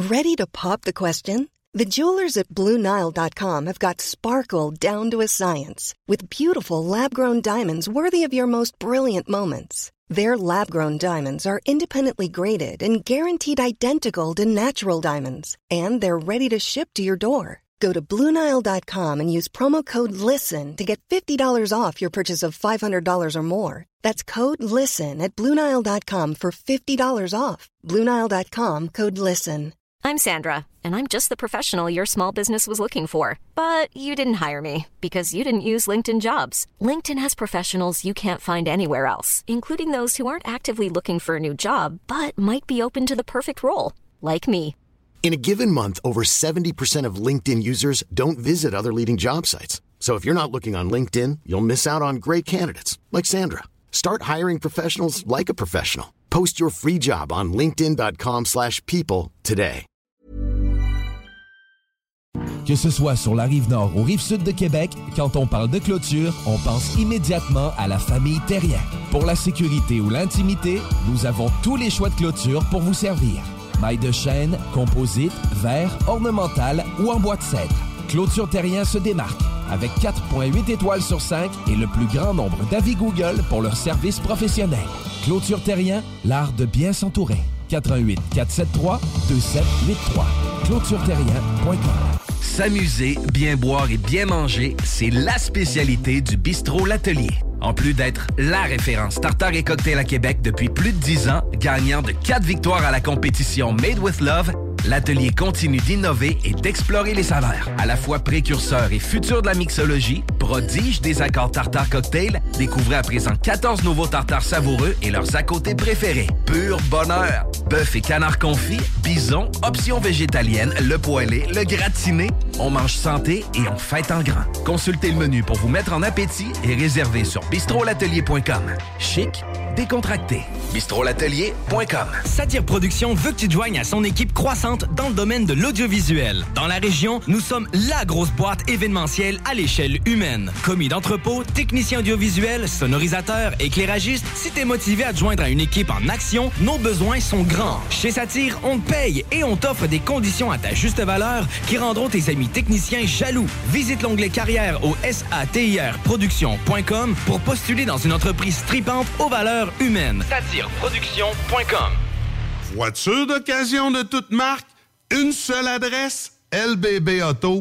Ready to pop the question? The jewelers at BlueNile.com have got sparkle down to a science with beautiful lab-grown diamonds worthy of your most brilliant moments. Their lab-grown diamonds are independently graded and guaranteed identical to natural diamonds, and they're ready to ship to your door. Go to BlueNile.com and use promo code LISTEN to get $50 off your purchase of $500 or more. That's code LISTEN at BlueNile.com for $50 off. BlueNile.com, code LISTEN. I'm Sandra, and I'm just the professional your small business was looking for. But you didn't hire me because you didn't use LinkedIn Jobs. LinkedIn has professionals you can't find anywhere else, including those who aren't actively looking for a new job, but might be open to the perfect role, like me. In a given month, over 70% of LinkedIn users don't visit other leading job sites. So if you're not looking on LinkedIn, you'll miss out on great candidates like Sandra. Start hiring professionals like a professional. Post your free job on linkedin.com/people today. Que ce soit sur la Rive-Nord ou Rive-Sud de Québec, quand on parle de clôture, on pense immédiatement à la famille Terrien. Pour la sécurité ou l'intimité, nous avons tous les choix de clôture pour vous servir. Mailles de chêne, composite, verre, ornemental ou en bois de cèdre. Clôture Terrien se démarque avec 4,8 étoiles sur 5 et le plus grand nombre d'avis Google pour leur service professionnel. Clôture Terrien, l'art de bien s'entourer. 88 473 2783. ClôtureTerrien.com. S'amuser, bien boire et bien manger, c'est la spécialité du bistrot L'Atelier. En plus d'être la référence tartare et cocktail à Québec depuis plus de 10 ans, gagnant de 4 victoires à la compétition Made with Love, l'Atelier continue d'innover et d'explorer les saveurs. À la fois précurseur et futur de la mixologie, prodige des accords tartare cocktail, découvrez à présent 14 nouveaux tartares savoureux et leurs à côté préférés. Pur bonheur! Bœuf et canard confit, bison, options végétaliennes, le poêlé, le gratiné. On mange santé et on fête en grand. Consultez le menu pour vous mettre en appétit et réservez sur bistrolatelier.com. Chic, décontracté. bistrolatelier.com. Satire Productions veut que tu te joignes à son équipe croissante dans le domaine de l'audiovisuel. Dans la région, nous sommes la grosse boîte événementielle à l'échelle humaine. Commis d'entrepôt, technicien audiovisuel, sonorisateur, éclairagiste, si t'es motivé à te joindre à une équipe en action, nos besoins sont grands. Chez Satire, on te paye et on t'offre des conditions à ta juste valeur qui rendront tes amis techniciens jaloux. Visite l'onglet carrière au satirproduction.com pour postuler dans une entreprise tripante aux valeurs humaines. Satireproduction.com. Voiture d'occasion de toute marque, une seule adresse, lbbauto.com.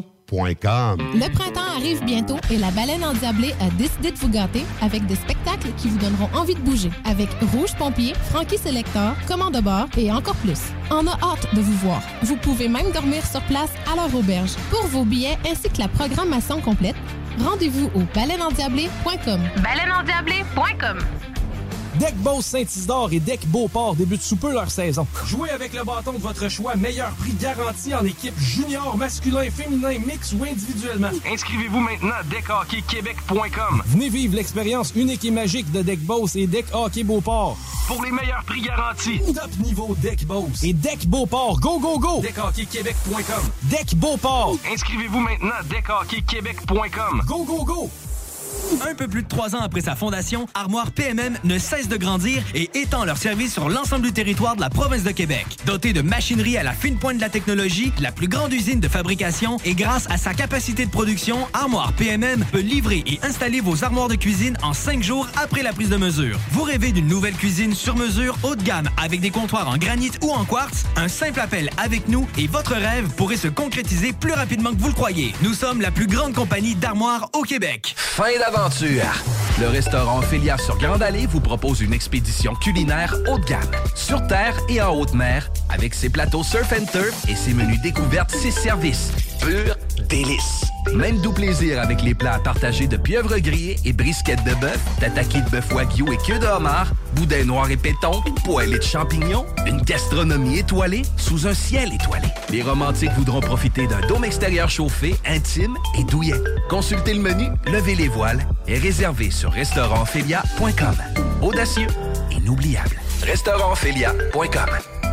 Le printemps arrive bientôt et la Baleine Endiablée a décidé de vous gâter avec des spectacles qui vous donneront envie de bouger. Avec Rouge Pompier, Frankie Selector, Commande de bord et encore plus. On a hâte de vous voir. Vous pouvez même dormir sur place à leur auberge. Pour vos billets ainsi que la programmation complète, rendez-vous au baleineendiablée.com. baleineendiablée.com. Deck Boss Saint-Isidore et Deck Beauport débutent sous peu leur saison. Jouez avec le bâton de votre choix, meilleur prix garanti en équipe junior, masculin, féminin, mix ou individuellement. Inscrivez-vous maintenant à deckhockeyquebec.com. Venez vivre l'expérience unique et magique de Deck Boss et Deck Hockey Beauport. Pour les meilleurs prix garantis. Top niveau Deck Boss et Deck Beauport. Go, go, go! deckhockeyquebec.com. Deck Beauport. Inscrivez-vous maintenant à deckhockeyquebec.com. Go, go, go! Un peu plus de 3 ans après sa fondation, Armoire PMM ne cesse de grandir et étend leur service sur l'ensemble du territoire de la province de Québec. Dotée de machinerie à la fine pointe de la technologie, la plus grande usine de fabrication et grâce à sa capacité de production, Armoire PMM peut livrer et installer vos armoires de cuisine en 5 jours après la prise de mesure. Vous rêvez d'une nouvelle cuisine sur mesure haut de gamme avec des comptoirs en granit ou en quartz? Un simple appel avec nous et votre rêve pourrait se concrétiser plus rapidement que vous le croyez. Nous sommes la plus grande compagnie d'armoires au Québec. Fin d'aventure. Le restaurant Ophélia sur Grande Allée vous propose une expédition culinaire haut de gamme, sur terre et en haute mer, avec ses plateaux surf and turf et ses menus découvertes 6 services. Pur délice. Même doux plaisir avec les plats partagés de pieuvres grillées et brisquettes de bœuf, tataki de bœuf wagyu et queue de homard, boudin noir et péton, poêlée de champignons, une gastronomie étoilée sous un ciel étoilé. Les romantiques voudront profiter d'un dôme extérieur chauffé, intime et douillet. Consultez le menu, levez les voiles et réservez sur restaurantphilia.com. Audacieux, inoubliable. restaurantphilia.com.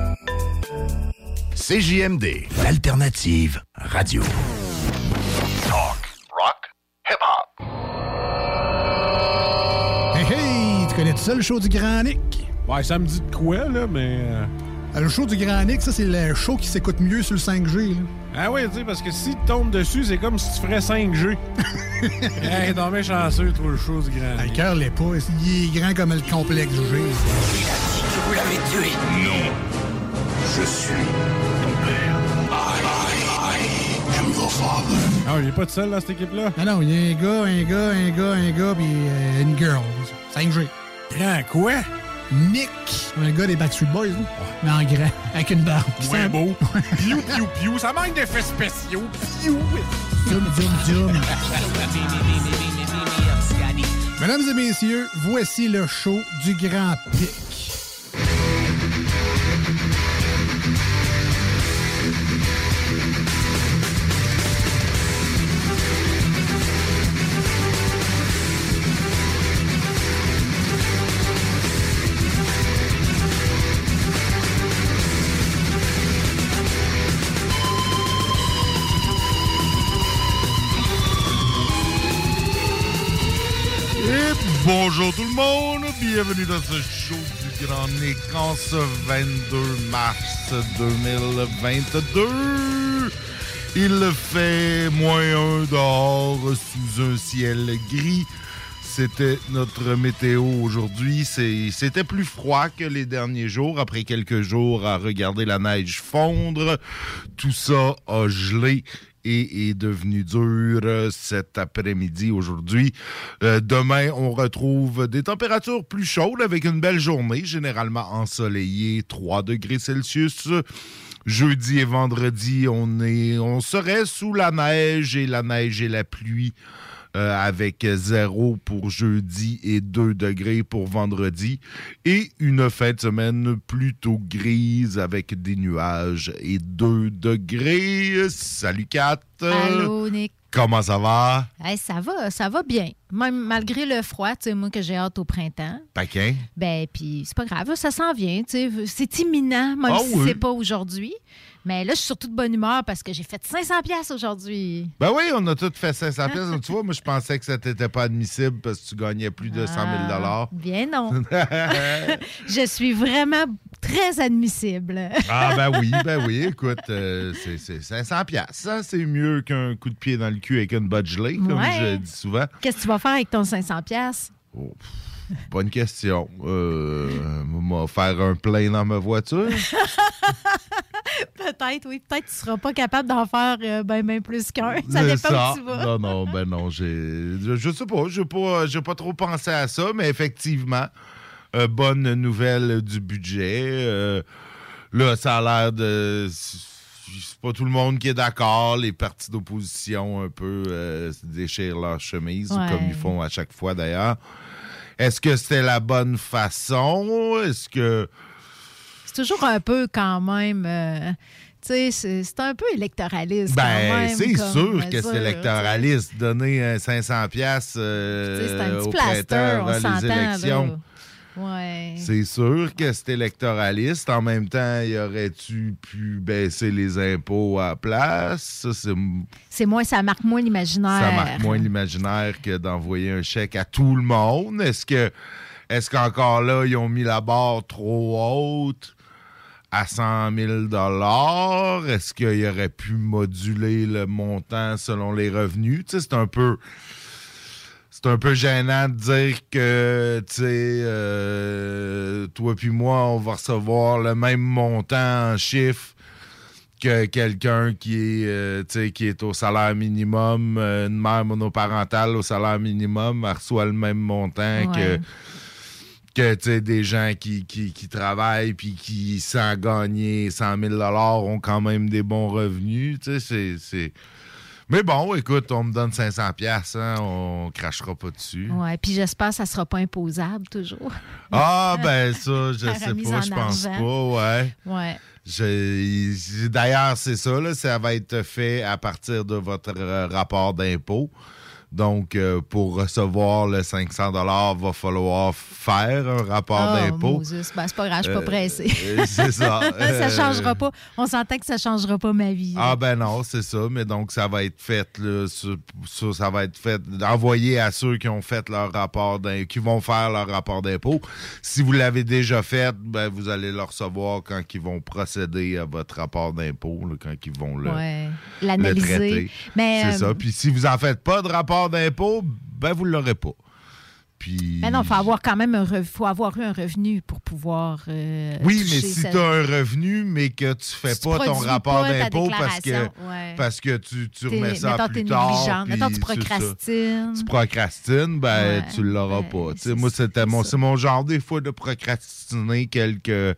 CJMD, l'alternative radio. Talk, rock, hip-hop. Hey, hey, tu connais tout ça, le show du Grand Nick? Ouais, ça me dit de quoi, là, mais Le show du Grand Nick, ça, c'est le show qui s'écoute mieux sur le 5G. Là. Ah oui, tu sais, parce que si tu tombes dessus, c'est comme si tu ferais 5G. Hey, t'en mets chanceux, toi, le show du Grand Nick. Le cœur l'est pas. Il est grand comme le complexe G. Il a dit que vous l'avez tué. Non. Je suis ton père. I am your father. Ah, il est pas tout seul dans cette équipe-là? Ah non, il y a un gars, puis une girl. 5G. Grand quoi? Nick. Un gars des Backstreet Boys, là. Mais en grand, avec une barbe. Ouais, beau. Piou, piou, piou. Ça manque d'effets spéciaux. Piou. Zoom. Mesdames et messieurs, voici le show du Grand Pic. Bonjour tout le monde, bienvenue dans ce show du Grand Nick en ce 22 mars 2022. Il fait -1 dehors sous un ciel gris. C'était notre météo aujourd'hui. C'était plus froid que les derniers jours. Après quelques jours à regarder la neige fondre, tout ça a gelé et est devenu dur cet après-midi aujourd'hui. Demain, on retrouve des températures plus chaudes avec une belle journée, généralement ensoleillée, 3 degrés Celsius. Jeudi et vendredi, on serait sous la neige et la pluie. Avec 0 pour jeudi et 2 degrés pour vendredi. Et une fin de semaine plutôt grise avec des nuages et 2 degrés. Salut Kat! Allô Nick! Comment ça va? Hey, ça va bien. Même malgré le froid, tu sais, moi que j'ai hâte au printemps. Paquin? Ben, puis c'est pas grave, ça s'en vient, tu sais. C'est imminent, même si c'est pas aujourd'hui. Mais là, je suis surtout de bonne humeur parce que j'ai fait 500$ aujourd'hui. Ben oui, on a tous fait 500$. Tu vois, moi, je pensais que ça n'était pas admissible parce que tu gagnais plus de 100 000 $. Bien non. Je suis vraiment très admissible. Ah ben oui. Écoute, c'est 500$. Ça, c'est mieux qu'un coup de pied dans le cul avec une botte gelée, comme je dis souvent. Qu'est-ce que tu vas faire avec ton 500$? Oh, bonne question. M'en faire un plein dans ma voiture. Peut-être, oui. Peut-être que tu ne seras pas capable d'en faire ben plus qu'un. Ça dépend où tu vas. Non. Je sais pas. J'ai pas trop pensé à ça, mais effectivement, bonne nouvelle du budget. Là, ça a l'air de... C'est pas tout le monde qui est d'accord. Les partis d'opposition, un peu, déchirent leur chemise, comme ils font à chaque fois, d'ailleurs. Est-ce que c'était la bonne façon? Est-ce que... C'est toujours un peu quand même... tu sais, c'est un peu électoraliste. Ben, quand même, c'est sûr que c'est électoraliste. T'sais. Donner 500$ au printemps avant les élections. Là. Ouais. C'est sûr que c'est électoraliste. En même temps, y aurait-tu pu baisser les impôts à la place? Ça marque moins l'imaginaire. Ça marque moins l'imaginaire que d'envoyer un chèque à tout le monde. Est-ce qu'encore là, ils ont mis la barre trop haute à 100 000 $? Est-ce qu'ils auraient pu moduler le montant selon les revenus? Tu sais, c'est un peu gênant de dire que, tu sais, toi puis moi, on va recevoir le même montant en chiffres que quelqu'un qui est au salaire minimum, une mère monoparentale au salaire minimum, elle reçoit le même montant que tu sais, des gens qui travaillent puis qui, sans gagner 100 000 $, ont quand même des bons revenus. Tu sais, c'est... Mais bon, écoute, on me donne 500$, hein, on crachera pas dessus. Oui, puis j'espère que ça sera pas imposable, toujours. Ah, ben ça, je sais pas, je pense pas, ouais. D'ailleurs, c'est ça, là, ça va être fait à partir de votre rapport d'impôt. Donc, pour recevoir le 500 $, va falloir faire un rapport d'impôt. Moses. Ben, c'est pas grave, je suis pas pressé. C'est ça. Ça changera pas. On s'entend que ça changera pas ma vie. Ah ben non, c'est ça. Mais donc, ça va être fait, là, ça va être fait, envoyé à ceux qui ont fait leur rapport qui vont faire leur rapport d'impôt. Si vous l'avez déjà fait, ben, vous allez le recevoir quand ils vont procéder à votre rapport d'impôt, là, quand ils vont l'analyser. Le traiter. Mais, c'est ça. Puis si vous en faites pas de rapport d'impôt, ben vous l'aurez pas. Puis... Mais non, il faut avoir quand même faut avoir eu un revenu pour pouvoir. Oui, mais si tu as un revenu, mais que tu fais pas ton rapport d'impôt parce que tu remets ça plus tard. Mettons, tu procrastines. Tu procrastines, ben tu l'auras pas. Moi, c'est mon genre des fois de procrastiner quelques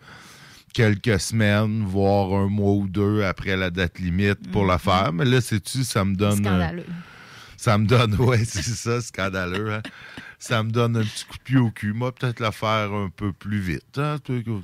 semaines, voire un mois ou deux après la date limite pour le faire. Mais là, ça me donne... Scandaleux. Ça me donne, c'est ça, scandaleux. Hein? Ça me donne un petit coup de pied au cul. Moi, peut-être le faire un peu plus vite. Hein?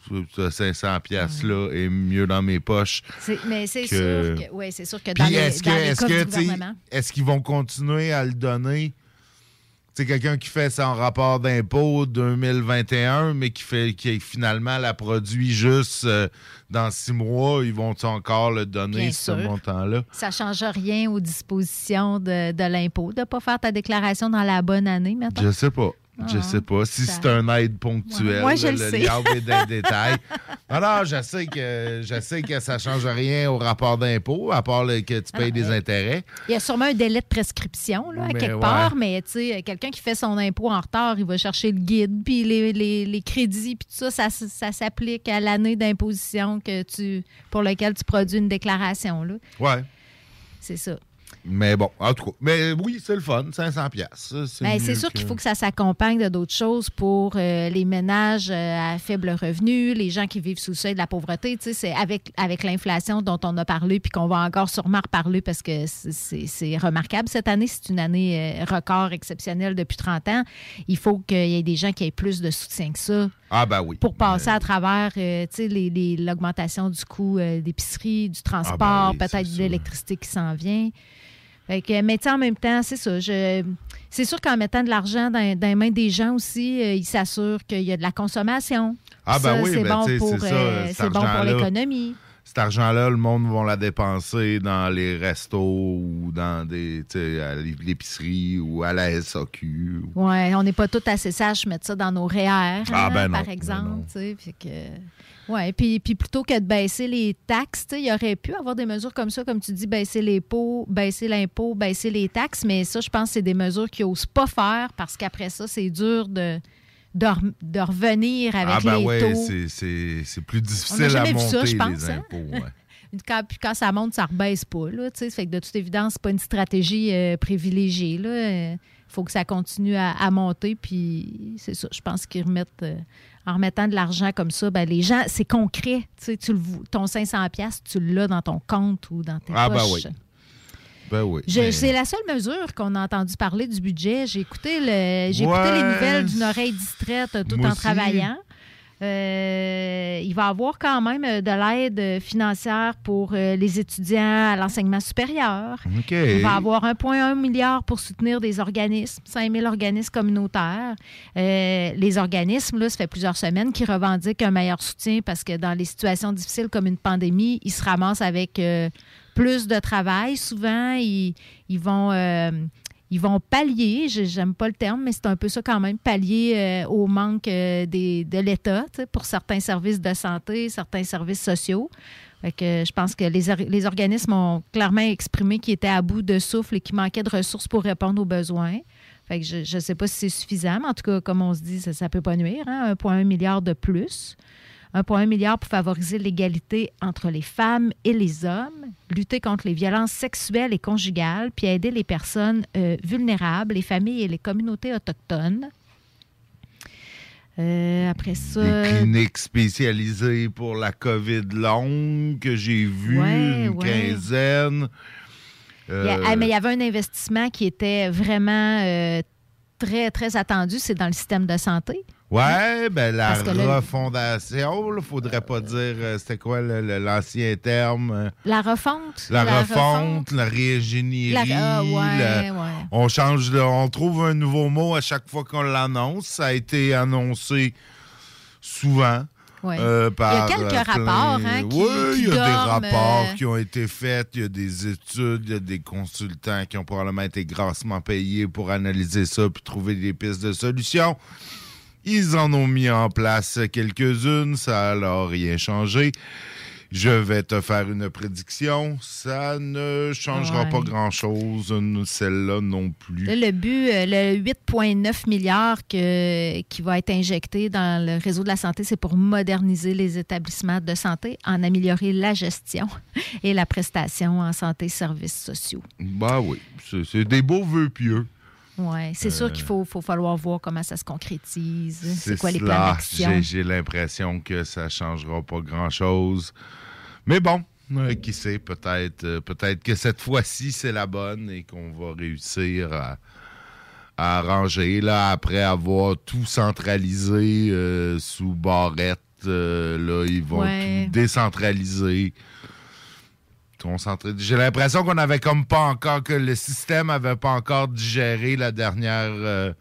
500 piastres là est mieux dans mes poches. Mais c'est sûr que dans les cas du gouvernement... Est-ce qu'ils vont continuer à le donner? C'est quelqu'un qui fait son rapport d'impôt 2021, mais qui finalement la produit juste dans 6 mois. Ils vont encore le donner, ce montant-là? Ça ne change rien aux dispositions de l'impôt de ne pas faire ta déclaration dans la bonne année, maintenant? Je sais pas. Je sais pas. Si c'est un aide ponctuel, moi, je le sais. Diable est dans les détails. Non, je sais que ça ne change rien au rapport d'impôt, à part que tu payes des intérêts. Il y a sûrement un délai de prescription là, à quelque part, mais quelqu'un qui fait son impôt en retard, il va chercher le guide, puis les crédits, puis tout ça s'applique à l'année d'imposition pour laquelle tu produis une déclaration. Là. Ouais. C'est ça. Mais bon, en tout cas. Mais oui, c'est le fun, 500 piastres. C'est sûr qu'il faut que ça s'accompagne de d'autres choses pour les ménages à faible revenu, les gens qui vivent sous le seuil de la pauvreté. C'est avec l'inflation dont on a parlé puis qu'on va encore sûrement reparler parce que c'est remarquable cette année. C'est une année record exceptionnelle depuis 30 ans. Il faut qu'il y ait des gens qui aient plus de soutien que ça. Ah ben oui. Pour passer à travers l'augmentation du coût d'épicerie, du transport, peut-être de l'électricité qui s'en vient. Mais en même temps, c'est ça. C'est sûr qu'en mettant de l'argent dans les mains des gens aussi, ils s'assurent qu'il y a de la consommation. Ah ben ça, oui, c'est bon pour l'économie. Cet argent-là, le monde va la dépenser dans les restos ou dans à l'épicerie ou à la SAQ. Oui, on n'est pas tous assez sages de mettre ça dans nos REER, par exemple. Oui, puis plutôt que de baisser les taxes, il y aurait pu avoir des mesures comme ça, comme tu dis, baisser l'impôt, baisser les taxes, mais ça, je pense que c'est des mesures qu'ils n'osent pas faire parce qu'après ça, c'est dur de revenir avec les taux. C'est plus difficile à monter ça, je pense, les impôts. Quand ça monte, ça ne rebaisse pas. Là, fait que de toute évidence, ce n'est pas une stratégie privilégiée. Il faut que ça continue à monter. Puis c'est ça, je pense qu'ils remettent... en remettant de l'argent comme ça, ben les gens, c'est concret. Ton 500$, tu l'as dans ton compte ou dans tes poches. Ben oui. C'est la seule mesure qu'on a entendu parler du budget. J'ai écouté les nouvelles d'une oreille distraite tout en travaillant. Il va y avoir quand même de l'aide financière pour les étudiants à l'enseignement supérieur. Okay. Il va y avoir 1,1 milliard pour soutenir des organismes, 5 000 organismes communautaires. Les organismes, là, ça fait plusieurs semaines qu'ils revendiquent un meilleur soutien parce que dans les situations difficiles comme une pandémie, ils se ramassent avec plus de travail. Souvent, ils vont pallier, j'aime pas le terme, mais c'est un peu ça quand même, pallier au manque de l'État pour certains services de santé, certains services sociaux. Fait que je pense que les organismes ont clairement exprimé qu'ils étaient à bout de souffle et qu'il manquait de ressources pour répondre aux besoins. Fait que je ne sais pas si c'est suffisant, mais en tout cas, comme on se dit, ça ne peut pas nuire. 1,1 milliard de plus. 1,1 milliard pour favoriser l'égalité entre les femmes et les hommes, lutter contre les violences sexuelles et conjugales, puis aider les personnes vulnérables, les familles et les communautés autochtones. Après ça... Des cliniques spécialisées pour la COVID longue que j'ai vu, une quinzaine. Mais il y avait un investissement qui était vraiment très, très attendu, c'est dans le système de santé. Ouais, ben la refondation, il faudrait pas dire c'était quoi l'ancien terme. La refonte. La refonte, la réingénierie. On change, on trouve un nouveau mot à chaque fois qu'on l'annonce. Ça a été annoncé souvent. Ouais. Il y a quelques rapports qui il y a des rapports qui ont été faits, il y a des études, il y a des consultants qui ont probablement été grassement payés pour analyser ça puis trouver des pistes de solutions. Ils en ont mis en place quelques-unes, ça n'a rien changé. Je vais te faire une prédiction, ça ne changera pas grand-chose, celle-là non plus. Là, le but, le 8,9 milliards qui va être injecté dans le réseau de la santé, c'est pour moderniser les établissements de santé, en améliorer la gestion et la prestation en santé et services sociaux. Ben oui, c'est des beaux vœux pieux. Oui, c'est sûr qu'il faut falloir voir comment ça se concrétise. C'est quoi les plans d'action? J'ai l'impression que ça ne changera pas grand-chose. Mais bon, qui sait, peut-être que cette fois-ci, c'est la bonne et qu'on va réussir à arranger. Là, après avoir tout centralisé sous Barrette, là, ils vont tout décentraliser. J'ai l'impression qu'on avait comme pas encore, que le système avait pas encore digéré la dernière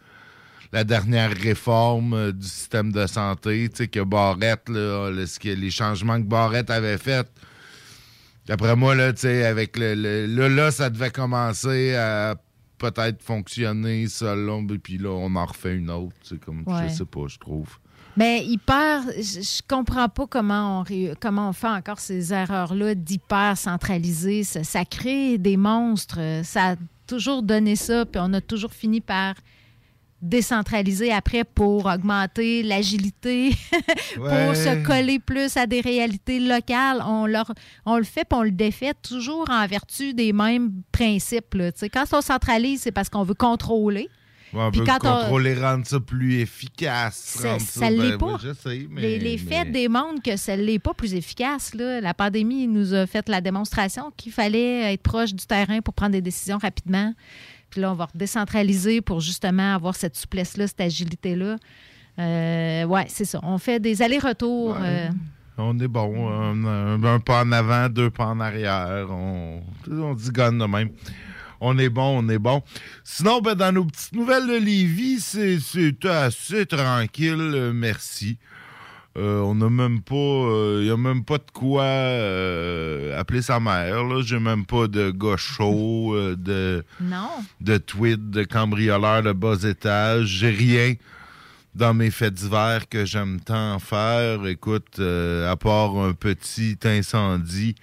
réforme du système de santé, tu sais, que Barrette, là, les changements que Barrette avait fait, d'après moi, là, tu sais, avec là, ça devait commencer à peut-être fonctionner selon, puis là, on en refait une autre, c'est comme, je sais pas, je trouve. Mais je comprends pas comment on fait encore ces erreurs-là d'hyper centraliser. Ça crée des monstres. Ça a toujours donné ça, puis on a toujours fini par décentraliser après pour augmenter l'agilité, pour se coller plus à des réalités locales. On le fait, puis on le défait toujours en vertu des mêmes principes. Là. Quand on centralise, c'est parce qu'on veut contrôler. On peut contrôler, rendre ça plus efficace. Ça ne l'est pas. Je sais, mais, les faits démontrent que ça ne l'est pas plus efficace. Là. La pandémie nous a fait la démonstration qu'il fallait être proche du terrain pour prendre des décisions rapidement. Puis là, on va décentraliser pour justement avoir cette souplesse-là, cette agilité-là. C'est ça. On fait des allers-retours. On est bon. Un pas en avant, 2 pas en arrière. On digonne de même. On est bon. Sinon, dans nos petites nouvelles de Lévis, c'est assez tranquille, merci. On n'a même pas... Il n'y a même pas de quoi appeler sa mère. Là. J'ai même pas de gars chaud, de tweet, de cambrioleur de bas étage. J'ai rien dans mes faits divers que j'aime tant faire. Écoute, à part un petit incendie...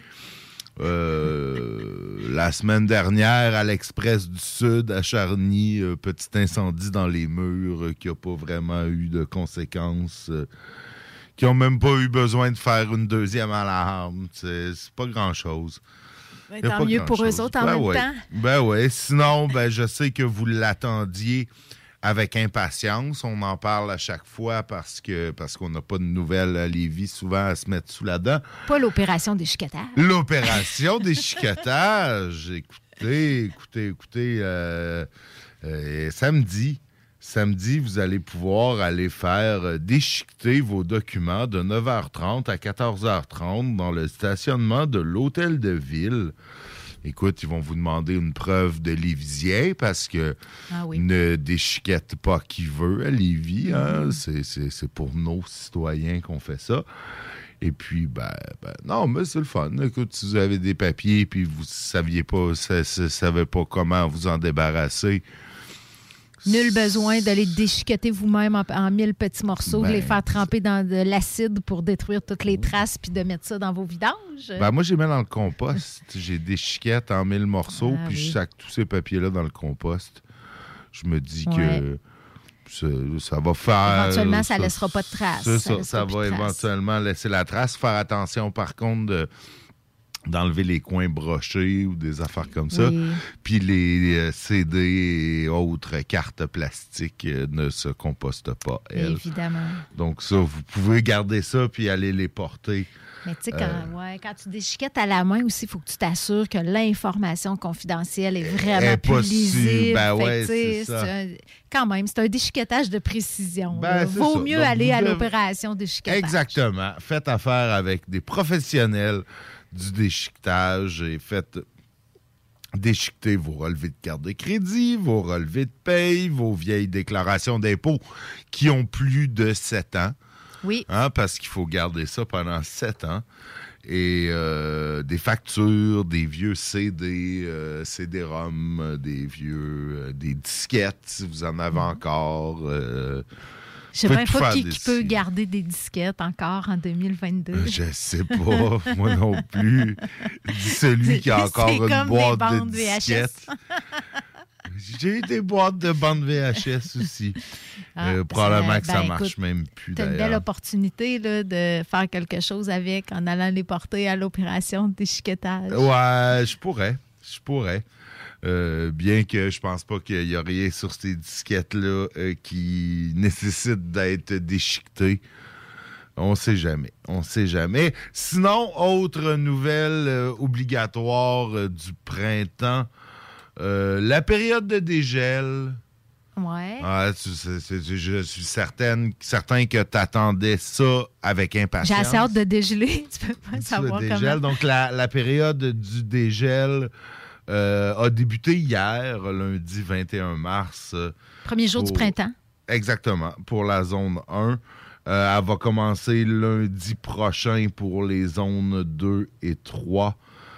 la semaine dernière, à l'Express du Sud, à Charny, petit incendie dans les murs qui n'a pas vraiment eu de conséquences, qui n'ont même pas eu besoin de faire une deuxième alarme. C'est pas grand-chose. Tant mieux pour eux autres en même temps. Ben oui. Sinon, je sais que vous l'attendiez avec impatience. On en parle à chaque fois parce qu'on n'a pas de nouvelles à Lévis souvent à se mettre sous la dent. Pas l'opération déchiquetage. L'opération déchiquetage. Écoutez. Samedi, vous allez pouvoir aller faire déchiqueter vos documents de 9h30 à 14h30 dans le stationnement de l'Hôtel de Ville. Écoute, ils vont vous demander une preuve de Lévisien parce que ne déchiquette pas qui veut à Lévis. Hein? C'est pour nos citoyens qu'on fait ça. Et puis, non, mais c'est le fun. Écoute, si vous avez des papiers et vous ne savez pas comment vous en débarrasser, nul besoin de les déchiqueter vous-même en 1000 petits morceaux, de les faire tremper dans de l'acide pour détruire toutes les traces puis de mettre ça dans vos vidanges. Moi, j'ai mis dans le compost. J'ai des chiquettes en 1000 morceaux puis je sac tous ces papiers-là dans le compost. Je me dis que ça va faire... Éventuellement, ça ne laissera pas de traces. Ça va éventuellement laisser la trace. Faire attention, par contre, d'enlever les coins brochés ou des affaires comme ça. Puis les CD et autres cartes plastiques ne se compostent pas, elles. Évidemment. Donc ça, vous pouvez garder ça puis aller les porter Mais tu sais, quand tu déchiquettes à la main aussi, il faut que tu t'assures que l'information confidentielle est vraiment plus lisible. Ben ouais, c'est ça. Quand même, c'est un déchiquettage de précision. Ben, vaut mieux aller à l'opération déchiquetage. Exactement. Faites affaire avec des professionnels du déchiquetage et faites déchiqueter vos relevés de carte de crédit, vos relevés de paye, vos vieilles déclarations d'impôts qui ont plus de 7 ans. Oui. Parce qu'il faut garder ça pendant 7 ans. Et des factures, des vieux CD, CD-ROM, des disquettes, si vous en avez encore. Je ne sais même pas qui peut garder des disquettes encore en 2022. Je sais pas, moi non plus. Celui qui a encore une boîte de disquettes. J'ai eu des boîtes de bandes VHS aussi. Probablement que ça marche même plus, d'ailleurs. Tu as une belle opportunité là, de faire quelque chose avec en allant les porter à l'opération de déchiquetage. Ouais, je pourrais. Bien que je pense pas qu'il y a rien sur ces disquettes-là qui nécessite d'être déchiquetées. On sait jamais. Sinon, autre nouvelle obligatoire du printemps, la période de dégel. Ouais. Je suis certain que tu attendais ça avec impatience. J'ai assez hâte de dégeler. Tu peux pas savoir comment. Donc, la période du dégel a débuté hier, lundi 21 mars. Premier jour du printemps. Exactement, pour la zone 1. Elle va commencer lundi prochain pour les zones 2 et 3.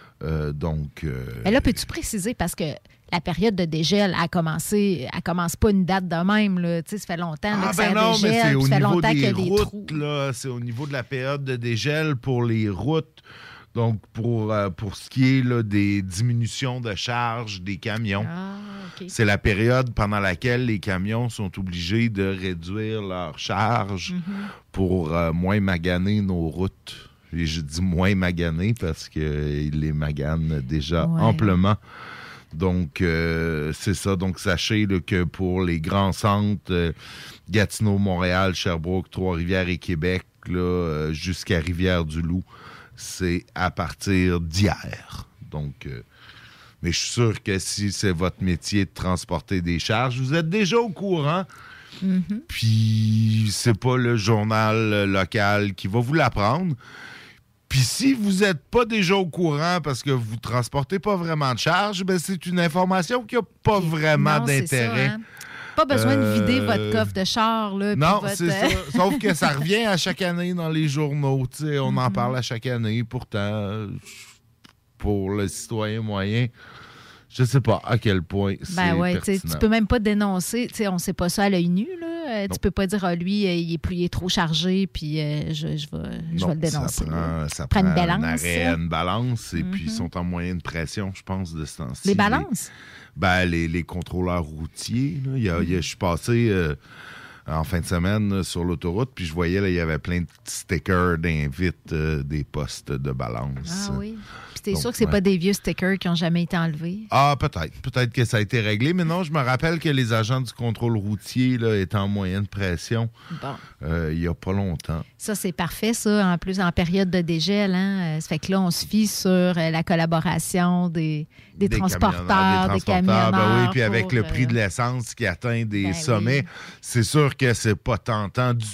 Mais là, peux-tu préciser, parce que la période de dégel elle commence pas une date de même. Là. Ça fait longtemps là, que ça non, dégèle. Mais c'est au niveau des routes. Là, c'est au niveau de la période de dégel pour les routes. Donc, pour ce qui est là, des diminutions de charge des camions, okay. C'est la période pendant laquelle les camions sont obligés de réduire leur charge pour moins maganer nos routes. Et je dis moins maganer parce qu'ils les maganent déjà amplement. Donc, c'est ça. Donc, sachez là, que pour les grands centres, Gatineau, Montréal, Sherbrooke, Trois-Rivières et Québec, là, jusqu'à Rivière-du-Loup, c'est à partir d'hier. Donc, mais je suis sûr que si c'est votre métier de transporter des charges, vous êtes déjà au courant. Puis, c'est pas le journal local qui va vous l'apprendre. Puis si vous n'êtes pas déjà au courant parce que vous ne transportez pas vraiment de charge, ben c'est une information qui n'a pas vraiment d'intérêt. Ça, hein? Pas besoin de vider votre coffre de char. Là, non, c'est ça. Sauf que ça revient à chaque année dans les journaux. On en parle à chaque année. Pourtant, pour le citoyen moyen, je ne sais pas à quel point c'est pertinent. Tu peux même pas dénoncer. On ne sait pas ça à l'œil nu. Là. Tu peux pas dire lui, il est trop chargé, puis je vais le dénoncer. Ça prend une balance. Un arrêt, une balance, et puis ils sont en moyen de pression, je pense, de ce temps-ci. Les balances? Les contrôleurs routiers. Là. Je suis passé en fin de semaine sur l'autoroute, puis je voyais, là, il y avait plein de petits stickers d'invite des postes de balance. Ah oui. Puis t'es sûr que c'est pas des vieux stickers qui n'ont jamais été enlevés? Ah, peut-être. Peut-être que ça a été réglé, mais non, je me rappelle que les agents du contrôle routier là, étaient en moyenne pression il n'y a pas longtemps. Ça, c'est parfait, ça, en plus en période de dégel. Hein? Ça fait que là, on se fie sur la collaboration des transporteurs, des camionneurs. Ben oui, puis avec le prix de l'essence qui atteint des sommets, c'est sûr que c'est pas tentant du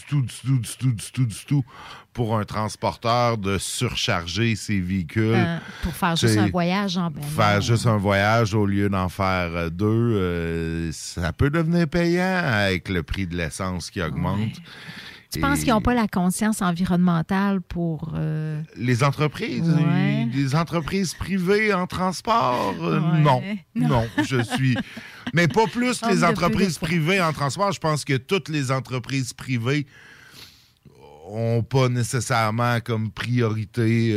tout pour un transporteur de surcharger ses véhicules. Pour faire juste un voyage. Juste un voyage au lieu d'en faire deux, ça peut devenir payant avec le prix de l'essence qui augmente. Ouais. Tu penses qu'ils n'ont pas la conscience environnementale pour... Les entreprises? Ouais. Les entreprises privées en transport? Ouais. Non, je suis... Mais pas plus les entreprises privées en transport. Je pense que toutes les entreprises privées n'ont pas nécessairement comme priorité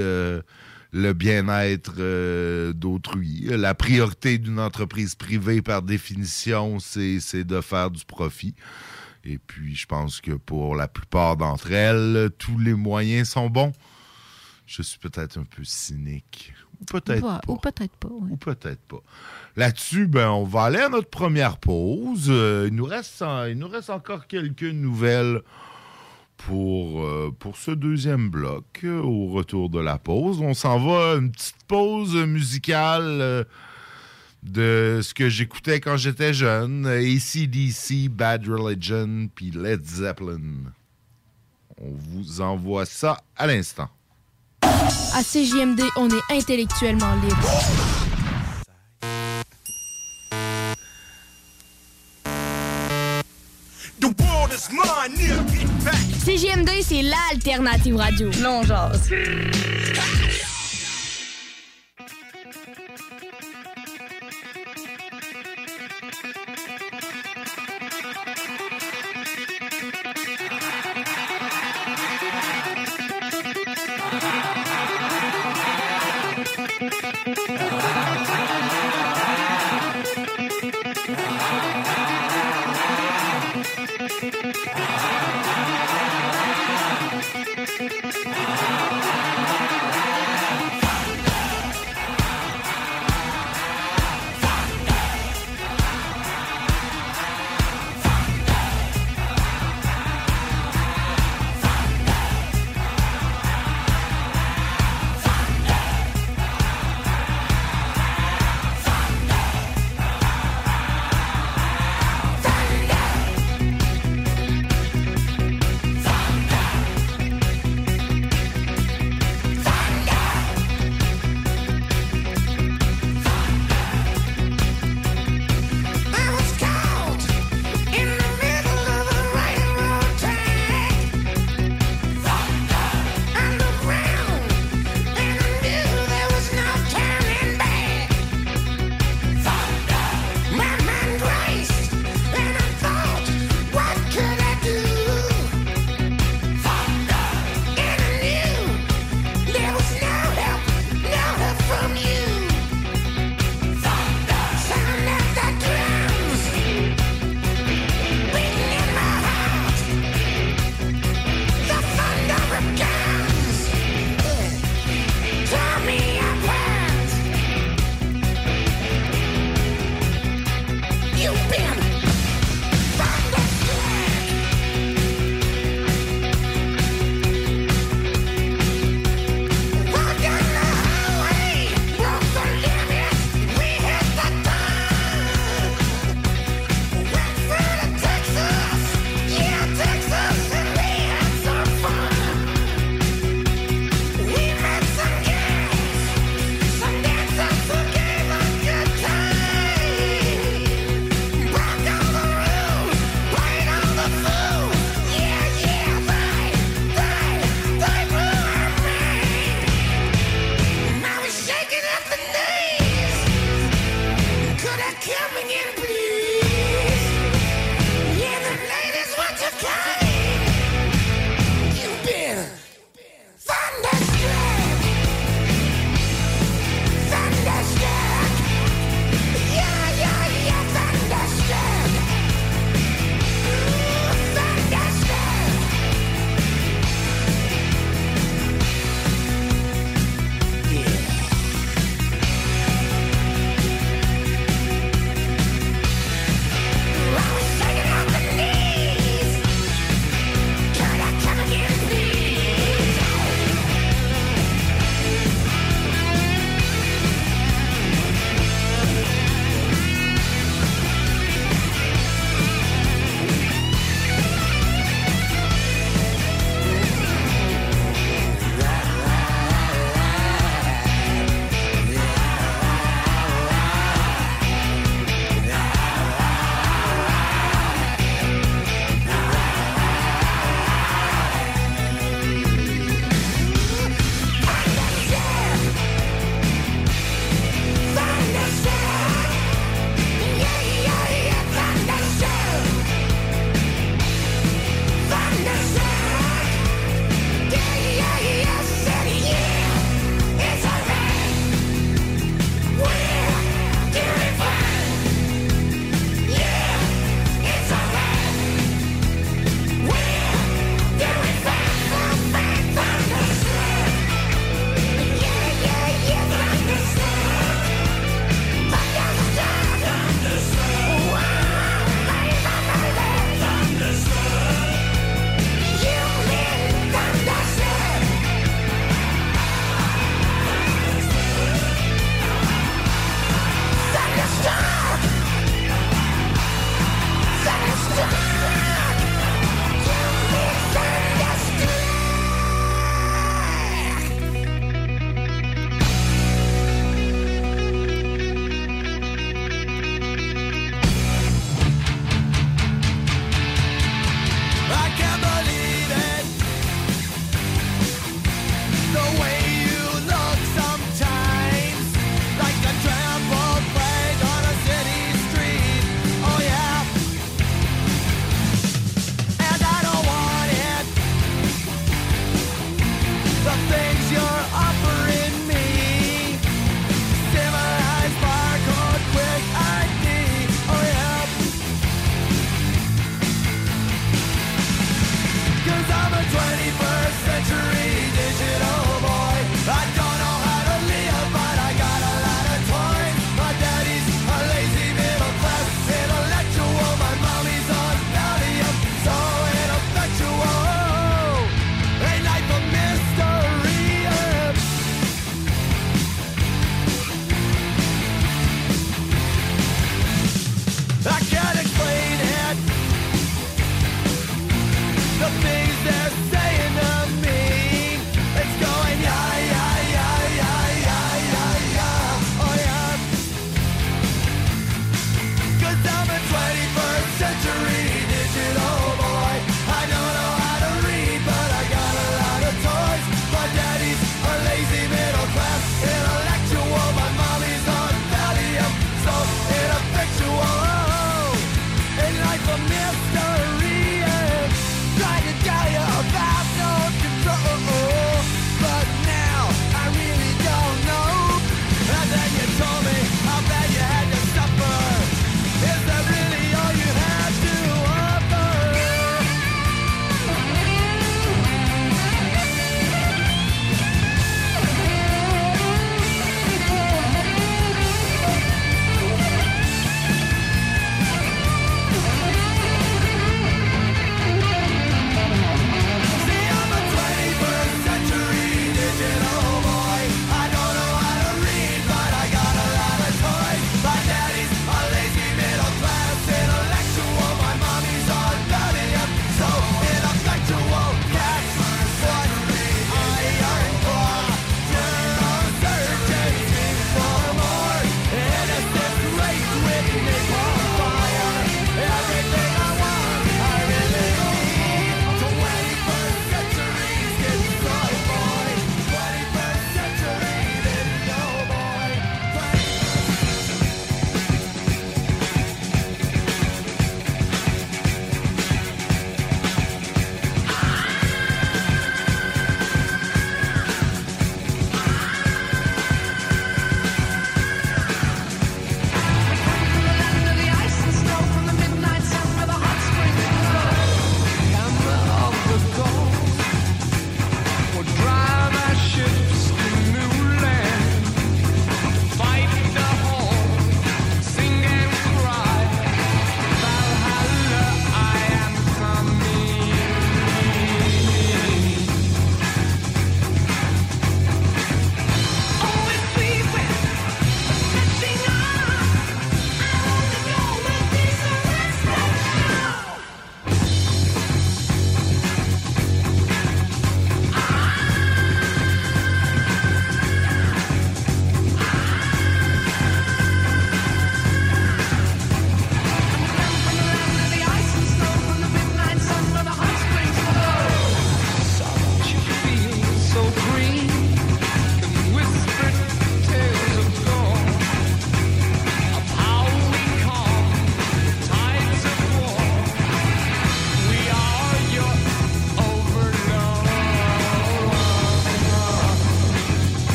le bien-être d'autrui. La priorité d'une entreprise privée, par définition, c'est de faire du profit. Et puis, je pense que pour la plupart d'entre elles, tous les moyens sont bons. Je suis peut-être un peu cynique. Ou peut-être pas. Ou peut-être pas, oui. Ou peut-être pas. Là-dessus, on va aller à notre première pause. Il nous reste encore quelques nouvelles pour ce deuxième bloc, au retour de la pause. On s'en va à une petite pause musicale de ce que j'écoutais quand j'étais jeune. AC/DC, Bad Religion, puis Led Zeppelin. On vous envoie ça à l'instant. À CJMD, on est intellectuellement libre. CJMD, c'est l'alternative radio. Non, jase.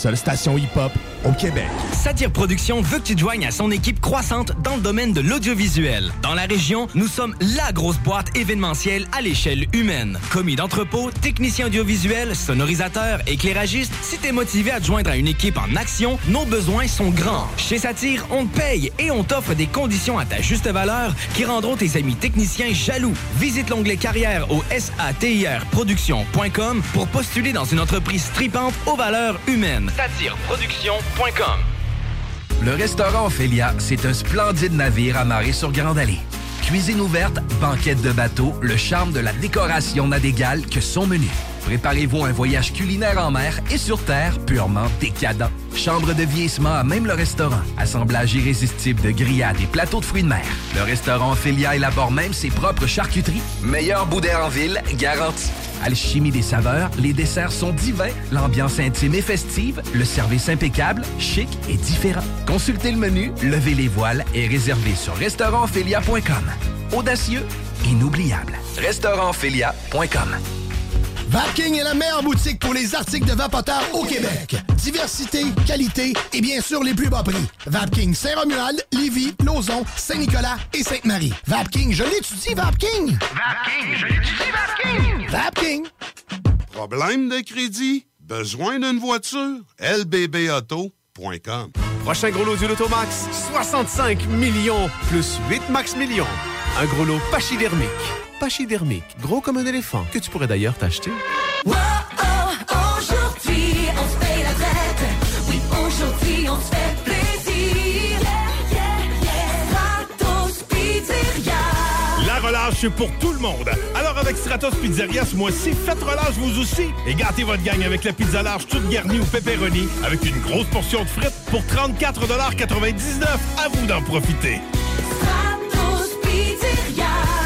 seule station hip-hop au Québec. Satire Productions veut que tu te joignes à son équipe croissante dans le domaine de l'audiovisuel. Dans la région, nous sommes la grosse boîte événementielle à l'échelle humaine. Commis d'entrepôt, technicien audiovisuel, sonorisateur, éclairagiste, si t'es motivé à te joindre à une équipe en action, nos besoins sont grands. Chez Satire, on te paye et on t'offre des conditions à ta juste valeur qui rendront tes amis techniciens jaloux. Visite l'onglet carrière au satirproduction.com pour postuler dans une entreprise tripante aux valeurs humaines. Satireproduction.com. Le restaurant Ophélia, c'est un splendide navire amarré sur Grande Allée. Cuisine ouverte, banquette de bateau, le charme de la décoration n'a d'égal que son menu. Préparez-vous un voyage culinaire en mer et sur terre purement décadent. Chambre de vieillissement à même le restaurant. Assemblage irrésistible de grillades et plateaux de fruits de mer. Le restaurant Ophélia élabore même ses propres charcuteries. Meilleur boudin en ville, garanti. Alchimie des saveurs, les desserts sont divins, l'ambiance intime et festive, le service impeccable, chic et différent. Consultez le menu, levez les voiles et réservez sur restaurantophélia.com. Audacieux, inoubliable. restaurantophélia.com. Vapking est la meilleure boutique pour les articles de vapoteurs au Québec. Diversité, qualité et bien sûr les plus bas prix. Vapking Saint-Romuald, Lévis, Lauson, Saint-Nicolas et Sainte-Marie. Vapking, je l'étudie, Vapking! Vapking, je l'étudie, Vapking! Vapking! Problème de crédit? Besoin d'une voiture? lbbauto.com. Prochain gros lot du Lotomax, 65 millions plus 8 max millions. Un gros lot pachydermique. Pachydermique, gros comme un éléphant, que tu pourrais d'ailleurs t'acheter. Wow, oh, aujourd'hui, on se paye la traite. Oui, aujourd'hui, on se fait plaisir. Stratos Pizzeria. La relâche, c'est pour tout le monde. Alors avec Stratos Pizzeria, ce mois-ci, faites relâche vous aussi. Et gâtez votre gang avec la pizza large toute garnie ou pepperoni avec une grosse portion de frites pour 34,99 $. À vous d'en profiter. Stratos Pizzeria.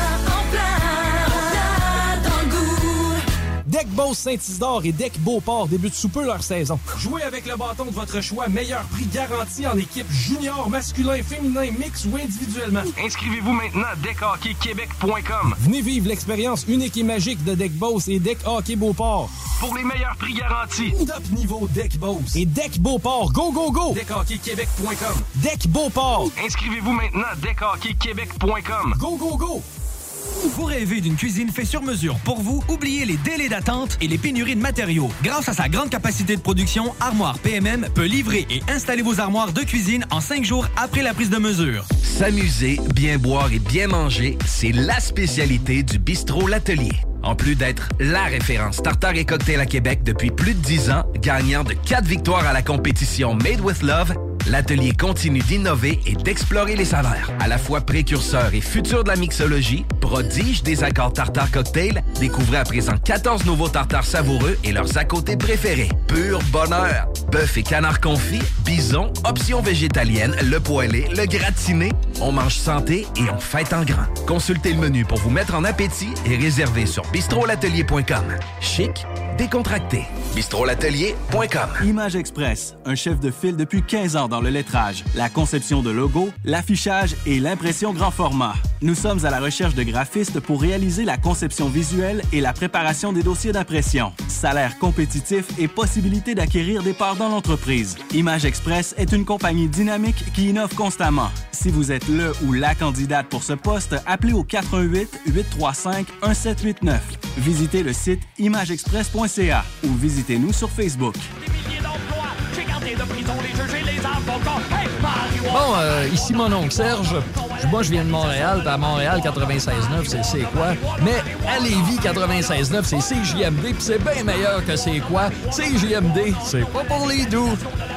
Deck Boss Saint-Isidore et Deck Beauport débutent sous peu leur saison. Jouez avec le bâton de votre choix, meilleur prix garanti en équipe junior, masculin, féminin, mix ou individuellement. Inscrivez-vous maintenant à deckhockeyquebec.com. Venez vivre l'expérience unique et magique de Deck Boss et Deck Hockey Beauport. Pour les meilleurs prix garantis. Top niveau Deck Boss et Deck Beauport. Go, go, go! Deckhockeyquebec.com. Deck Beauport. Inscrivez-vous maintenant à deckhockeyquebec.com. Go, go, go! Vous rêvez d'une cuisine faite sur mesure pour vous? Oubliez les délais d'attente et les pénuries de matériaux. Grâce à sa grande capacité de production, Armoire PMM peut livrer et installer vos armoires de cuisine en 5 jours après la prise de mesure. S'amuser, bien boire et bien manger, c'est la spécialité du bistrot L'Atelier. En plus d'être la référence tartare et cocktail à Québec depuis plus de 10 ans, gagnant de 4 victoires à la compétition Made with Love, l'Atelier continue d'innover et d'explorer les saveurs. À la fois précurseur et futur de la mixologie, prodige des accords tartare cocktail, découvrez à présent 14 nouveaux tartares savoureux et leurs à côté préférés. Pur bonheur! Bœuf et canard confit, bison, options végétaliennes, le poêlé, le gratiné. On mange santé et on fête en grand. Consultez le menu pour vous mettre en appétit et réservez sur bistrolatelier.com. Chic, décontracté. bistrolatelier.com. Image Express, un chef de file depuis 15 ans dans le lettrage, la conception de logos, l'affichage et l'impression grand format. Nous sommes à la recherche de graphistes pour réaliser la conception visuelle et la préparation des dossiers d'impression. Salaire compétitif et possibilité d'acquérir des parts dans l'entreprise. Image Express est une compagnie dynamique qui innove constamment. Si vous êtes le ou la candidate pour ce poste, appelez au 418-835-1789. Visitez le site imageexpress.ca ou visitez-nous sur Facebook. Bon, ici mon oncle Serge. Moi, je viens de Montréal, puis à Montréal, 96.9, c'est quoi? Mais à Lévis, 96.9, c'est CJMD, puis c'est bien meilleur que c'est quoi? CJMD, c'est pas pour les doux.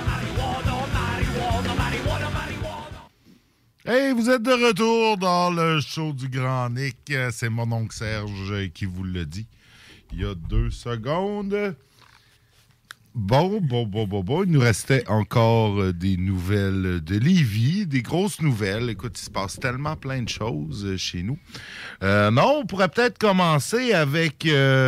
Hey, vous êtes de retour dans le show du Grand Nick. C'est mon oncle Serge qui vous le dit il y a 2 secondes. Bon. Il nous restait encore des nouvelles de Lévis, des grosses nouvelles. Écoute, il se passe tellement plein de choses chez nous. Non, on pourrait peut-être commencer avec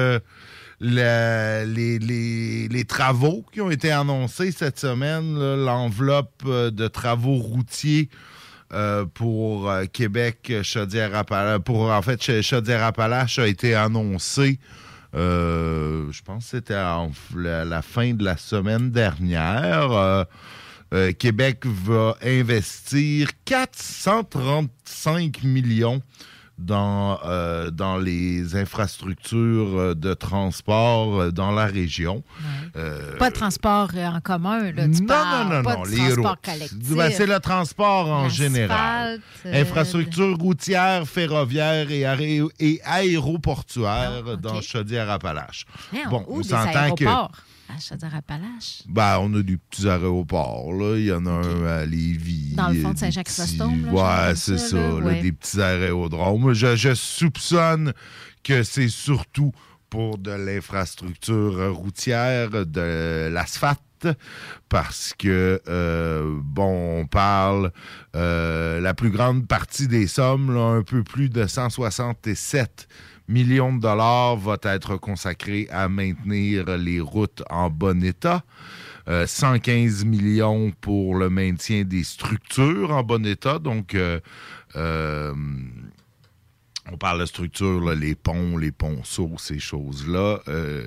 les travaux qui ont été annoncés cette semaine. Là, l'enveloppe de travaux routiers pour Québec, Chaudière-Appalaches, Chaudière-Appalaches a été annoncée Je pense que c'était à la fin de la semaine dernière. Québec va investir 435 millions dans les infrastructures de transport dans la région. Ouais. Pas de transport en commun, là, tu parles. Pas de transport collectif. Ben, c'est le transport en général. Infrastructures routières, ferroviaires et aéroportuaires dans Chaudière-Appalaches. Bon, on s'entend que... À Chaudière-Appalaches? Ben, on a des petits aéroports, là. Il y en a un à Lévis. Dans le fond de Saint-Jacques-Chrysostome, là? Ouais, c'est ça, là, des petits aérodromes. Je soupçonne que c'est surtout pour de l'infrastructure routière, de l'asphalte, parce que, on parle, la plus grande partie des sommes, là, un peu plus de 167 millions de dollars va être consacré à maintenir les routes en bon état. 115 millions pour le maintien des structures en bon état. Donc, on parle de structures, là, les ponceaux, ces choses-là.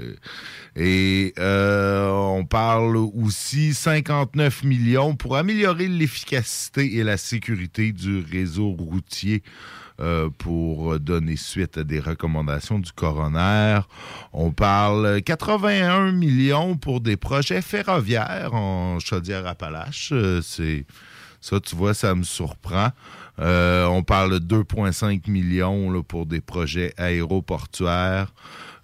On parle aussi 59 millions pour améliorer l'efficacité et la sécurité du réseau routier. Pour donner suite à des recommandations du coroner. On parle 81 millions pour des projets ferroviaires en Chaudière-Appalaches. Ça, tu vois, ça me surprend. On parle de 2,5 millions là, pour des projets aéroportuaires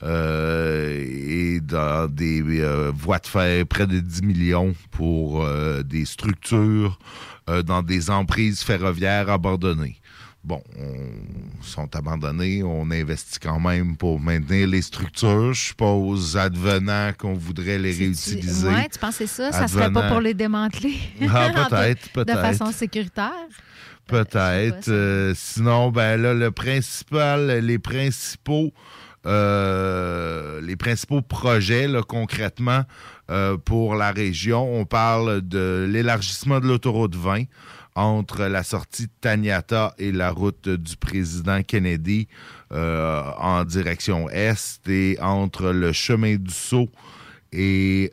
et dans des voies de fer, près de 10 millions pour des structures dans des emprises ferroviaires abandonnées. Bon, sont abandonnés, on investit quand même pour maintenir les structures. Je suppose, advenant qu'on voudrait les réutiliser. Oui, tu penses que c'est ça? Ça serait pas pour les démanteler? Ah, peut-être. De façon sécuritaire? Peut-être. Sinon, ben là, les principaux projets, là, concrètement, pour la région, on parle de l'élargissement de l'autoroute 20 entre la sortie de Taniata et la route du président Kennedy en direction est et entre le chemin du Sceau et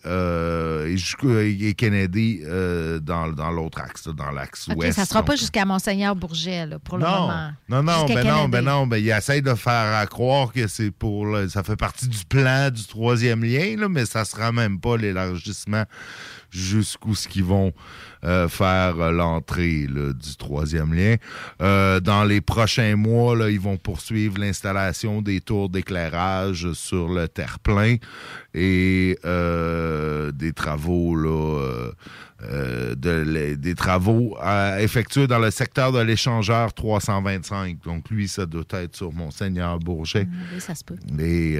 Kennedy dans l'autre axe, dans l'axe ouest. Ça ne sera pas jusqu'à Monseigneur-Bourget pour le moment. Non, il essaie de faire croire que c'est ça fait partie du plan du troisième lien, là, mais ça ne sera même pas l'élargissement jusqu'où ce qu'ils vont faire l'entrée là, du troisième lien. Dans les prochains mois, là, ils vont poursuivre l'installation des tours d'éclairage sur le terre-plein et des travaux là, des travaux effectués dans le secteur de l'échangeur 325. Donc, lui, ça doit être sur Monseigneur-Bourget. Oui, ça se peut. Et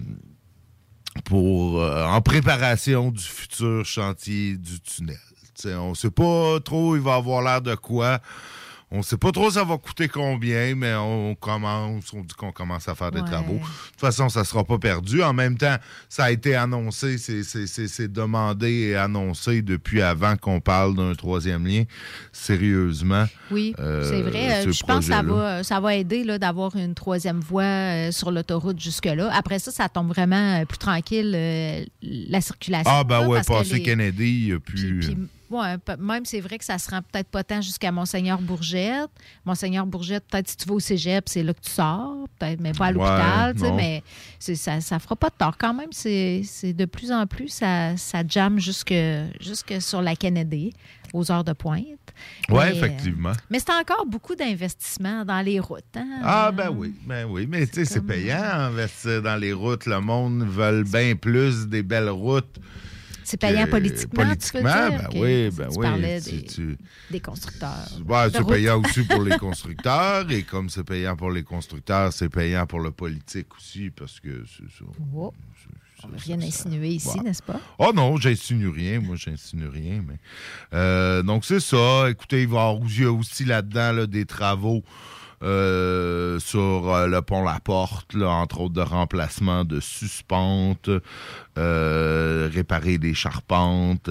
en préparation du futur chantier du tunnel. T'sais, on ne sait pas trop il va avoir l'air de quoi. On ne sait pas trop ça va coûter combien, mais on dit qu'on commence à faire des travaux. De toute façon, ça ne sera pas perdu. En même temps, ça a été annoncé, c'est demandé et annoncé depuis avant qu'on parle d'un troisième lien. Sérieusement. Oui, c'est vrai. Je pense que ça va aider là, d'avoir une troisième voie sur l'autoroute jusque-là. Après ça tombe vraiment plus tranquille la circulation. Ah, ben oui, passer Kennedy, puis ouais, même c'est vrai que ça se rend peut-être pas tant jusqu'à Monseigneur-Bourget. Monseigneur-Bourget, peut-être si tu vas au cégep, c'est là que tu sors, peut-être, mais pas à l'hôpital, mais ça fera pas de tort. Quand même, c'est de plus en plus, ça jamme jusque sur la Kennedy, aux heures de pointe. Oui, effectivement. Mais c'est encore beaucoup d'investissements dans les routes. Hein? Ah, ben oui. Mais tu sais, c'est payant, investir dans les routes. Le monde veut bien plus des belles routes. C'est payant politiquement, tu veux dire? Tu parlais des constructeurs. C'est payant aussi pour les constructeurs, et comme c'est payant pour les constructeurs, c'est payant pour le politique aussi, parce que c'est ça. On n'a rien insinué ici, n'est-ce pas? Oh non, j'insinue rien. Moi, j'insinue rien. Mais donc, c'est ça. Écoutez, il y a aussi là-dedans là, des travaux sur le pont La Porte, là, entre autres de remplacement de suspentes, réparer des charpentes,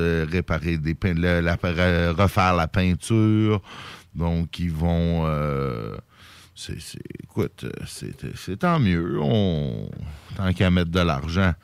refaire la peinture. Donc, ils vont... écoute, c'est tant mieux. tant qu'à mettre de l'argent,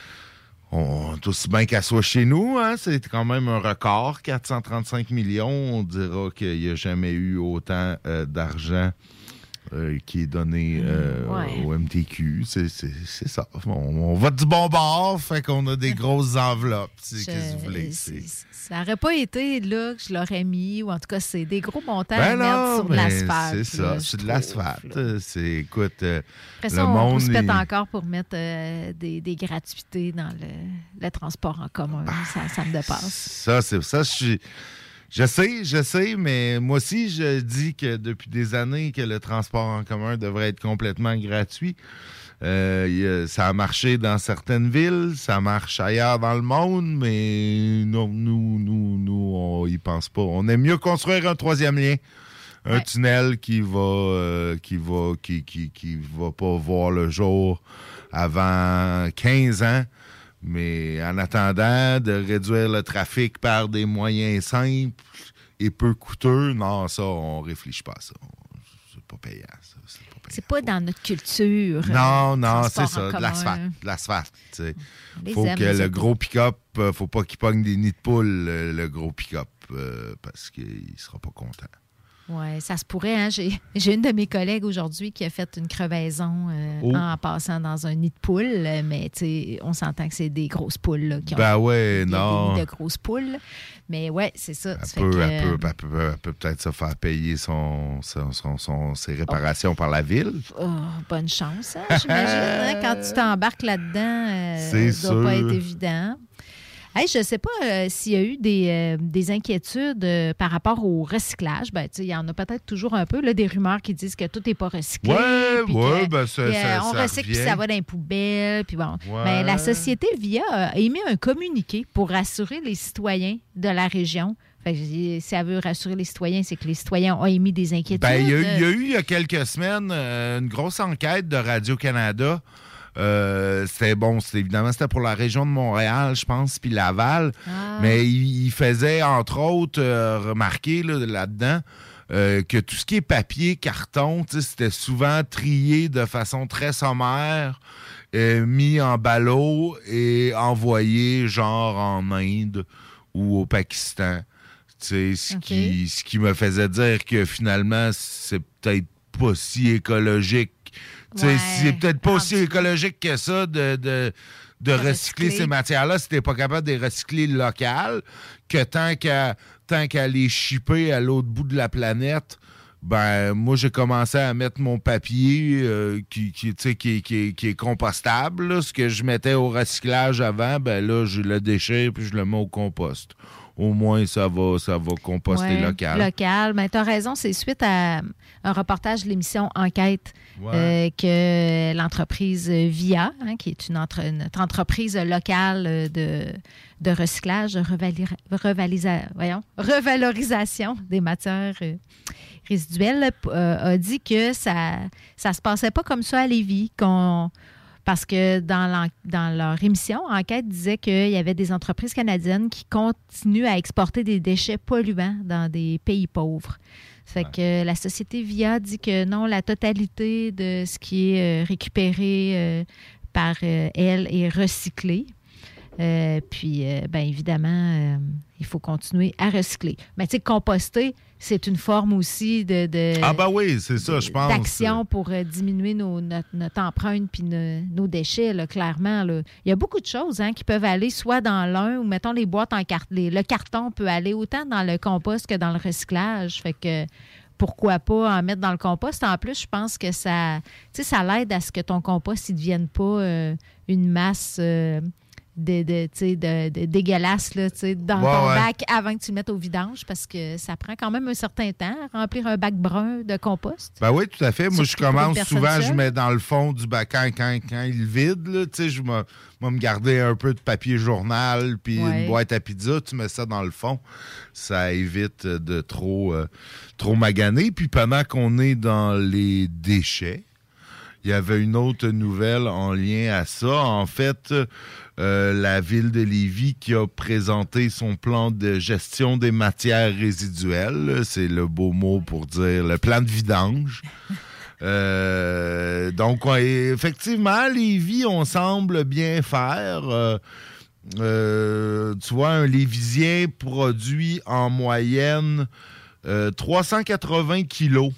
aussi bien qu'elle soit chez nous, hein, c'est quand même un record, 435 millions. On dira qu'il n'y a jamais eu autant d'argent qui est donné au MTQ. C'est ça. On va du bon bord, fait qu'on a des grosses enveloppes. Qu'est-ce que vous voulez? Ça n'aurait pas été là que je l'aurais mis, ou en tout cas, c'est des gros montants à mettre sur de l'asphalte. C'est ça, là, sur de l'asphalte. Écoute, après ça, on se pète encore pour mettre des gratuités dans le transport en commun. Ça me dépasse. Je sais, mais moi aussi, je dis que depuis des années que le transport en commun devrait être complètement gratuit. Ça a marché dans certaines villes, ça marche ailleurs dans le monde, mais non, nous, on y pense pas. On aime mieux construire un troisième lien, un tunnel qui va pas voir le jour avant 15 ans. Mais en attendant de réduire le trafic par des moyens simples et peu coûteux, non, ça, on réfléchit pas à ça. C'est pas payant, ça. C'est pas dans notre culture. Non, c'est ça, de l'asphalte. Il faut que le gros pick-up, faut pas qu'il pogne des nids de poule, le gros pick-up, parce qu'il sera pas content. Oui, ça se pourrait. Hein? J'ai une de mes collègues aujourd'hui qui a fait une crevaison en passant dans un nid de poule, mais on s'entend que c'est des grosses poules là, qui ont des nids de grosses poules. Mais oui, c'est ça. Elle peut peut-être se faire payer ses réparations par la ville. Oh, bonne chance, hein, j'imagine. Hein? Quand tu t'embarques là-dedans, ça doit pas être évident. Hey, je ne sais pas s'il y a eu des inquiétudes par rapport au recyclage. Il y en a peut-être toujours un peu, là, des rumeurs qui disent que tout n'est pas recyclé. On recycle puis ça va dans les poubelles. Puis bon. Mais la société VIA a émis un communiqué pour rassurer les citoyens de la région. Si elle veut rassurer les citoyens, c'est que les citoyens ont émis des inquiétudes. Il y a eu, il y a quelques semaines, une grosse enquête de Radio-Canada. C'était pour la région de Montréal, je pense, puis Laval. Mais il faisait, entre autres, remarquer là-dedans que tout ce qui est papier, carton, c'était souvent trié de façon très sommaire, mis en ballot et envoyé genre en Inde ou au Pakistan. Ce qui me faisait dire que finalement, c'est peut-être pas si écologique. C'est peut-être pas aussi écologique que ça de recycler ces matières-là si t'es pas capable de les recycler local, que tant qu'à les shipper à l'autre bout de la planète, moi j'ai commencé à mettre mon papier qui est compostable, là, ce que je mettais au recyclage avant, là je le déchire puis je le mets au compost. Au moins, ça va composter local. Local. Mais tu as raison, c'est suite à un reportage de l'émission Enquête que l'entreprise VIA, qui est une entreprise locale de recyclage, revalorisation des matières résiduelles, a dit que ça se passait pas comme ça à Lévis, parce que dans leur émission, Enquête disait qu'il y avait des entreprises canadiennes qui continuent à exporter des déchets polluants dans des pays pauvres. Fait que la société VIA dit que non, la totalité de ce qui est récupéré par elle est recyclé. Puis, évidemment, il faut continuer à recycler. Mais tu sais, composter, c'est une forme aussi c'est ça, je pense. D'action pour diminuer notre empreinte puis nos déchets, là, clairement. Là. Il y a beaucoup de choses qui peuvent aller soit dans l'un ou, mettons, les boîtes en carton. Le carton peut aller autant dans le compost que dans le recyclage. Fait que pourquoi pas en mettre dans le compost? En plus, je pense que ça l'aide à ce que ton compost ne devienne pas une masse dégueulasse là, dans ton bac avant que tu le mettes au vidange, parce que ça prend quand même un certain temps à remplir un bac brun de compost. Oui, tout à fait. Moi, je commence souvent, je mets dans le fond du bac quand il vide, là, je vais me garder un peu de papier journal puis une boîte à pizza, tu mets ça dans le fond. Ça évite de trop maganer. Puis pendant qu'on est dans les déchets, il y avait une autre nouvelle en lien à ça. En fait, la ville de Lévis qui a présenté son plan de gestion des matières résiduelles. C'est le beau mot pour dire le plan de vidange. Donc, effectivement, Lévis, on semble bien faire. Tu vois, un Lévisien produit en moyenne 380 kilos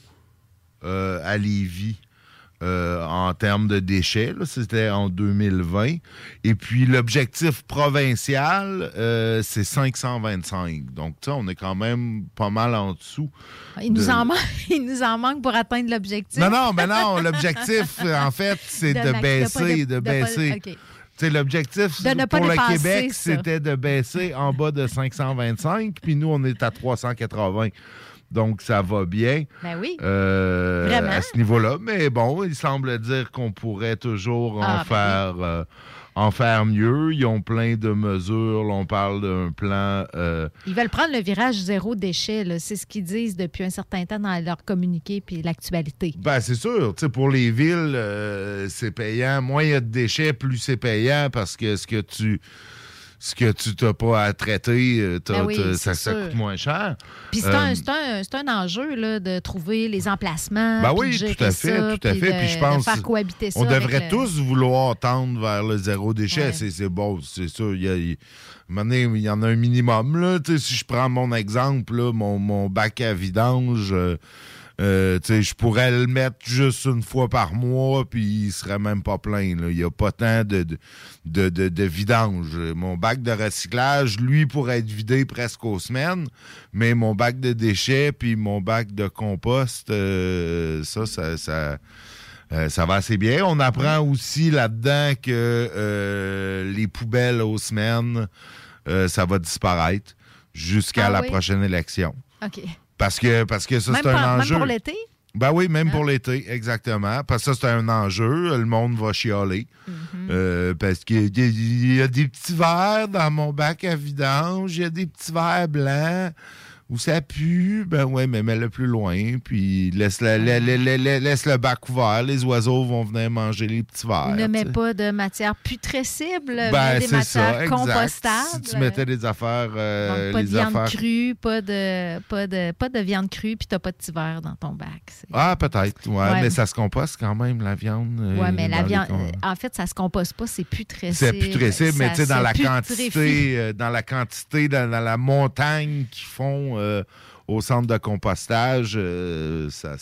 à Lévis. En termes de déchets, là, c'était en 2020. Et puis, l'objectif provincial, c'est 525. Donc, tu sais, on est quand même pas mal en dessous. Il nous en manque pour atteindre l'objectif. Non, l'objectif, en fait, c'est de baisser. Okay. L'objectif pour le Québec, c'était de baisser en bas de 525, puis nous, on est à 380. Donc, ça va bien à ce niveau-là. Mais bon, il semble dire qu'on pourrait toujours en faire mieux. Ils ont plein de mesures. Là, on parle d'un plan... Ils veulent prendre le virage zéro déchet. Là. C'est ce qu'ils disent depuis un certain temps dans leur communiqué puis l'actualité. Ben, c'est sûr. Pour les villes, c'est payant. Moins il y a de déchets, plus c'est payant parce que ce que tu n'as pas à traiter, ça coûte moins cher. Puis c'est un enjeu là, de trouver les emplacements. Ben oui, tout à fait. Puis je pense de faire cohabiter ça. On devrait tous vouloir tendre vers le zéro déchet. Ouais. C'est bon, c'est sûr. Il y en a un minimum. Là. Si je prends mon exemple, là, mon bac à vidange... je pourrais le mettre juste une fois par mois, puis il serait même pas plein. Il n'y a pas tant de vidange. Mon bac de recyclage, lui, pourrait être vidé presque aux semaines, mais mon bac de déchets puis mon bac de compost, ça va assez bien. On apprend aussi là-dedans que les poubelles aux semaines, ça va disparaître jusqu'à la prochaine élection. OK. Parce que ça, c'est un enjeu. Même pour l'été? Ben oui, même pour l'été, exactement. Parce que ça, c'est un enjeu. Le monde va chialer. Parce qu'il y a des petits verres dans mon bac à vidange. Il y a des petits verres blancs où ça pue. Ben oui, mais mets-le plus loin. Puis laisse le bac ouvert. Les oiseaux vont venir manger les petits verres. Ne mets pas de matière putrescible, mais des matières compostables. Si tu mettais des affaires... Donc, pas de viande crue, pas de viande crue, puis tu n'as pas de petits verres dans ton bac. Ah, peut-être. Ouais, mais ça se composte quand même, la viande. Oui, mais la viande... En fait, ça se composte pas, c'est putrescible. C'est putrescible, mais tu sais, dans la quantité, dans la montagne qu'ils font... au centre de compostage, ça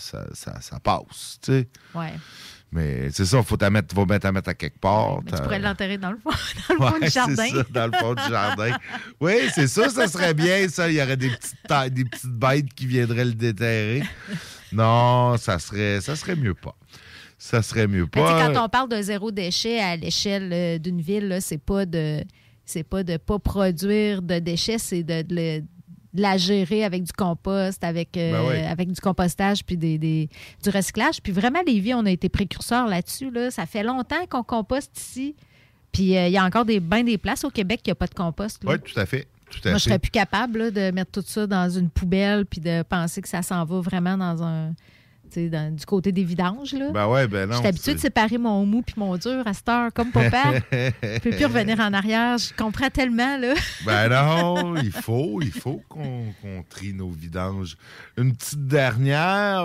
passe, tu sais. Ouais. Mais c'est ça, il faut mettre à quelque part. Mais tu pourrais l'enterrer dans le fond du jardin. C'est ça, dans le fond du jardin. Oui, c'est ça serait bien, ça. Il y aurait des petites bêtes qui viendraient le déterrer. Non, ça serait mieux pas. Ça serait mieux pas. Quand on parle de zéro déchet à l'échelle d'une ville, là, c'est pas de pas produire de déchets, c'est de la gérer avec du compost, avec du compostage puis du recyclage. Puis vraiment, Lévis, on a été précurseurs là-dessus. Là. Ça fait longtemps qu'on composte ici. Puis il y a encore des places au Québec qui n'ont pas de compost. Oui, tout à fait. Moi, je serais plus capable là, de mettre tout ça dans une poubelle puis de penser que ça s'en va vraiment dans du côté des vidanges. Là. Ben ouais, ben non. Je suis habituée de séparer mon mou puis mon dur à cette heure, comme papa. Je peux plus revenir en arrière. Je comprends tellement. Là. Ben non, il faut qu'on trie nos vidanges. Une petite dernière,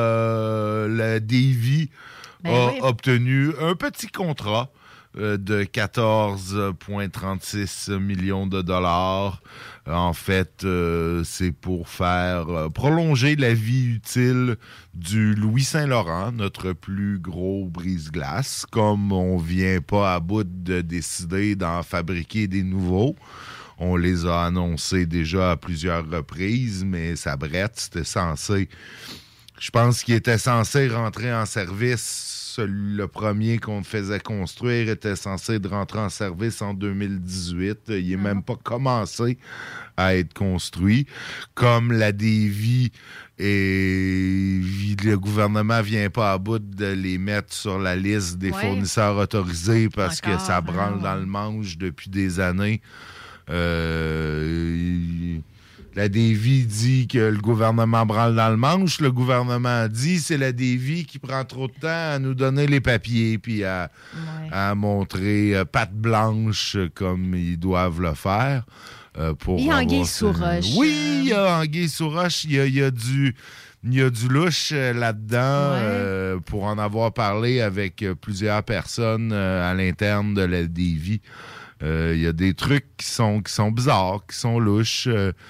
la Davy a obtenu un petit contrat de 14,36 millions de dollars. En fait, c'est pour faire prolonger la vie utile du Louis Saint-Laurent, notre plus gros brise-glace. Comme on vient pas à bout de décider d'en fabriquer des nouveaux, on les a annoncés déjà à plusieurs reprises, mais ça brette, c'était censé... Je pense qu'il était censé rentrer en service. Le premier qu'on faisait construire était censé rentrer en service en 2018. Il n'est même pas commencé à être construit. Comme la Davy et le gouvernement ne vient pas à bout de les mettre sur la liste des fournisseurs autorisés parce que ça branle dans le manche depuis des années. La Davy dit que le gouvernement branle dans le manche. Le gouvernement dit que c'est la Davy qui prend trop de temps à nous donner les papiers puis à montrer patte blanche comme ils doivent le faire. Il y a anguille sous roche. Oui, il y a anguille sous roche. Il y a il y a du louche là-dedans pour en avoir parlé avec plusieurs personnes à l'interne de la Davy. Il y a des trucs qui sont bizarres, qui sont louches.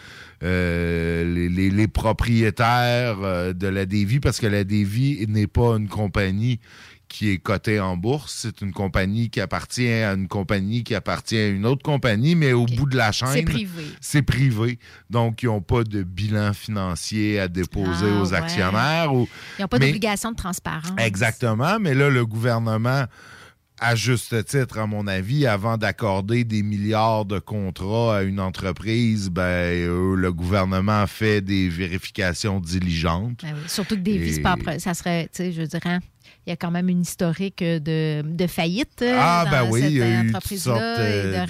Les propriétaires de la Davy, parce que la Davy n'est pas une compagnie qui est cotée en bourse, c'est une compagnie qui appartient à une compagnie qui appartient à une autre compagnie, mais au bout de la chaîne, c'est privé. Donc, ils n'ont pas de bilan financier à déposer aux actionnaires. Ils n'ont pas d'obligation de transparence. Exactement, mais là, le gouvernement, à juste titre, à mon avis, avant d'accorder des milliards de contrats à une entreprise, le gouvernement fait des vérifications diligentes. Ben oui. Surtout que Davy, ça serait, tu sais, je dirais, il y a quand même une historique de faillite dans cette entreprise-là, et de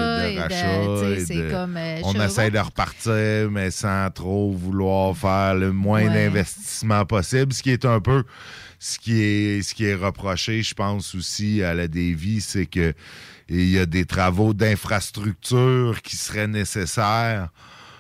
rachat. On essaie de repartir, mais sans trop vouloir faire le moins d'investissement possible, ce qui est un peu... Ce qui est reproché, je pense, aussi à la Davy, c'est qu'il y a des travaux d'infrastructure qui seraient nécessaires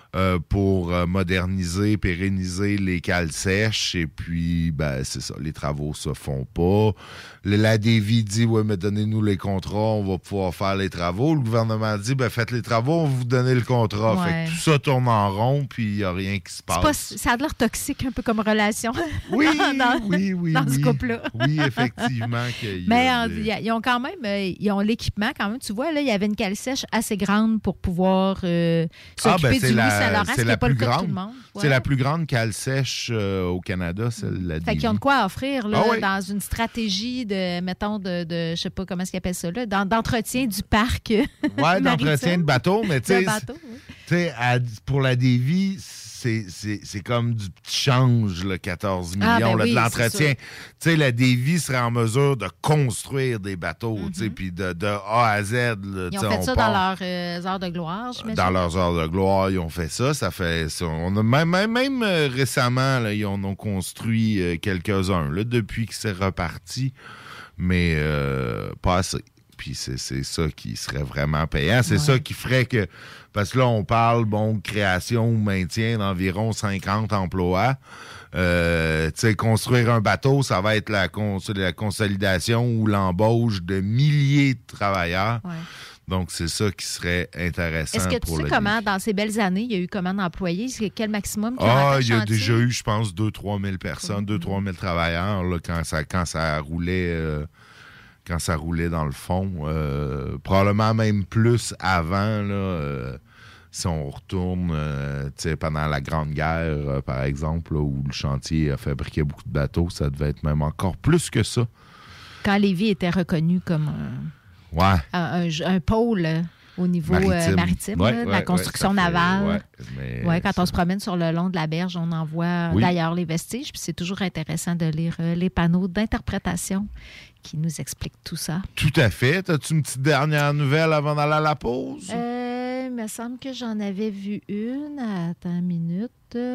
pour moderniser, pérenniser les cales sèches. Et puis, c'est ça, les travaux se font pas. La Davy dit, mais donnez-nous les contrats, on va pouvoir faire les travaux. Le gouvernement dit, faites les travaux, on va vous donner le contrat. Ouais. Fait que tout ça tourne en rond, puis il n'y a rien qui se passe. Ça a l'air toxique, un peu comme relation. Oui, dans ce couple-là. Oui, effectivement. Mais ils ont quand même, ils ont l'équipement quand même. Tu vois, là, il y avait une cale sèche assez grande pour pouvoir s'occuper du Louis-Saint-Laurent, ce qui n'est pas le cas de tout le monde. Ouais. C'est la plus grande cale sèche au Canada, celle-là. Fait qu'ils ont de quoi offrir là, dans une stratégie de, mettons, de je sais pas comment est-ce qu'ils appellent ça, là, d'entretien du parc. Oui, d'entretien de bateau, mais tu sais, pour la Davy, c'est comme du petit change, là, 14 millions de l'entretien. Tu sais, la Davy serait en mesure de construire des bateaux, tu sais, puis de A à Z. Là, ils ont fait ça dans leurs heures de gloire, j'imagine. Dans leurs heures de gloire, ils ont fait ça. On a même récemment, là, ils en ont construit quelques-uns, là, depuis que c'est reparti, mais pas assez. Puis c'est ça qui serait vraiment payant. C'est ça qui ferait que... Parce que là, on parle, création ou maintien d'environ 50 emplois. Tu sais, construire un bateau, ça va être la consolidation ou l'embauche de milliers de travailleurs. Ouais. Donc, c'est ça qui serait intéressant. Est-ce que tu sais comment, dans ces belles années, il y a eu combien d'employés? Quel maximum? Il y a déjà eu, je pense, 2-3 000 personnes, 2-3 000 travailleurs, là, quand ça roulait... Quand ça roulait dans le fond. Probablement même plus avant, là, si on retourne pendant la Grande Guerre, par exemple, là, où le chantier a fabriqué beaucoup de bateaux, ça devait être même encore plus que ça. Quand Lévis était reconnu comme un pôle au niveau maritime, la construction navale. Quand on se promène sur le long de la berge, on en voit d'ailleurs les vestiges. Puis c'est toujours intéressant de lire les panneaux d'interprétation qui nous expliquent tout ça. Tout à fait. As-tu une petite dernière nouvelle avant d'aller à la pause? Il me semble que j'en avais vu une. Attends une minute.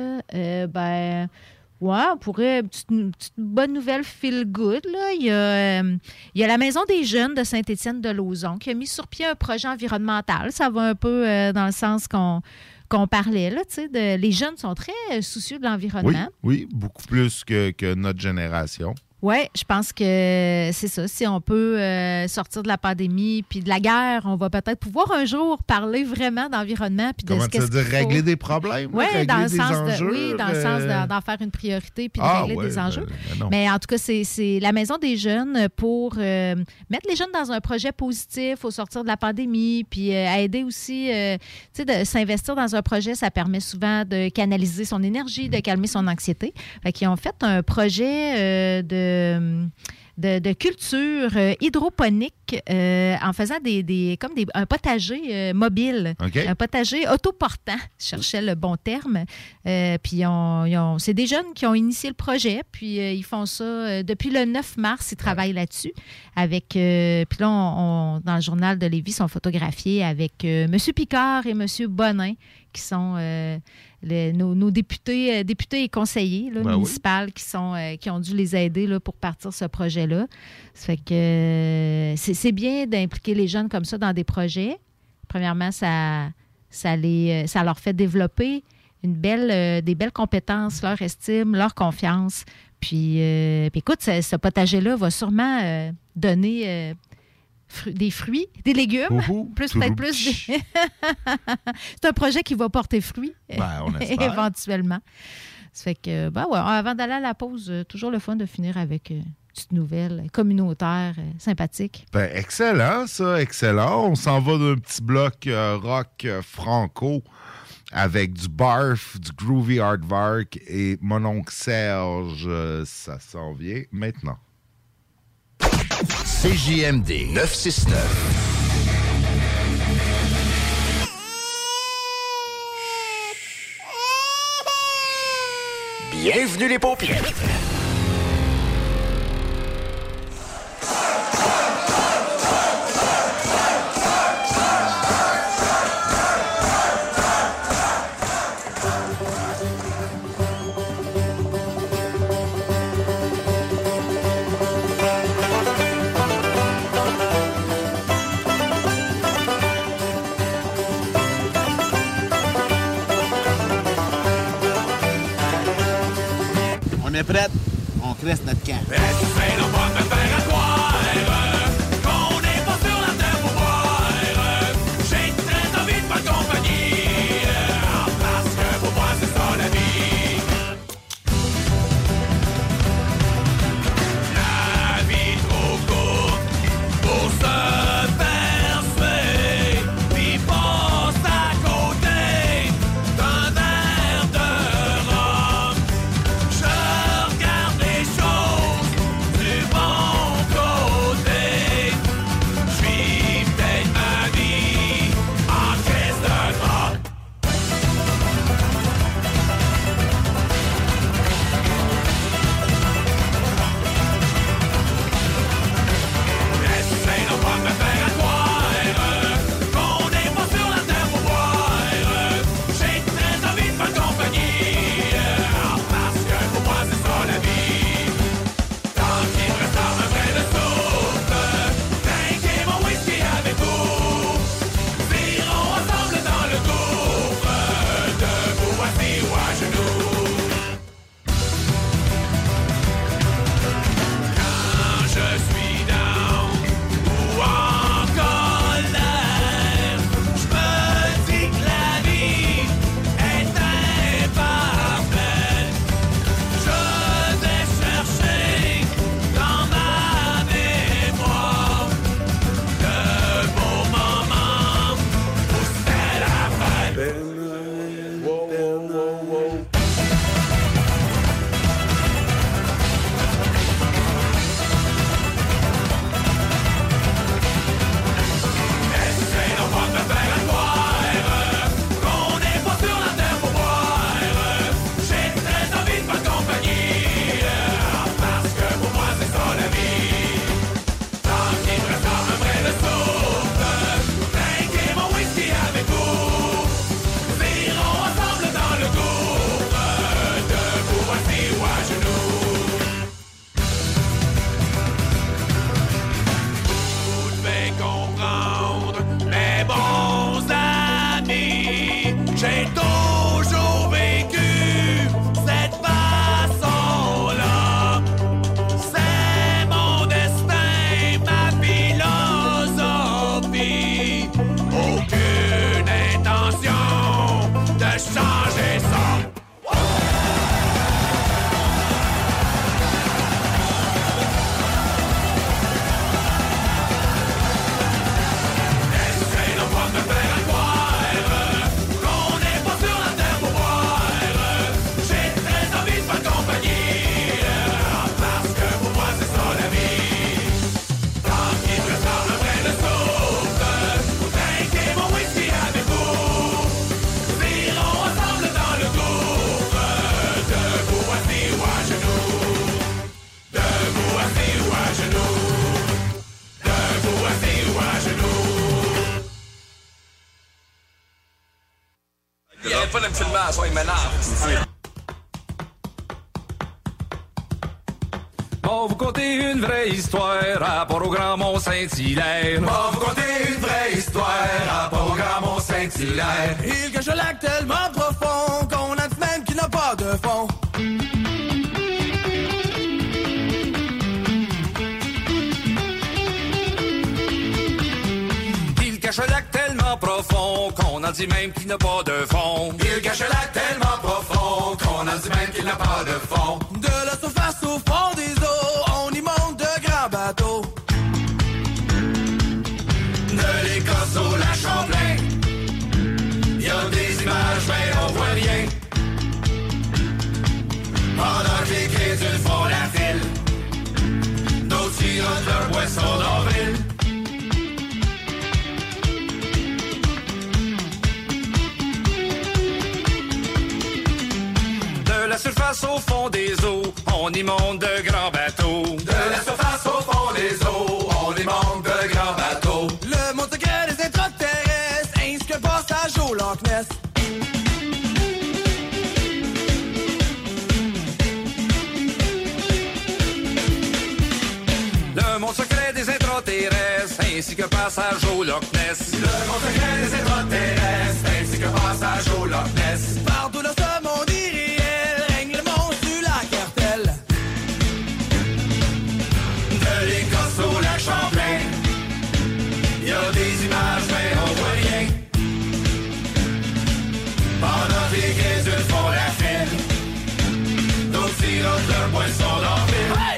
On pourrait... Une petite bonne nouvelle feel good. Là. Il y a la Maison des jeunes de Saint-Étienne-de-Lauzon qui a mis sur pied un projet environnemental. Ça va un peu dans le sens qu'on parlait. Là, les jeunes sont très soucieux de l'environnement. Oui, beaucoup plus que notre génération. Oui, je pense que c'est ça. Si on peut sortir de la pandémie puis de la guerre, on va peut-être pouvoir un jour parler vraiment d'environnement. Puis comment tu veux dire, régler des problèmes? Oui, dans le sens enjeux, d'en faire une priorité puis de régler des enjeux. Mais en tout cas, c'est la Maison des jeunes pour mettre les jeunes dans un projet positif au sortir de la pandémie puis aider aussi, de s'investir dans un projet. Ça permet souvent de canaliser son énergie, de calmer son anxiété. Fait qu'ils ont fait un projet de culture hydroponique en faisant un potager mobile. Okay. Un potager autoportant, je cherchais le bon terme. Puis c'est des jeunes qui ont initié le projet, puis ils font ça depuis le 9 mars, ils travaillent là-dessus. Puis là, dans le journal de Lévis, ils sont photographiés avec M. Picard et M. Bonin, qui sont nos députés et conseillers municipaux qui ont dû les aider là, pour partir ce projet-là. Ça fait que c'est bien d'impliquer les jeunes comme ça dans des projets. Premièrement, ça leur fait développer des belles compétences, leur estime, leur confiance. Puis écoute, ce potager-là va sûrement donner des fruits, des légumes, peut-être plus. C'est un projet qui va porter fruit, on espère. éventuellement. Ça fait que, avant d'aller à la pause, toujours le fun de finir avec une petite nouvelle communautaire, sympathique. Excellent, ça, excellent. On s'en va d'un petit bloc rock franco avec du barf, du groovy hardvark et mon oncle Serge. Ça s'en vient maintenant. CJMD 969. Bienvenue les paupières. On est prête, on cresse notre camp. Essaye donc pas de me faire asseoir, qu'on n'est pas sur la terre pour boire. J'ai très envie de m'accompagner, parce que pour moi c'est ça la vie. La vie trop courte pour se faire suer, puis passe à côté d'un verre de rhum. Je regarde les choses du bon côté. Je vis peut-être ma vie en caisse de drogue. Essaye donc pas de me faire asseoir, qu'on n'est pas sur la terre pour boire. J'ai très envie de m'accompagner, parce que pour moi c'est ça la vie. Tant qu'il me restera un brin de soupe, trinquez mon whisky avec vous. Virons ensemble dans le gouffre, debout, assis ou à genoux. Quand je suis down ou en colère, je me dis que la vie est imparfaite. Je vais chercher dans ma mémoire de beaux moments où c'était la fête. Essaye donc pas de me faire asseoir, qu'on n'est pas sur la terre pour boire. J'ai très envie de m'accompagner, parce que pour moi c'est ça la vie. Tant qu'il me restera un brin de soupe, trinquez mon whisky avec vous. Virons ensemble dans le gouffre, debout, assis ou à genoux. Vous devez comprendre, mes bons amis, j'ai toujours vécu cette façon-là. C'est mon destin, ma philosophie. Aucune intention de changer ça. Essaye donc pas de me faire asseoir, qu'on n'est pas sur la terre pour boire. J'ai très envie de m'accompagner, parce que pour moi c'est ça la vie. Tant qu'il me restera un brin de soupe, trinquez mon whisky avec vous. Virons ensemble dans le gouffre, debout, assis ou à genoux. Debout, assis ou à genoux. Debout, assis ou à genoux. Il arrête pas de me filmer à soir, il m'énerve. Mon Va vous conter une vraie histoire à rapport au Grand Mont-Saint-Hilaire. Va vous conter une vraie histoire à rapport au Grand Mont-Saint-Hilaire. Il cache un lac tellement profond qu'on a dit même qu'il n'a pas de fond. Il cache un lac tellement profond qu'on a dit même qu'il n'a pas de fond. Il cache un lac tellement profond qu'on a dit même qu'il n'a pas de fond. De la surface au fond des eaux, on y monte de grands bateaux. De l'Écosse au lac Champlain, y a des images mais on voit rien. Pendant que les crédules font la file, d'autres sirotent leur boisson d'avril. De la surface au fond des eaux, on y monte de grands bateaux. De la surface au fond des eaux, on y monte de grands bateaux. Le monde secret des extraterrestres, ainsi que passage au Loch Ness. Le monde secret des intraterrestres, ainsi que passage au Loch Ness. Le monde secret des intraterrestres, ainsi que passage au Loch Ness. Partout dans ce monde irréel, règne le monstre du lac Hertel. De l'Écosse au lac Champlain, y a des images mais on voit rien. Pendant que les crédules font la file, d'autres sirotent leur boisson d'avril. Hey!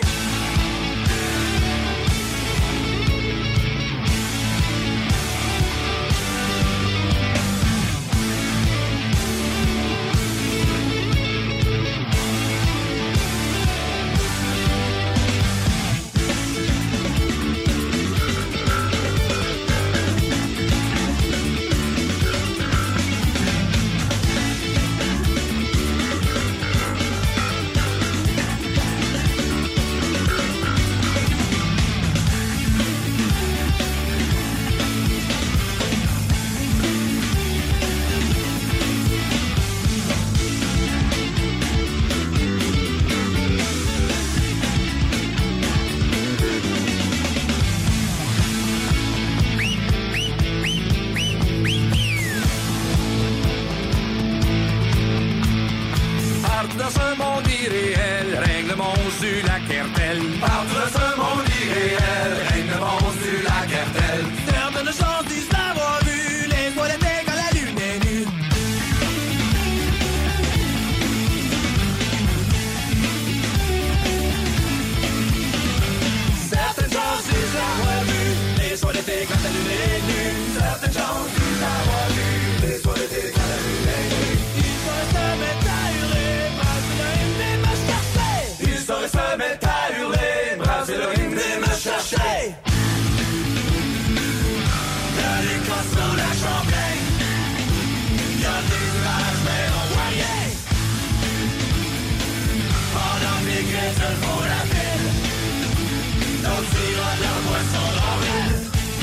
Dans ce monde irréel, règne le monstre du lac Hertel. Partout dans ce monde irréel, règne le monstre du lac Hertel. Certaines choses disent l'avoir vu, les toilettes quand la lune est nue. Certaines choses disent l'avoir vu, les toilettes quand la lune est nue. Certaines choses disent l'avoir vu, les toilettes quand la lune est nue. Ils sauraient se mettre à hurler, ils sauraient se mettre à hurler, brasser le ring des me chercher. De l'Écosse au lac Champlain, y a des images mais on voit rien. Pendant que les crédules font la ville, d'autres sirotent leur boisson d'avril.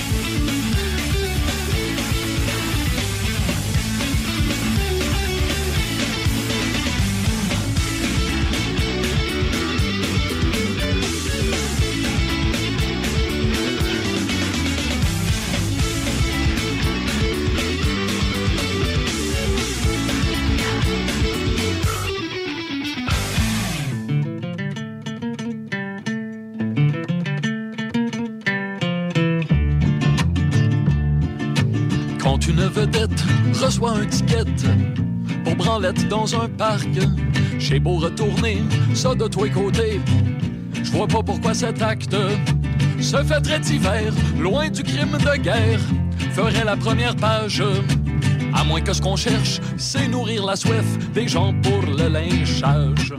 Quand une vedette reçoit un ticket pour branlette dans un parc, j'ai beau retourner ça de tous les côtés, je vois pas pourquoi cet acte se fait très divers, loin du crime de guerre, ferait la première page. À moins que ce qu'on cherche, c'est nourrir la soif des gens pour le lynchage.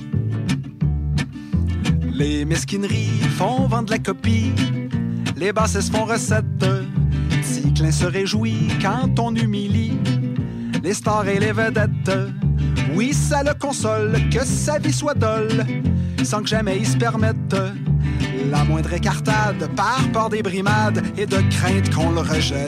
Les mesquineries font vendre la copie, les bassesses font recette. Ticlin se réjouit quand on humilie les stars et les vedettes. Oui, ça le console que sa vie soit dolle, sans que jamais il se permette la moindre écartade par peur des brimades et de crainte qu'on le rejette.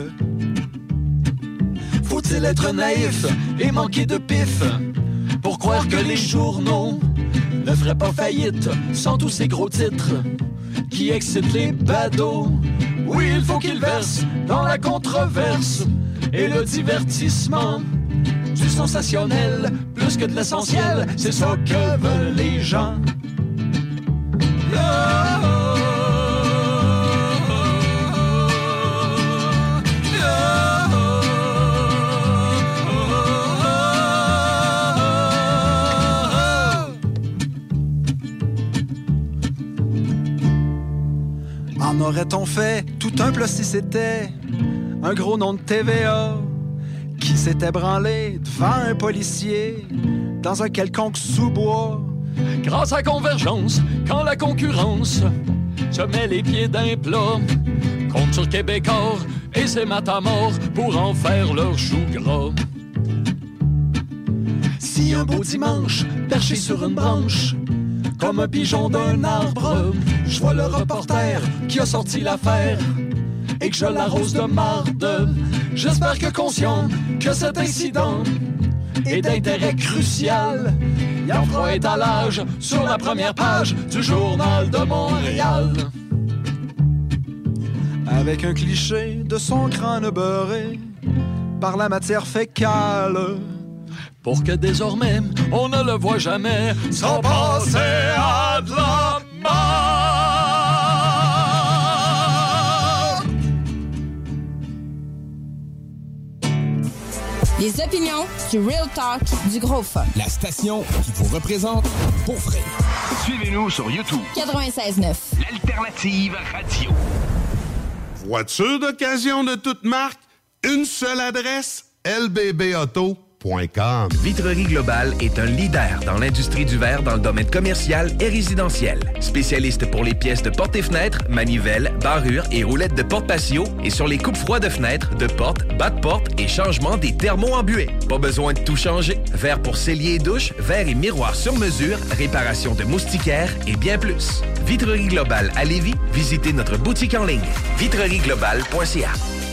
Faut-il être naïf et manquer de pif pour croire que les journaux ne ferait pas faillite sans tous ces gros titres qui excitent les badauds. Oui, il faut qu'ils versent dans la controverse et le divertissement. Du sensationnel, plus que de l'essentiel, c'est ça que veulent les gens. En aurait-on fait tout un plat si c'était un gros nom de TVA qui s'était branlé devant un policier dans un quelconque sous-bois? Grâce à Convergence, quand la concurrence se met les pieds d'un plat, compte sur Québécois et ses matamors pour en faire leur chou gras. Si un beau dimanche, perché sur une branche, comme un pigeon d'un arbre, je vois le reporter qui a sorti l'affaire et que je l'arrose de marde. J'espère que conscient que cet incident est d'intérêt crucial, il en fera étalage sur la première page du Journal de Montréal. Avec un cliché de son crâne beurré par la matière fécale, pour que désormais on ne le voit jamais sans passer à de la mort. Les opinions du Real Talk du Gros Fun. La station qui vous représente pour vrai. Suivez-nous sur YouTube. 96.9. L'alternative radio. Voiture d'occasion de toute marque, une seule adresse, lbbauto.com. Vitrerie Globale est un leader dans l'industrie du verre dans le domaine commercial et résidentiel. Spécialiste pour les pièces de portes et fenêtres, manivelles, barrures et roulettes de porte patio et sur les coupes froides de fenêtres, de portes, bas de porte et changement des thermos embués. Pas besoin de tout changer. Verre pour cellier et douche, verre et miroirs sur mesure, réparation de moustiquaires et bien plus. Vitrerie Globale à Lévis, visitez notre boutique en ligne. vitrerieglobale.ca.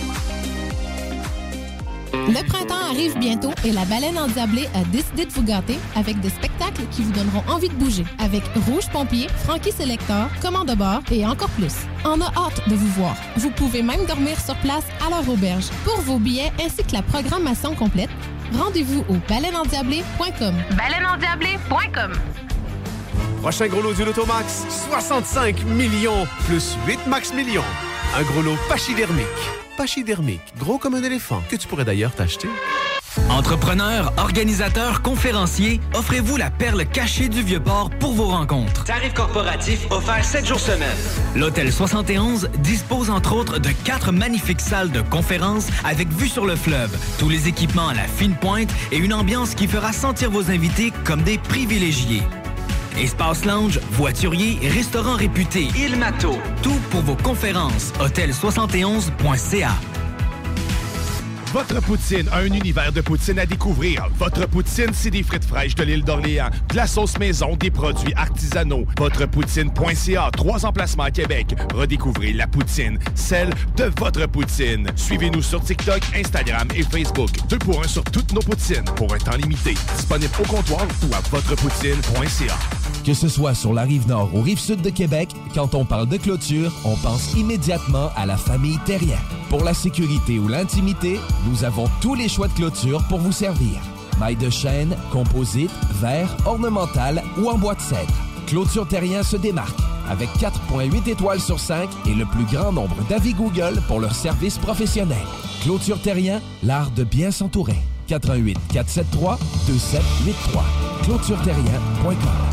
Le printemps arrive bientôt et la Baleine Endiablée a décidé de vous gâter avec des spectacles qui vous donneront envie de bouger. Avec Rouge Pompier, Frankie Selector, Commande de bord et encore plus. On a hâte de vous voir. Vous pouvez même dormir sur place à leur auberge. Pour vos billets ainsi que la programmation complète, rendez-vous au baleineendiablée.com. baleineendiablée.com. Prochain gros lot du Lotomax, 65 millions plus 8 max millions. Un gros lot pachydermique. Pachydermique, gros comme un éléphant, que tu pourrais d'ailleurs t'acheter. Entrepreneurs, organisateurs, conférenciers, offrez-vous la perle cachée du Vieux-Port pour vos rencontres. Tarif corporatif offert 7 jours semaine. L'Hôtel 71 dispose entre autres de 4 magnifiques salles de conférences avec vue sur le fleuve, tous les équipements à la fine pointe et une ambiance qui fera sentir vos invités comme des privilégiés. Espace lounge, voiturier, restaurant réputé, Il Mato. Tout pour vos conférences. Hôtel71.ca. Votre poutine, un univers de poutine à découvrir. Votre poutine, c'est des frites fraîches de l'île d'Orléans, de la sauce maison, des produits artisanaux. Votrepoutine.ca, 3 emplacements à Québec. Redécouvrez la poutine, celle de votre poutine. Suivez-nous sur TikTok, Instagram et Facebook. 2 pour 1 sur toutes nos poutines, pour un temps limité. Disponible au comptoir ou à votrepoutine.ca. Que ce soit sur la Rive-Nord ou Rive-Sud de Québec, quand on parle de clôture, on pense immédiatement à la famille Terrien. Pour la sécurité ou l'intimité, nous avons tous les choix de clôture pour vous servir. Mailles de chêne, composite, verre, ornemental ou en bois de cèdre. Clôture Terrien se démarque avec 4,8 étoiles sur 5 et le plus grand nombre d'avis Google pour leur service professionnel. Clôture Terrien, l'art de bien s'entourer. 88 473 2783. clôtureterrien.com.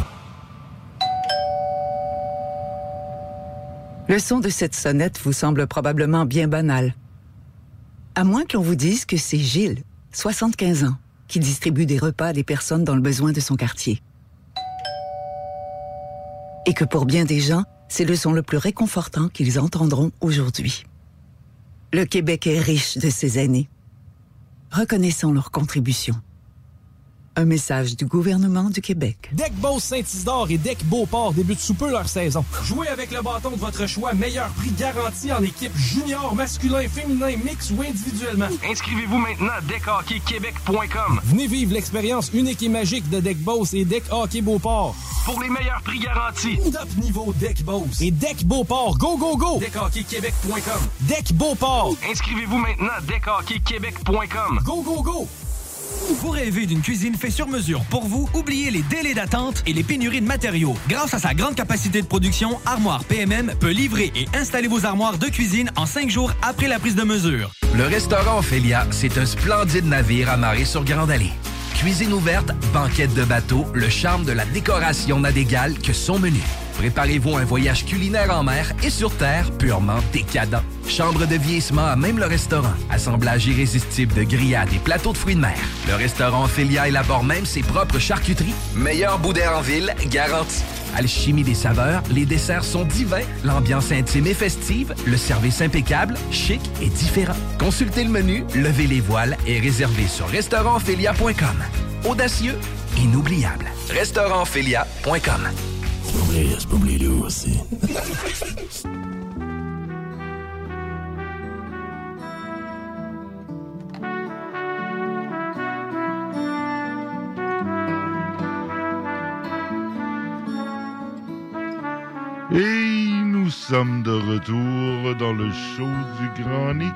Le son de cette sonnette vous semble probablement bien banal. À moins que l'on vous dise que c'est Gilles, 75 ans, qui distribue des repas à des personnes dans le besoin de son quartier. Et que pour bien des gens, c'est le son le plus réconfortant qu'ils entendront aujourd'hui. Le Québec est riche de ces aînés. Reconnaissons leur contribution. Un message du gouvernement du Québec. Deck Boss Saint-Isidore et Deck Beauport débutent sous peu leur saison. Jouez avec le bâton de votre choix, meilleur prix garanti en équipe junior, masculin, féminin, mix ou individuellement. Inscrivez-vous maintenant à deckhockeyquebec.com. Venez vivre l'expérience unique et magique de Deck Boss et Deck Hockey Beauport. Pour les meilleurs prix garantis. Top niveau Deck Boss et Deck Beauport. Go, go, go! Deckhockeyquebec.com. Deck Beauport. Inscrivez-vous maintenant à deckhockeyquebec.com. Go, go, go! Vous rêvez d'une cuisine faite sur mesure pour vous? Oubliez les délais d'attente et les pénuries de matériaux. Grâce à sa grande capacité de production, Armoire PMM peut livrer et installer vos armoires de cuisine en 5 jours après la prise de mesure. Le restaurant Ophélia, c'est un splendide navire amarré sur Grande Allée. Cuisine ouverte, banquette de bateau, le charme de la décoration n'a d'égal que son menu. Préparez-vous un voyage culinaire en mer et sur terre purement décadent. Chambre de vieillissement à même le restaurant. Assemblage irrésistible de grillades et plateaux de fruits de mer. Le restaurant Ophélia élabore même ses propres charcuteries. Meilleur boudin en ville, garanti. Alchimie des saveurs, les desserts sont divins, l'ambiance intime et festive, le service impeccable, chic et différent. Consultez le menu, levez les voiles et réservez sur restaurantophélia.com. Audacieux, inoubliable. Restaurantophélia.com. C'est pas oublié aussi. Et nous sommes de retour dans le show du Grand Nick.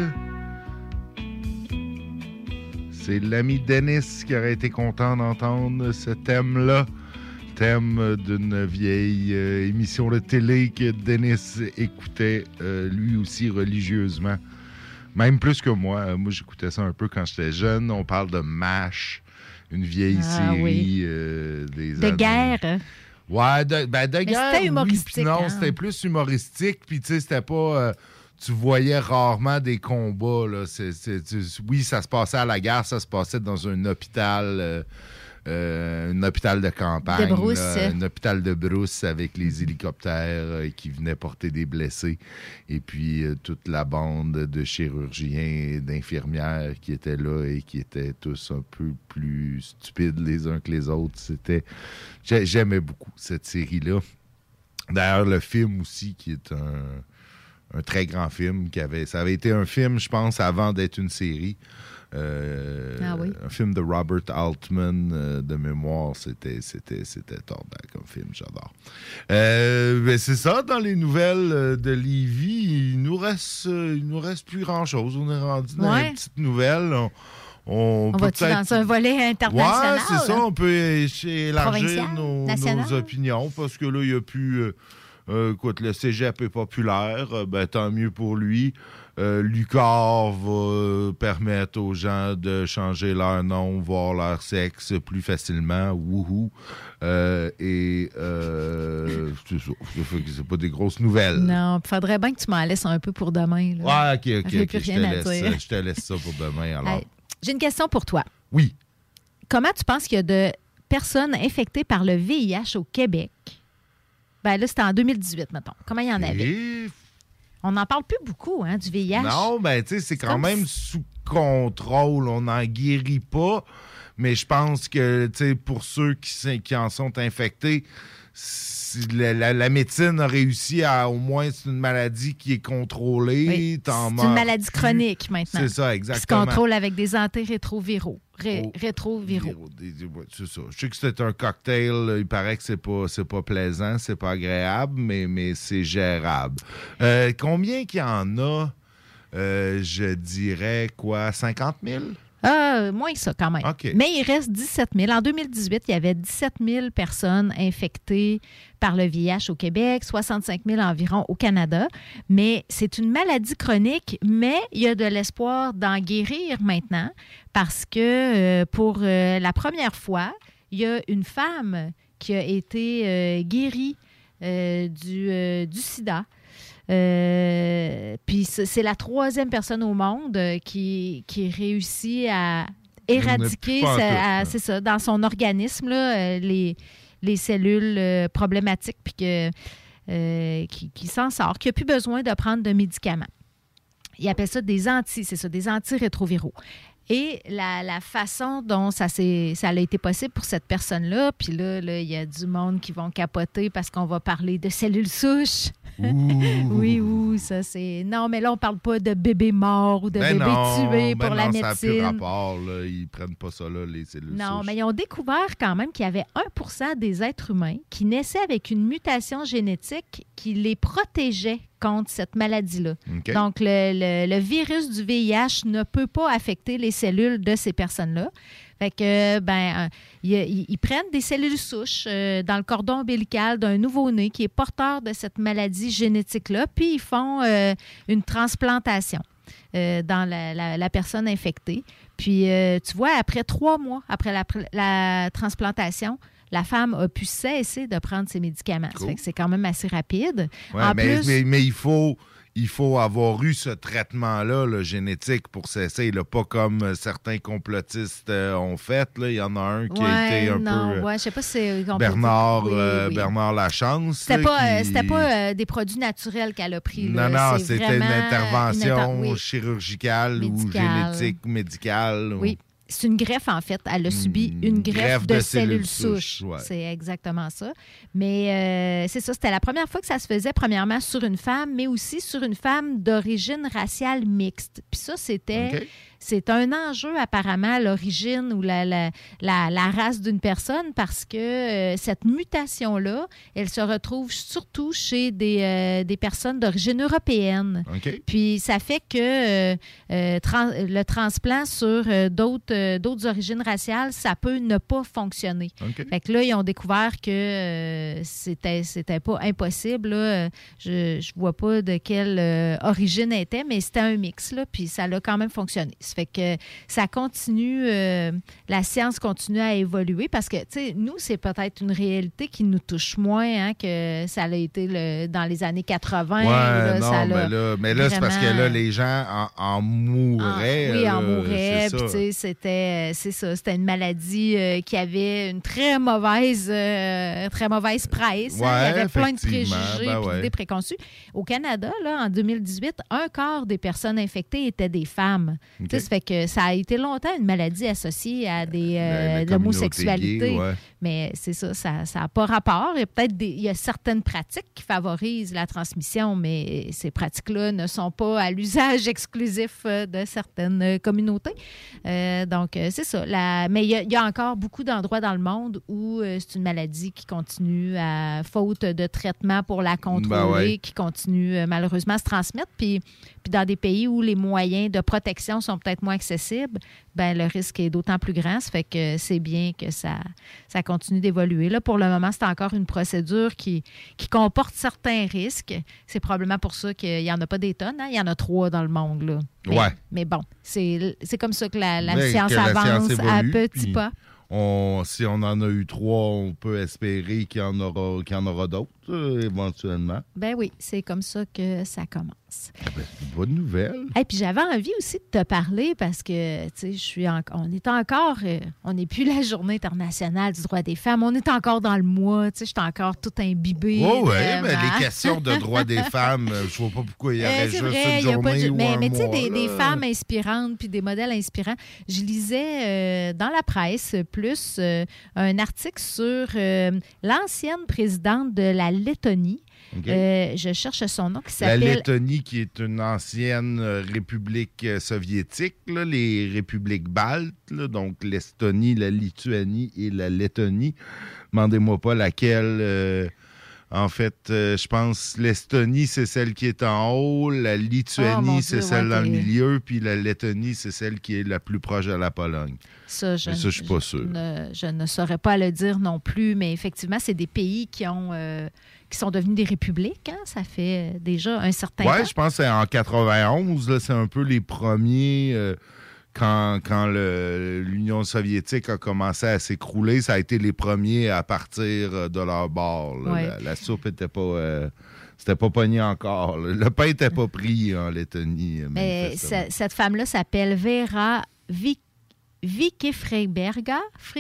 C'est l'ami Dennis qui aurait été content d'entendre ce thème-là. Thème d'une vieille émission de télé que Dennis écoutait lui aussi religieusement. Même plus que moi. Moi, j'écoutais ça un peu quand j'étais jeune. On parle de MASH, une vieille série des de années... guerre. Ouais, de guerre, c'était humoristique. Oui, non, hein? C'était plus humoristique. Puis, tu sais, c'était pas... tu voyais rarement des combats, là. Oui, ça se passait à la guerre, ça se passait dans un hôpital... un hôpital de campagne, de brousse. Là, un hôpital de brousse avec les hélicoptères qui venaient porter des blessés et puis toute la bande de chirurgiens et d'infirmières qui étaient là et qui étaient tous un peu plus stupides les uns que les autres. J'aimais beaucoup cette série-là. D'ailleurs, le film aussi, qui est un très grand film, ça avait été un film, je pense, avant d'être une série. Un film de Robert Altman de mémoire, c'était tordant comme film, j'adore. Ben c'est ça, dans les nouvelles de Lévis, il nous reste plus grand-chose. On est rendu dans les petites nouvelles. On va-tu dans un volet international? Oui, c'est ça, on peut élargir nos opinions, parce que là, il n'y a plus... écoute, le cégep est populaire, tant mieux pour lui. L'UQAR va permettre aux gens de changer leur nom, voir leur sexe plus facilement. Wouhou! C'est ça. C'est pas des grosses nouvelles. Non, il faudrait bien que tu m'en laisses un peu pour demain. Là. Ouais, OK. Je te laisse ça pour demain, alors. Hey, j'ai une question pour toi. Oui. Comment tu penses qu'il y a de personnes infectées par le VIH au Québec? Ben là, c'était en 2018, mettons. Comment il y en avait? On n'en parle plus beaucoup, hein, du VIH. Non, ben, tu sais, c'est quand même sous contrôle. On n'en guérit pas. Mais je pense que, tu sais, pour ceux qui en sont infectés, la médecine a réussi à, au moins, c'est une maladie qui est contrôlée. Oui, c'est une maladie chronique, maintenant. C'est ça, exactement. Qui se contrôle avec des antirétroviraux. Rétroviraux. C'est ça. Je sais que c'est un cocktail. Il paraît que c'est pas plaisant, c'est pas agréable, mais c'est gérable. Combien qu'il y en a? Je dirais, 50 000? Moins que ça, quand même. Okay. Mais il reste 17 000. En 2018, il y avait 17 000 personnes infectées par le VIH au Québec, 65 000 environ au Canada. Mais c'est une maladie chronique, mais il y a de l'espoir d'en guérir maintenant parce que pour la première fois, il y a une femme qui a été guérie du sida. Puis c'est la 3e personne au monde qui réussit à éradiquer c'est ça, dans son organisme là, les cellules problématiques puis qui s'en sort, qui n'a plus besoin de prendre de médicaments. Ils appellent ça des antirétroviraux. Et la façon dont ça a été possible pour cette personne-là, puis là, il y a du monde qui vont capoter parce qu'on va parler de cellules souches. Oui, ça c'est... Non, mais là, on parle pas de bébés morts ou de bébés tués pour la médecine. Ça n'a plus rapport, là. Ils prennent pas ça, là, les cellules souches. Non, mais ils ont découvert quand même qu'il y avait 1% des êtres humains qui naissaient avec une mutation génétique qui les protégeait contre cette maladie-là. Okay. Donc, le virus du VIH ne peut pas affecter les cellules de ces personnes-là. Fait que, ils prennent des cellules souches dans le cordon ombilical d'un nouveau-né qui est porteur de cette maladie génétique-là, puis ils font une transplantation dans la personne infectée. Puis, tu vois, après 3 mois, après la transplantation, la femme a pu cesser de prendre ses médicaments. Cool. Ça fait que c'est quand même assez rapide. Ouais, en mais, plus, mais il faut avoir eu ce traitement-là, le génétique, pour cesser. Là, pas comme certains complotistes ont fait. Là. Il y en a un qui a été un peu... je sais pas si c'est... Bernard, oui. Bernard Lachance. C'était pas des produits naturels qu'elle a pris. Non, là. C'était une intervention chirurgicale ou génétique, médicale. Oui. C'est une greffe, en fait. Elle a subi une greffe de cellules souches. Ouais. C'est exactement ça. Mais c'est ça, c'était la première fois que ça se faisait, premièrement, sur une femme, mais aussi sur une femme d'origine raciale mixte. Puis ça, c'est un enjeu, apparemment, à l'origine ou la race d'une personne, parce que cette mutation-là, elle se retrouve surtout chez des personnes d'origine européenne. Okay. Puis ça fait que le transplant sur d'autres origines raciales, ça peut ne pas fonctionner. Okay. Fait que là, ils ont découvert que c'était pas impossible. Là. Je vois pas de quelle origine elle était, mais c'était un mix, là, puis ça a quand même fonctionné. Ça fait que ça continue, la science continue à évoluer parce que, tu sais, nous, c'est peut-être une réalité qui nous touche moins que ça l'a été dans les années 80. Ouais, là, non, ça mais là, c'est parce que là, les gens en mourraient. Oui, en là, mourraient. Puis, tu sais, c'était une maladie qui avait une très mauvaise presse. Il y avait plein de préjugés et d'idées préconçues. Au Canada, là, en 2018, 1/4 des personnes infectées étaient des femmes. Okay. Ça fait que ça a été longtemps une maladie associée à de l'homosexualité. Ouais. Mais c'est ça n'a pas rapport. Et peut-être il y a certaines pratiques qui favorisent la transmission, mais ces pratiques-là ne sont pas à l'usage exclusif de certaines communautés. Donc, c'est ça. Mais il y a encore beaucoup d'endroits dans le monde où c'est une maladie qui continue, à faute de traitement pour la contrôler, qui continue malheureusement à se transmettre. Puis dans des pays où les moyens de protection sont peut-être moins accessibles, le risque est d'autant plus grand. Ça fait que c'est bien que ça continue d'évoluer. Là, pour le moment, c'est encore une procédure qui comporte certains risques. C'est probablement pour ça qu'il n'y en a pas des tonnes. Hein? Il y en a 3 dans le monde. Là. Mais bon, c'est comme ça que la science avance à petits pas. Si on en a eu 3, on peut espérer qu'il y en aura d'autres, éventuellement. Ben oui, c'est comme ça que ça commence. C'est une bonne nouvelle. Et puis j'avais envie aussi de te parler parce que, tu sais, on n'est plus la Journée internationale du droit des femmes, on est encore dans le mois, tu sais, je suis encore tout imbibée. Oh oui, mais les questions de droit des femmes, je vois pas pourquoi il y aurait juste une journée ou un mois. Mais tu sais, des femmes inspirantes puis des modèles inspirants. Je lisais dans la presse plus un article sur l'ancienne présidente de la Lettonie. Okay. Je cherche son nom qui s'appelle... La Lettonie, qui est une ancienne république soviétique, là, les républiques baltes, là, donc l'Estonie, la Lituanie et la Lettonie. Demandez-moi pas laquelle... En fait, je pense l'Estonie, c'est celle qui est en haut, la Lituanie, c'est celle dans le milieu, puis la Lettonie, c'est celle qui est la plus proche de la Pologne. Ça, je suis pas sûr. Je ne saurais pas le dire non plus, mais effectivement, c'est des pays qui sont devenus des républiques. Hein? Ça fait déjà un certain temps. Oui, je pense que c'est en 91, là, c'est un peu les premiers... Quand l'Union soviétique a commencé à s'écrouler, ça a été les premiers à partir de leur bord. Ouais. La soupe n'était pas... c'était pas pogné encore. Là. Le pain n'était pas pris en Lettonie. Mais cette femme-là s'appelle Vera Vicky-Freiberga.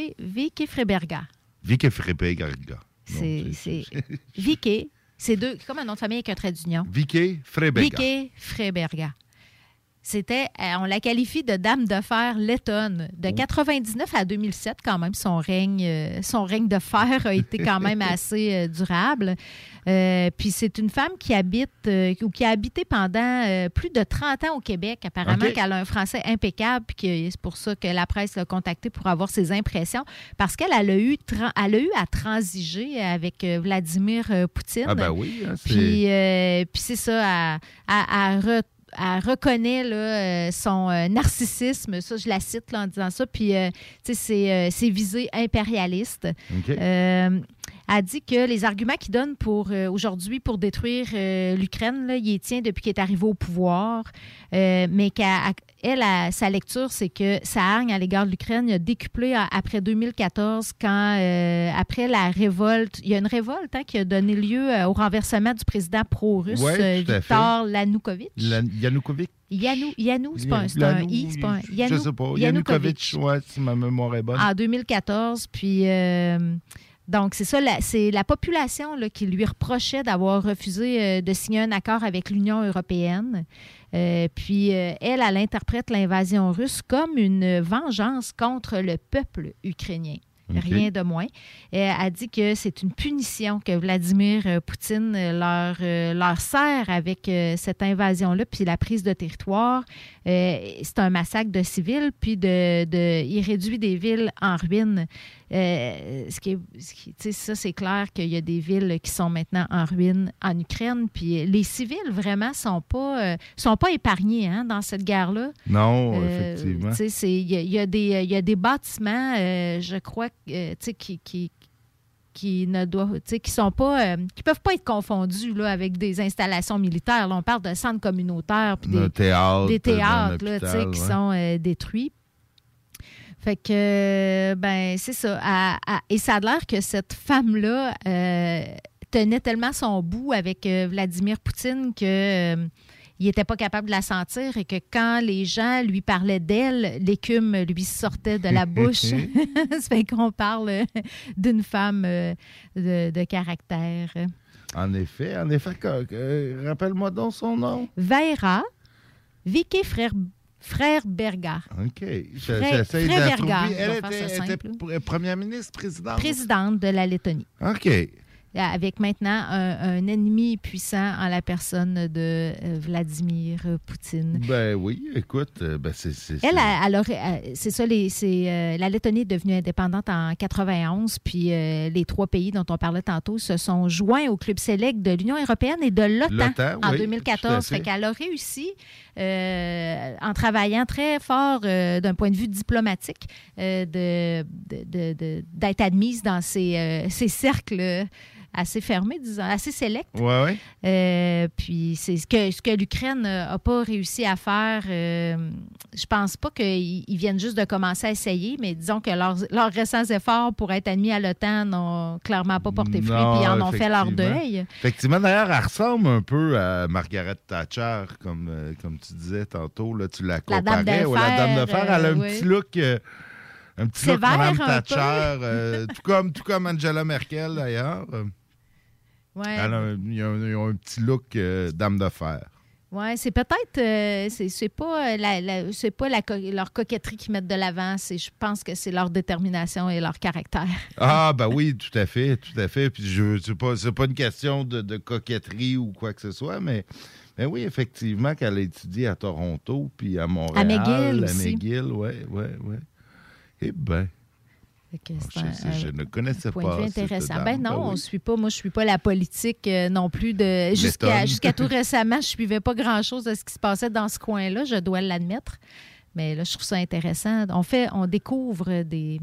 C'est Vicky. C'est 2... C'est comme un nom de famille avec un trait d'union. Vicky-Freiberga. Vicky-Freiberga. Vicky. 2... C'est 2... C'est comme un nom de famille avec un trait d'union. Vicky. C'est 2... C'est 2... C'est comme un nom de famille avec un trait d'union. Vicky. C'est 2... C'est 2... C'est comme un nom de famille avec un trait d'union. Vicky. C'est 2... On la qualifie de dame de fer lettonne. De 99 à 2007, quand même, son règne de fer a été quand même assez durable. Puis c'est une femme qui habite ou qui a habité pendant plus de 30 ans au Québec. Apparemment qu'elle a un français impeccable, puis c'est pour ça que la presse l'a contactée pour avoir ses impressions, parce qu'elle a eu à transiger avec Vladimir Poutine. Ah ben oui. Hein, puis c'est ça, elle reconnaît là, son narcissisme, ça je la cite là, en disant ça, puis ses visées impérialistes. Elle dit que les arguments qu'il donne aujourd'hui pour détruire l'Ukraine, là, il les tient depuis qu'il est arrivé au pouvoir, mais sa lecture, c'est que sa hargne à l'égard de l'Ukraine a décuplé après 2014, quand, après la révolte, il y a une révolte qui a donné lieu au renversement du président pro-russe, Viktor Yanukovych. Yanou, c'est pas un I, c'est pas un Yanou. Je sais pas. Yanukovych, ouais, si ma mémoire est bonne. En 2014, puis... donc, c'est ça, c'est la population là, qui lui reprochait d'avoir refusé de signer un accord avec l'Union européenne. Puis, elle interprète l'invasion russe comme une vengeance contre le peuple ukrainien. Rien de moins. Elle dit que c'est une punition que Vladimir Poutine leur sert avec cette invasion-là, puis la prise de territoire. C'est un massacre de civils, puis il réduit des villes en ruine. Ça, c'est clair qu'il y a des villes qui sont maintenant en ruine en Ukraine, puis les civils, vraiment, sont pas épargnés dans cette guerre-là. Non, effectivement. Il y a des bâtiments, je crois, qui ne doivent, qui sont pas, qui peuvent pas être confondus là, avec des installations militaires. Là, on parle de centres communautaires, puis des théâtres là, qui sont détruits. Fait que, c'est ça. Et ça a l'air que cette femme-là tenait tellement son bout avec Vladimir Poutine que il n'était pas capable de la sentir et que quand les gens lui parlaient d'elle, l'écume lui sortait de la bouche. Ça fait qu'on parle d'une femme de caractère. En effet. Rappelle-moi donc son nom. Veera Vicky Frère-Berga. OK. J'essaie de la trouver. Elle était première ministre, présidente? Présidente de la Lettonie. OK. Avec maintenant un ennemi puissant en la personne de Vladimir Poutine. Ben oui, écoute, c'est ça, la Lettonie est devenue indépendante en 91, puis les trois pays dont on parlait tantôt se sont joints au club select de l'Union européenne et de l'OTAN en 2014. Fait qu'elle a réussi, en travaillant très fort d'un point de vue diplomatique, d'être admise dans ces cercles assez fermé, disons, assez select. Oui. Puis c'est ce que l'Ukraine n'a pas réussi à faire. Je pense pas qu'ils viennent juste de commencer à essayer, mais disons que leurs récents efforts pour être admis à l'OTAN n'ont clairement pas porté fruit, puis ils en ont fait leur deuil. Effectivement, d'ailleurs, elle ressemble un peu à Margaret Thatcher, comme tu disais tantôt. Là, tu la comparais. La Dame de Fer. Elle a un petit look... un petit look Mme Thatcher, tout comme Angela Merkel, d'ailleurs. Ouais. Ils ont un petit look dame de fer. Oui, c'est peut-être... c'est pas leur coquetterie qu'ils mettent de l'avant. Je pense que c'est leur détermination et leur caractère. Ah, ben oui, tout à fait. Puis c'est pas une question de coquetterie ou quoi que ce soit, mais oui, effectivement, qu'elle a étudié à Toronto puis à Montréal. À McGill aussi. McGill, oui. Eh bien... je ne connaissais point pas. De vue intéressant. Non, on suit pas. Moi, je suis pas la politique non plus. Jusqu'à tout récemment, je suivais pas grand-chose de ce qui se passait dans ce coin-là, je dois l'admettre. Mais là, je trouve ça intéressant. On découvre des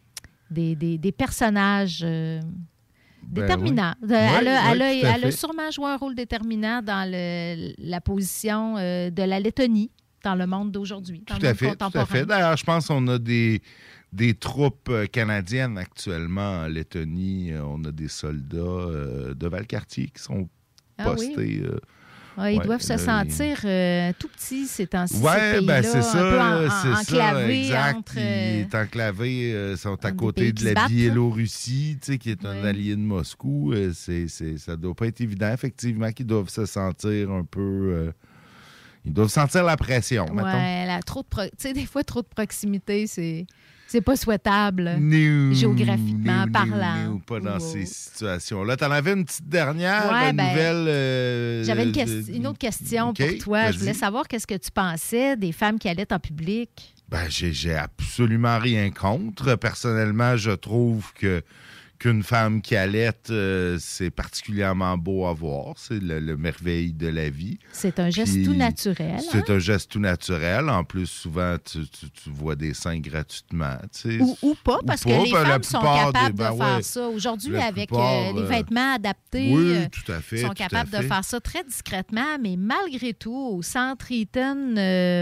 personnages déterminants. Oui. Elle a sûrement joué un rôle déterminant dans la position de la Lettonie dans le monde d'aujourd'hui, dans le monde contemporain. Tout à fait. D'ailleurs, je pense qu'on a des troupes canadiennes actuellement en Lettonie. On a des soldats de Valcartier qui sont postés. Oui. Ils doivent se sentir tout petits ces temps-ci, ce pays-là, c'est ça, enclavés. Exact. Il est enclavé, sont à côté de la Biélorussie, qui est un allié de Moscou. Ça ne doit pas être évident, effectivement, qu'ils doivent se sentir un peu Ils doivent sentir la pression, mettons. Tu sais, des fois, trop de proximité, c'est pas souhaitable, géographiquement parlant. Pas dans ces situations-là. T'en avais une petite dernière nouvelle... J'avais une autre question pour toi. Vas-y. Je voulais savoir qu'est-ce que tu pensais des femmes qui allaitent en public. J'ai absolument rien contre. Personnellement, je trouve qu'une femme qui allaite, c'est particulièrement beau à voir. C'est le merveille de la vie. C'est un geste tout naturel. C'est un geste tout naturel. En plus, souvent, tu vois des seins gratuitement. Ou pas, parce que les femmes sont capables de faire ça. Aujourd'hui, avec les vêtements adaptés, tout à fait, sont capables de faire ça très discrètement, mais malgré tout, au Centre Eaton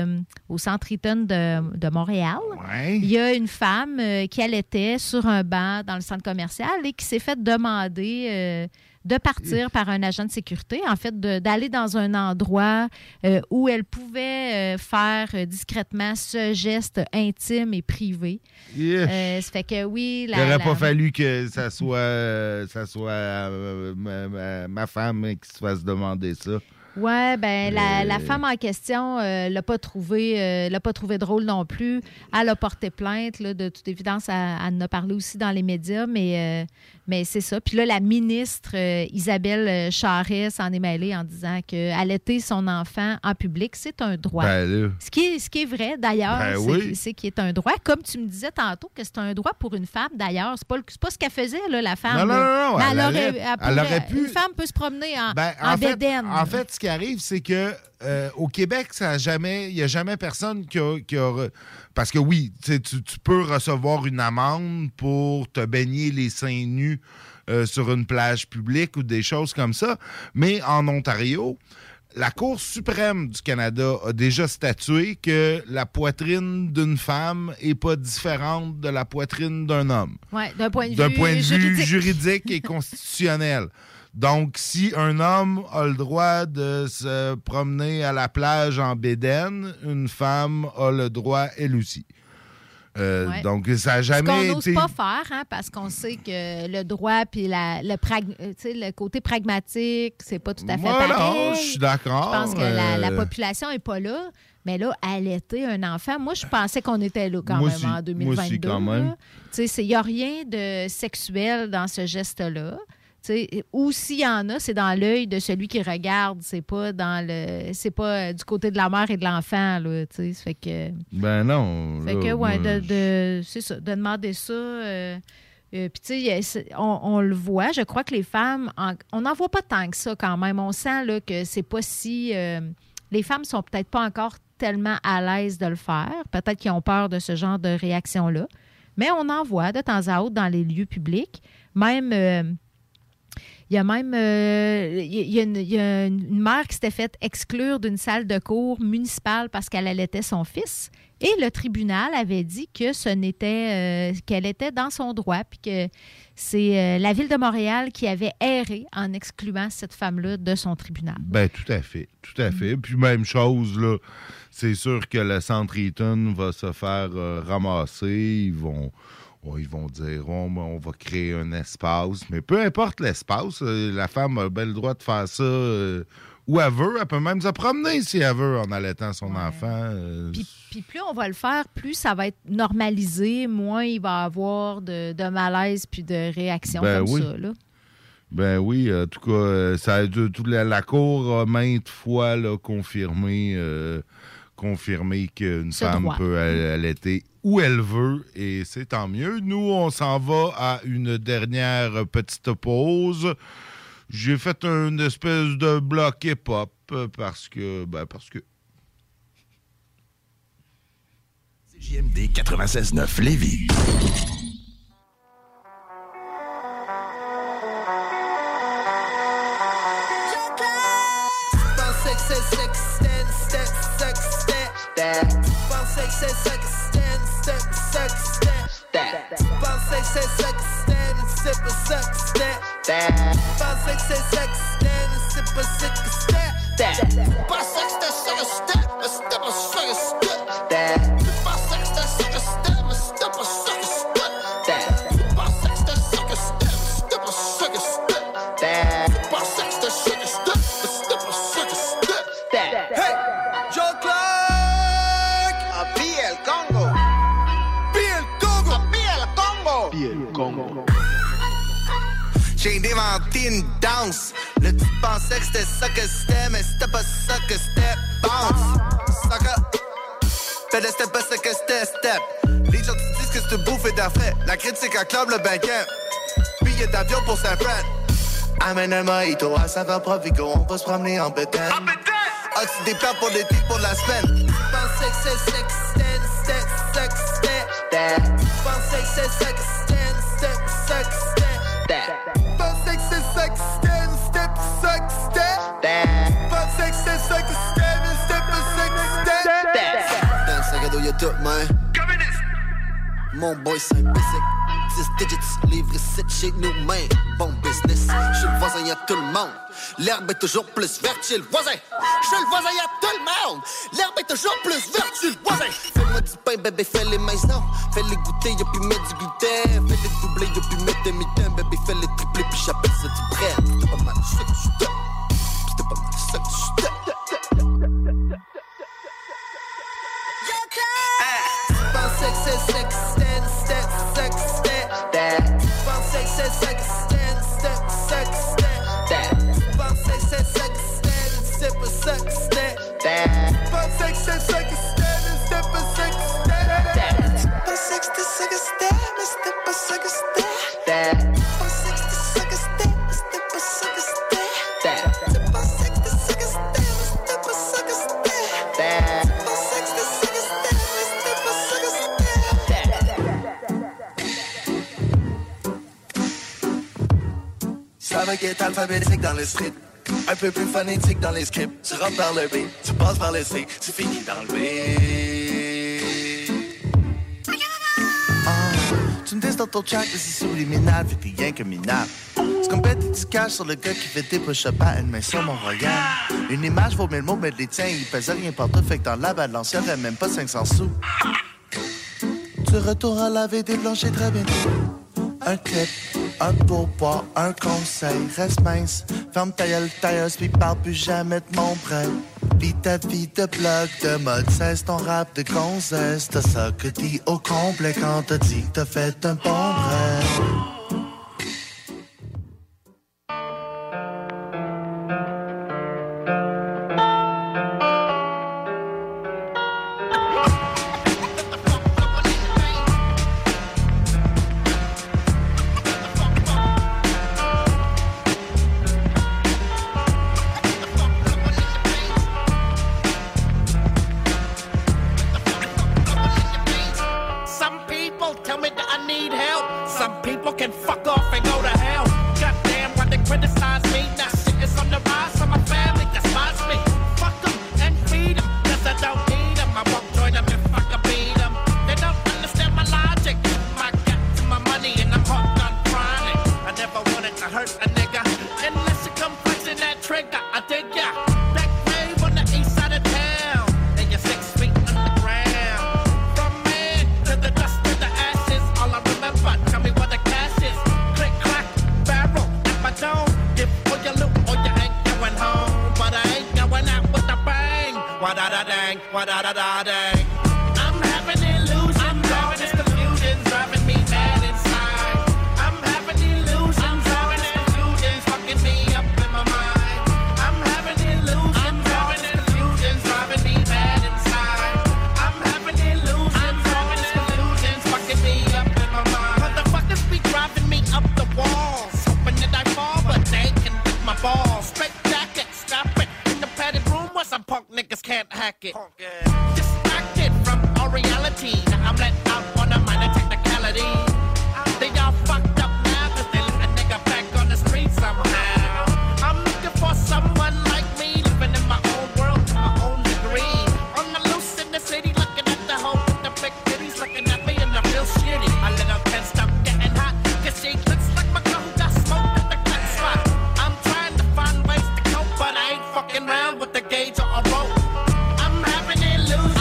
de Montréal, il y a une femme qui allaitait sur un banc dans le centre commercial et qui s'est fait demander de partir par un agent de sécurité, en fait, d'aller dans un endroit où elle pouvait faire discrètement ce geste intime et privé. Ça fait que oui... Il n'aurait pas fallu que ça soit ma femme qui se fasse demander ça. Oui, bien, la femme en question l'a pas trouvé drôle non plus. Elle a porté plainte, là, de toute évidence, elle en a parlé aussi dans les médias, mais c'est ça. Puis là, la ministre Isabelle Charest s'en est mêlée en disant qu'allaiter son enfant en public, c'est un droit. Ce qui est vrai, d'ailleurs, c'est qu'il est un droit. Comme tu me disais tantôt que c'est un droit pour une femme, d'ailleurs. C'est pas ce qu'elle faisait, là, la femme. Non. Elle aurait pu. Une femme peut se promener en bédaine. En fait, ce qui arrive, c'est que au Québec, il n'y a jamais personne qui a... Parce que oui, tu peux recevoir une amende pour te baigner les seins nus sur une plage publique ou des choses comme ça. Mais en Ontario, la Cour suprême du Canada a déjà statué que la poitrine d'une femme n'est pas différente de la poitrine d'un homme. Oui, d'un point de vue juridique et constitutionnel. Donc, si un homme a le droit de se promener à la plage en bédaine, une femme a le droit, elle aussi. Donc, ça n'a jamais ce qu'on n'ose pas faire, parce qu'on sait que le droit puis le côté pragmatique, c'est pas tout à fait pareil. Je suis d'accord. Je pense que la population n'est pas là. Mais là, allaiter un enfant, moi, je pensais qu'on était là quand même en 2022. Moi aussi, quand même. Il n'y a rien de sexuel dans ce geste-là. Ou s'il y en a, c'est dans l'œil de celui qui regarde, c'est pas du côté de la mère et de l'enfant, là, ça fait que... Ben non. Fait que, c'est ça, de demander ça... Puis, tu sais, on le voit, je crois que les femmes, on n'en voit pas tant que ça quand même. On sent là, que c'est pas si... les femmes sont peut-être pas encore tellement à l'aise de le faire. Peut-être qu'ils ont peur de ce genre de réaction-là. Mais on en voit de temps à autre dans les lieux publics. Même... Il y a même une mère qui s'était faite exclure d'une salle de cours municipale parce qu'elle allaitait son fils. Et le tribunal avait dit que qu'elle était dans son droit, puis que c'est la Ville de Montréal qui avait erré en excluant cette femme-là de son tribunal. Bien, tout à fait. Puis même chose, là, c'est sûr que le Centre Eaton va se faire ramasser. Ils vont dire, on va créer un espace. Mais peu importe l'espace, la femme a bien le droit de faire ça où elle veut. Elle peut même se promener si elle veut en allaitant son enfant. Puis plus on va le faire, plus ça va être normalisé, moins il va y avoir de malaise puis de réactions ça. Là. Ben oui, en tout cas, la Cour a maintes fois là, confirmé qu'une femme peut allaiter où elle veut, et c'est tant mieux. Nous, on s'en va à une dernière petite pause. J'ai fait une espèce de bloc hip-hop parce que... CJMD 96.9 Lévis. J'ai inventé une danse. Là tu pensais que c'était ça que c'était, mais c'était pas ça que c'était. Bounce, sucker. Fais le step pas ça que c'était, step. Les gens te disent que c'est une bouffée d'affaires. La critique acclame le banquet. Billet d'avion pour Saint-Fran. Amène un mojito à 50 Provigo. On va se promener en bétail. As-tu des plans pour l'été, pour la semaine? Pensais que c'est sex, step, sex, step. Pensais que c'est sex, step, sex, step. Pensais que c'est sex, step, sex, step. Pensais que c'est sex, step, sex, step. Dans le sac à dos y'a tout, man. Mon boy c'est un basic. 10 digits, livre 7 chez nous, man. Bon business, chez le voisin y'a tout le monde. L'herbe est toujours plus verte chez le voisin. Chez le voisin y'a tout le monde. L'herbe est toujours plus verte chez le voisin. Fais-moi du pain, bébé, fais-les maisons. Fais-les goûter, y'a pu mettre du gluten. Fais-les doubler, y'a pu mettre des mitaines. Bébé, fais-les tripler, puis j'appelle ça du bread. C'était pas mal de ça que je t'aime. C'était pas mal de ça que je t'aime. Pensais que c'est sex, step, sex, step. Pensais que c'est sex, step, sex, step. Pensais que c'est sex, step, sex, step. Pensais que c'est sex, step, sex, step. Pensais que c'était sex, step, mais c'était pas sex, step. Pensais que c'était sex, step, mais c'était pas sex, step. Pensais que c'était sex, step, mais c'était pas sex, step. Pensais que c'était sex, step, mais c'était pas sex, step. Ça va qu'être alphabétique dans le street. Un peu plus phonétique dans les scripts. Tu rentres par le B, tu passes par le C, tu finis dans le B. Tu me dis dans ton track que c'est subliminal, fait que t'es rien que minable. C'est comme bête du cash sur le gars qui fait des push-ups à une main sur mon royal. Une image vaut 1000 mots, mais les tiens, ils pèsent rien partout, fait que dans la balance, y'aurait même pas 500 sous. Tu retournes à laver des planchers très bientôt. Un clip, un pourboire, un conseil, reste mince. Ferme ta gueule, tailleuse, puis parle plus jamais de mon prêt. Vis ta vie de blog, de mode, cesse ton rap de gonzesse. T'as ça que dit au complet quand t'as dit que t'as fait un bon rêve. With the gauge on a rope, I'm having illusions.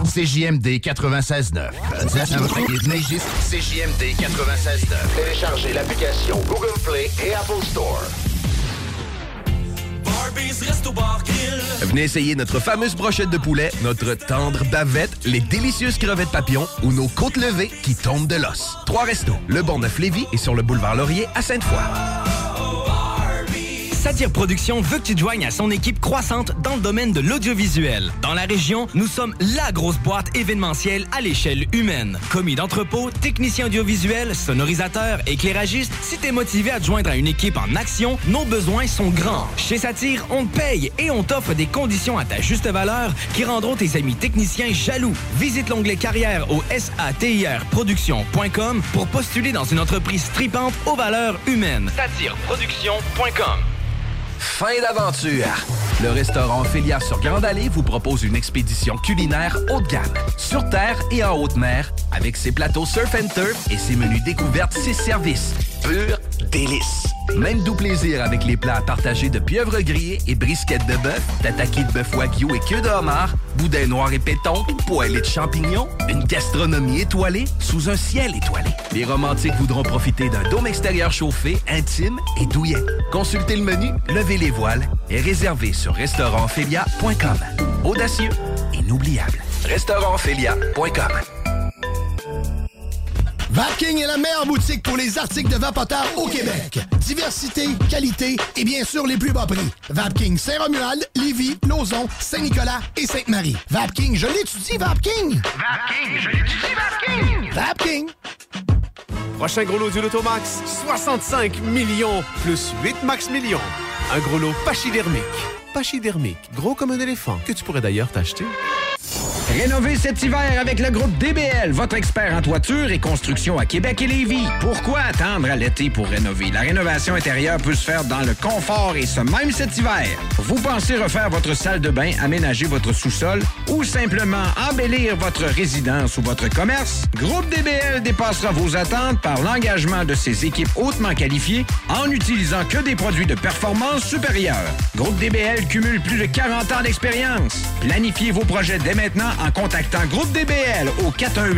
CJMD 96.9. CJMD 96.9. Téléchargez l'application Google Play et Apple Store. Venez essayer notre fameuse brochette de poulet, notre tendre bavette, les délicieuses crevettes papillons ou nos côtes levées qui tombent de l'os. 3 restos, le Bonneuf-Lévis et sur le boulevard Laurier à Sainte-Foy. Satire Productions veut que tu te joignes à son équipe croissante dans le domaine de l'audiovisuel. Dans la région, nous sommes la grosse boîte événementielle à l'échelle humaine. Commis d'entrepôt, technicien audiovisuel, sonorisateur, éclairagiste, si t'es motivé à te joindre à une équipe en action, nos besoins sont grands. Chez Satire, on te paye et on t'offre des conditions à ta juste valeur qui rendront tes amis techniciens jaloux. Visite l'onglet carrière au satirproduction.com pour postuler dans une entreprise tripante aux valeurs humaines. Satireproduction.com. Fin d'aventure! Le restaurant Ophélia sur Grande Allée vous propose une expédition culinaire haut de gamme, sur terre et en haute mer, avec ses plateaux surf and turf et ses menus découvertes, ses services. Pur délice! Même doux plaisir avec les plats partagés de pieuvres grillées et brisquettes de bœuf, tataki de bœuf wagyu et queue de homard, boudin noir et péton, poêlée de champignons, une gastronomie étoilée sous un ciel étoilé. Les romantiques voudront profiter d'un dôme extérieur chauffé, intime et douillet. Consultez le menu, levez les voiles et réservez sur restaurantphilia.com. Audacieux, inoubliable. restaurantphilia.com. Vapking est la meilleure boutique pour les articles de vapoteurs au Québec. Diversité, qualité et bien sûr les plus bas prix. Vapking Saint-Romuald, Lévis, Lauson, Saint-Nicolas et Sainte-Marie. Vapking, je l'étudie, Vapking! Vapking, je l'étudie, Vapking! Vapking! Prochain gros lot du Lotomax, 65 millions plus 8 max millions. Un gros lot pachydermique. Pachydermique, gros comme un éléphant, que tu pourrais d'ailleurs t'acheter. Rénovez cet hiver avec le groupe DBL, votre expert en toiture et construction à Québec et Lévis. Pourquoi attendre à l'été pour rénover? La rénovation intérieure peut se faire dans le confort et ce même cet hiver. Vous pensez refaire votre salle de bain, aménager votre sous-sol ou simplement embellir votre résidence ou votre commerce? Groupe DBL dépassera vos attentes par l'engagement de ses équipes hautement qualifiées en n'utilisant que des produits de performance supérieure. Groupe DBL cumule plus de 40 ans d'expérience. Planifiez vos projets dès maintenant en contactant Groupe DBL au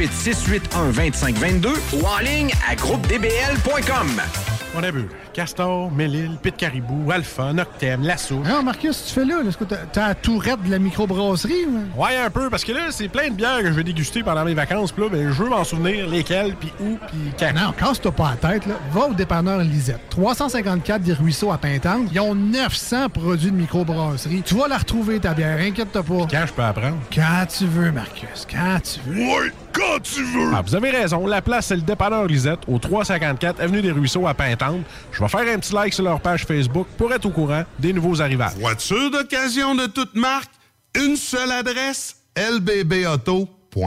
418-681-2522 ou en ligne à groupedbl.com. On a vu Castor, Mélile, Pit Caribou, Alpha, Noctem, La Souche. Non, Marcus, tu fais là? Est-ce que t'as la tourette de la microbrasserie? Ouais, un peu, parce que là, c'est plein de bières que je vais déguster pendant mes vacances. Puis là, ben, je veux m'en souvenir lesquelles, puis où, puis quand. Non, casse-toi pas la tête. Là. Va au dépanneur Lisette. 354 des Ruisseaux à Pintante. Ils ont 900 produits de microbrasserie. Tu vas la retrouver, ta bière. Inquiète-toi pas. Quand je peux apprendre? Quand tu veux, Marcus. Quand tu veux. Ouais, quand tu veux. Ah, vous avez raison. La place, c'est le dépanneur Lisette, au 354 Avenue des Ruisseaux à Pintante. Je vais faire un petit like sur leur page Facebook pour être au courant des nouveaux arrivages. Voiture d'occasion de toute marque, une seule adresse, lbbauto.com.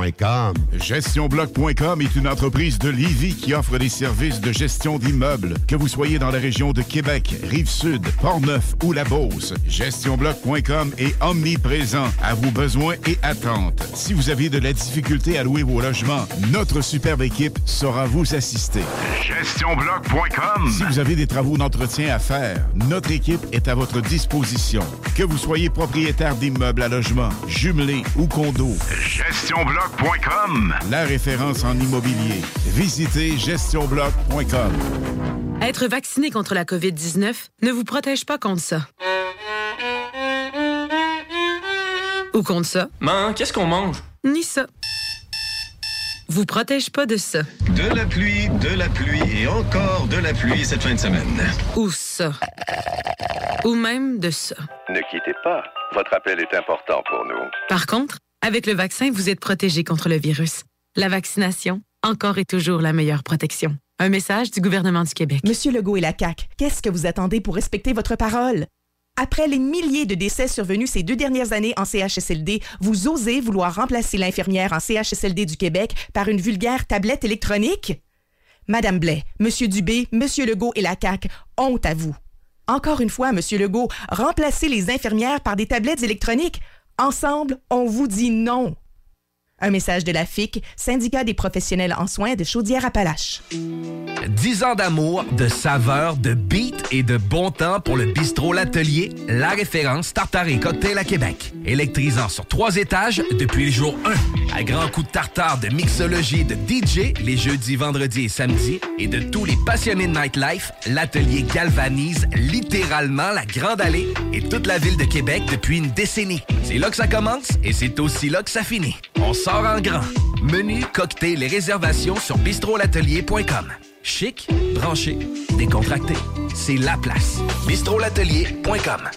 GestionBloc.com est une entreprise de Lévis qui offre des services de gestion d'immeubles, que vous soyez dans la région de Québec, Rive-Sud, Portneuf ou la Beauce. GestionBloc.com est omniprésent à vos besoins et attentes. Si vous avez de la difficulté à louer vos logements, notre superbe équipe saura vous assister. GestionBloc.com. Si vous avez des travaux d'entretien à faire, notre équipe est à votre disposition. Que vous soyez propriétaire d'immeubles à logement, jumelés ou condos. GestionBloc.com. La référence en immobilier. Visitez gestionbloc.com. Être vacciné contre la COVID-19 ne vous protège pas contre ça. Ou contre ça. Maman, qu'est-ce qu'on mange? Ni ça. Vous protège pas de ça. De la pluie et encore de la pluie cette fin de semaine. Ou ça. Ou même de ça. Ne quittez pas. Votre appel est important pour nous. Par contre, avec le vaccin, vous êtes protégé contre le virus. La vaccination, encore et toujours la meilleure protection. Un message du gouvernement du Québec. Monsieur Legault et la CAQ, qu'est-ce que vous attendez pour respecter votre parole? Après les milliers de décès survenus ces 2 dernières années en CHSLD, vous osez vouloir remplacer l'infirmière en CHSLD du Québec par une vulgaire tablette électronique? Madame Blais, Monsieur Dubé, Monsieur Legault et la CAQ, honte à vous. Encore une fois, Monsieur Legault, remplacez les infirmières par des tablettes électroniques. Ensemble, on vous dit non. Un message de la FIC, syndicat des professionnels en soins de Chaudière-Appalaches. 10 ans d'amour, de saveur, de beat et de bon temps pour le bistrot L'Atelier, la référence tartare et cocktail à Québec. Électrisant sur 3 étages depuis le jour 1. À grands coups de tartare, de mixologie, de DJ, les jeudis, vendredis et samedis, et de tous les passionnés de nightlife, L'Atelier galvanise littéralement la Grande Allée et toute la ville de Québec depuis une décennie. C'est là que ça commence et c'est aussi là que ça finit. On sort en grand. Menu, cocktail et réservations sur bistrolatelier.com. Chic, branché, décontracté. C'est la place. bistrolatelier.com.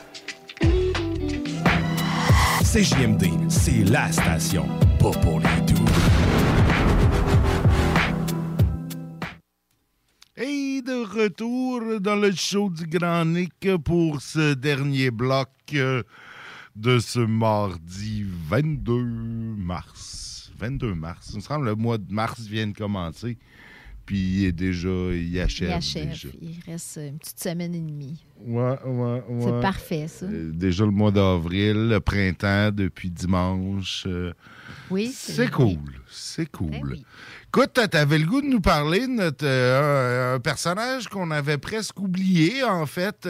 CJMD, c'est la station. Pas pour les doux. Et de retour dans le show du Grand Nick pour ce dernier bloc de ce mardi 22 mars. 22 mars. Il me semble que le mois de mars vient de commencer. Puis il achève. Déjà. Il reste une petite semaine et demie. Ouais. C'est parfait, ça. Déjà le mois d'avril, le printemps depuis dimanche. Oui. C'est cool. C'est cool. Ben oui. Écoute, t'avais le goût de nous parler de notre un personnage qu'on avait presque oublié, en fait,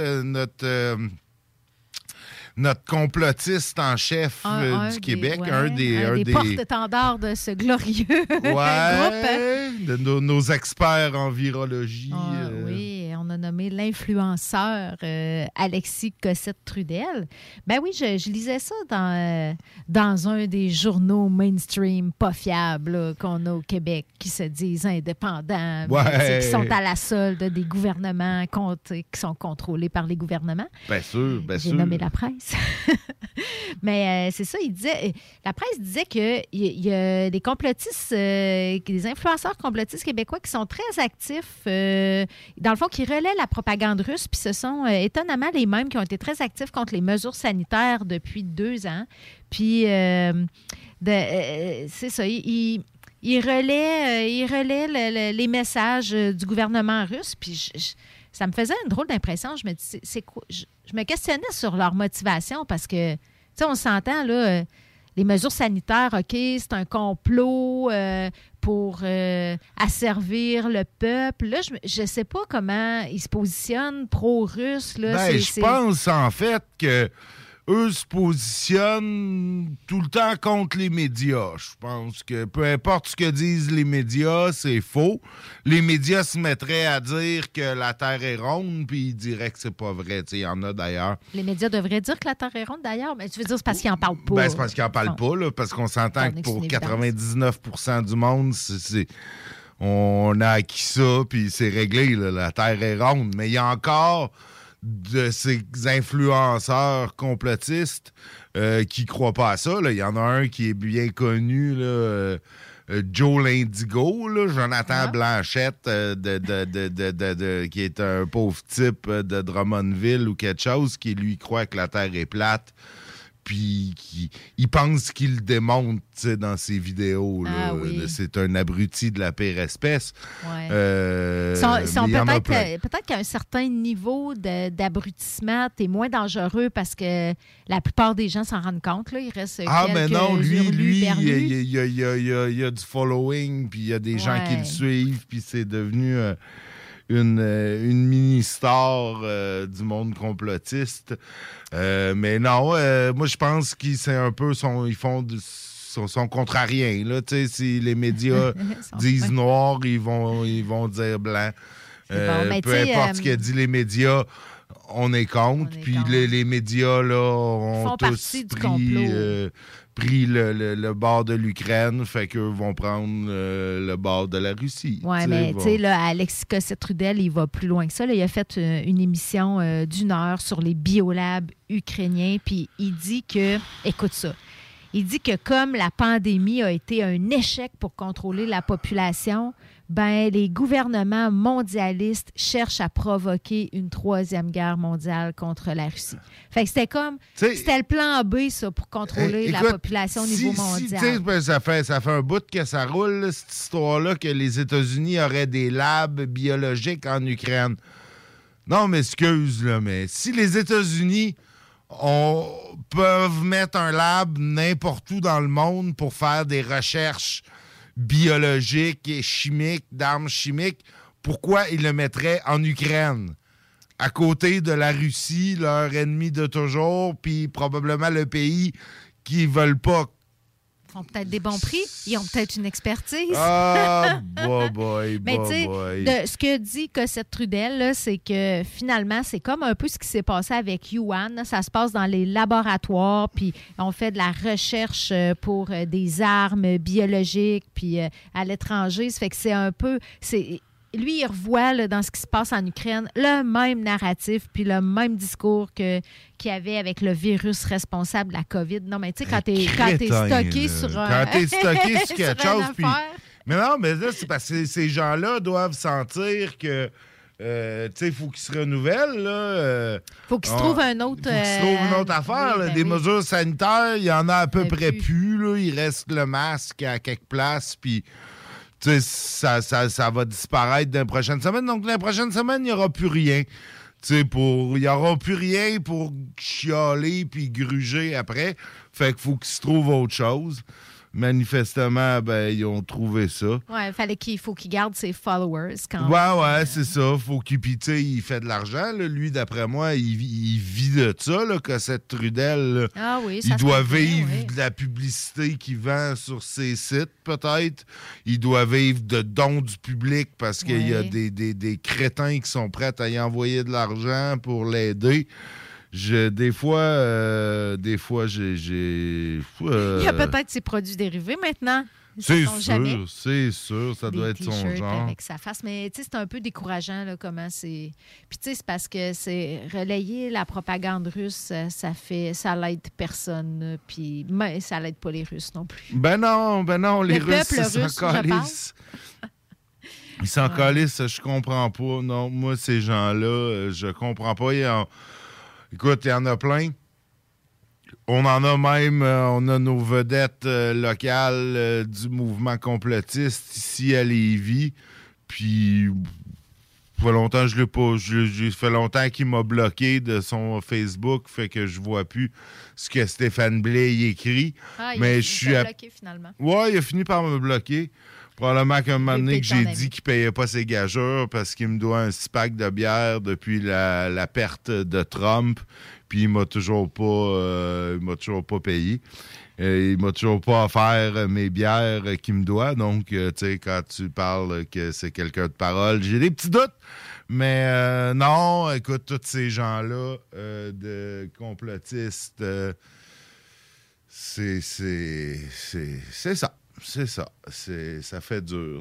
notre complotiste en chef du Québec, un des porte-étendards de ce glorieux groupe. De nos experts en virologie. Oui, on a nommé l'influenceur Alexis Cossette-Trudel. Ben oui, je lisais ça dans un des journaux mainstream pas fiables là, qu'on a au Québec, qui se disent indépendants, mais, qui sont à la solde des gouvernements qui sont contrôlés par les gouvernements. Bien sûr, J'ai nommé la presse. Mais c'est ça, la presse disait qu'il y a des complotistes, des influenceurs complotistes québécois qui sont très actifs, dans le fond, qui relaient la propagande russe, puis ce sont étonnamment les mêmes qui ont été très actifs contre les mesures sanitaires depuis 2 ans. Puis, c'est ça, ils relaient les messages du gouvernement russe, puis ça me faisait une drôle d'impression. Je me dis, c'est quoi? Je me questionnais sur leur motivation parce que, tu sais, on s'entend, là, les mesures sanitaires, OK, c'est un complot pour asservir le peuple. Là, je ne sais pas comment ils se positionnent pro-russes. Je pense, en fait, que eux se positionnent tout le temps contre les médias. Je pense que peu importe ce que disent les médias, c'est faux. Les médias se mettraient à dire que la Terre est ronde, puis ils diraient que c'est pas vrai. Il y en a d'ailleurs. Les médias devraient dire que la Terre est ronde d'ailleurs, mais tu veux dire c'est parce qu'ils n'en parlent pas. C'est parce qu'ils n'en parlent pas, là, parce qu'on s'entend que pour 99% du monde, on a acquis ça, puis c'est réglé. Là, la Terre est ronde. Mais il y a encore de ces influenceurs complotistes qui croient pas à ça. Il y en a un qui est bien connu, là, Joe l'Indigo, là, Jonathan Blanchette, qui est un pauvre type de Drummondville ou quelque chose, qui lui croit que la Terre est plate. Puis il pense qu'il le démontre dans ses vidéos. Là. C'est un abruti de la pire espèce. Ouais. Peut-être qu'à un certain niveau d'abrutissement, t'es moins dangereux parce que la plupart des gens s'en rendent compte. Là. Il reste mais non, lui, il y a du following, puis il y a des gens qui le suivent, puis c'est devenu une mini-star du monde complotiste. Mais non, moi, je pense qu'ils sont contrariens. Là. Si les médias disent noir, ils vont dire blanc. Peu importe ce que disent les médias, on est contre. Puis les médias là, ont tous pris le bord de l'Ukraine, fait qu'eux vont prendre le bord de la Russie. Oui, mais tu sais, là, Alexis Cossette-Trudel, il va plus loin que ça. Là. Il a fait une émission d'1 heure sur les biolabs ukrainiens, puis il dit que, écoute ça, il dit que comme la pandémie a été un échec pour contrôler la population, ben les gouvernements mondialistes cherchent à provoquer une 3e guerre mondiale contre la Russie. Fait que c'était le plan B, ça, pour contrôler la population au niveau mondial. Ça fait un bout que ça roule, là, cette histoire-là, que les États-Unis auraient des labs biologiques en Ukraine. Non, mais excuse, là, mais si les États-Unis peuvent mettre un lab n'importe où dans le monde pour faire des recherches biologiques et chimiques, d'armes chimiques. Pourquoi ils le mettraient en Ukraine? À côté de la Russie, leur ennemi de toujours, puis probablement le pays qui ne veulent pas. Ils font peut-être des bons prix. Ils ont peut-être une expertise. Ah, boy. Mais tu sais, ce que dit Cossette Trudel, là, c'est que finalement, c'est comme un peu ce qui s'est passé avec Yuan. Là. Ça se passe dans les laboratoires, puis on fait de la recherche pour des armes biologiques, puis à l'étranger. Ça fait que c'est un peu... Lui, il revoit là, dans ce qui se passe en Ukraine le même narratif puis le même discours qu'il y avait avec le virus responsable de la COVID. Non, mais tu sais, quand t'es stocké sur un... Quand t'es stocké sur quelque chose, puis... affaire. Mais non, mais là, c'est parce que ces gens-là doivent sentir que... tu sais, il faut qu'ils se renouvellent, là. Faut qu'ils se trouvent un autre... Faut qu'ils se trouvent une autre affaire, oui, là. ben Des oui. mesures sanitaires, il y en a à peu près plus, là. Il reste le masque à quelques places, puis... Tu sais, ça va disparaître dans les prochaines semaines. Donc, dans les prochaines semaines, il n'y aura plus rien. Tu sais, il n'y aura plus rien pour chialer puis gruger après. Fait qu'il faut qu'ils se trouvent autre chose. Manifestement, ben, ils ont trouvé ça. Ouais, il faut qu'il garde ses followers quand même. Ouais, c'est ça. Faut qu'il, puis tu sais, il fait de l'argent. Là. Lui, d'après moi, il vit de ça, là, Cossette Trudel. Là. Ah oui, ça il se doit peut bien, vivre oui. de la publicité qu'il vend sur ses sites, peut-être. Il doit vivre de dons du public parce qu'il y a des crétins qui sont prêts à y envoyer de l'argent pour l'aider. Des fois, j'ai... Il y a peut-être ses produits dérivés maintenant. C'est sûr, ça doit être son T-shirts genre. avec sa face. Mais tu sais, c'est un peu décourageant, là, comment c'est... Puis tu sais, c'est parce que c'est relayer la propagande russe, ça l'aide personne. Puis mais ça l'aide pas les Russes non plus. Ben non, les Russes, peuple ils russe, s'en calissent. Ils s'en calissent, je comprends pas. Non, moi, ces gens-là, je comprends pas. Écoute, il y en a plein. On en a même, on a nos vedettes locales du mouvement complotiste ici à Lévis. Puis, ça fait longtemps que je l'ai pas. Ça fait longtemps qu'il m'a bloqué de son Facebook, fait que je vois plus ce que Stéphane Blais y écrit. Ah, mais il t'a bloqué finalement. Ouais, il a fini par me bloquer. Probablement qu'à un moment donné que j'ai ton ami. dit qu'il payait pas ses gageurs parce qu'il me doit un 6-pack de bière depuis la perte de Trump. Puis il m'a toujours pas payé. Il m'a toujours pas offert mes bières qu'il me doit. Donc, tu sais, quand tu parles que c'est quelqu'un de parole, j'ai des petits doutes. Mais non, écoute, tous ces gens-là de complotistes, c'est ça. C'est ça. Ça fait dur.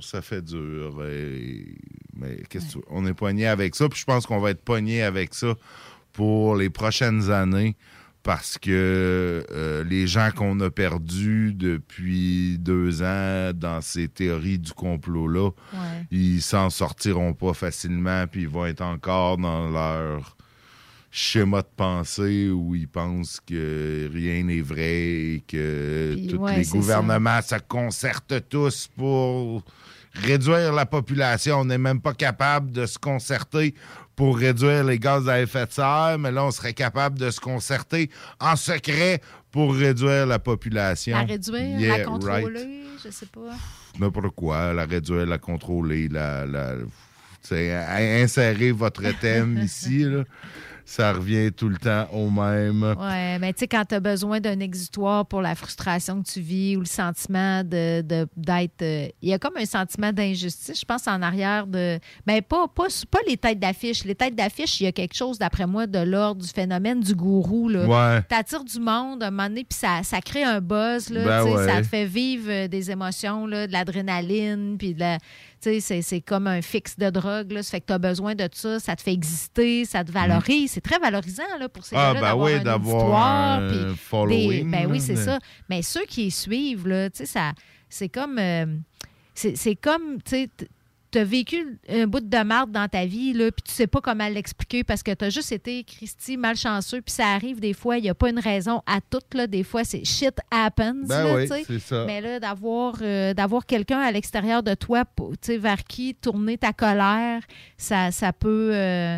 Mais qu'est-ce que on est pogné avec ça. Puis je pense qu'on va être pogné avec ça pour les prochaines années parce que les gens qu'on a perdus depuis 2 ans dans ces théories du complot-là, ils s'en sortiront pas facilement puis ils vont être encore dans leur schéma de pensée où ils pensent que rien n'est vrai et que tous les gouvernements se concertent tous pour réduire la population. On n'est même pas capable de se concerter pour réduire les gaz à effet de serre, mais là, on serait capable de se concerter en secret pour réduire la population. La réduire, la contrôler, je sais pas. N'importe quoi, la réduire, la contrôler, insérer votre thème ici, là. Ça revient tout le temps au même. Oui, mais tu sais, quand tu as besoin d'un exutoire pour la frustration que tu vis ou le sentiment d'être... il y a comme un sentiment d'injustice, je pense, en arrière de... Mais pas les têtes d'affiche. Les têtes d'affiche, il y a quelque chose, d'après moi, de l'ordre du phénomène du gourou. Ouais. T'attires du monde, à un moment donné, puis ça crée un buzz. Là, ça te fait vivre des émotions, là, de l'adrénaline, puis de la... Tu sais, c'est comme un fixe de drogue. Là. Ça fait que tu as besoin de ça. Ça te fait exister, ça te valorise. C'est très valorisant là, pour ces gens-là d'avoir un following. Oui, c'est ça. Mais ceux qui les suivent, là, tu sais, c'est comme... c'est comme, tu sais... Tu as vécu un bout de marde dans ta vie, là, puis tu sais pas comment l'expliquer parce que tu as juste été, Christy, malchanceux, puis ça arrive des fois, il n'y a pas une raison à tout, là, des fois, c'est shit happens, c'est ça. Mais là, d'avoir quelqu'un à l'extérieur de toi, vers qui tourner ta colère, ça peut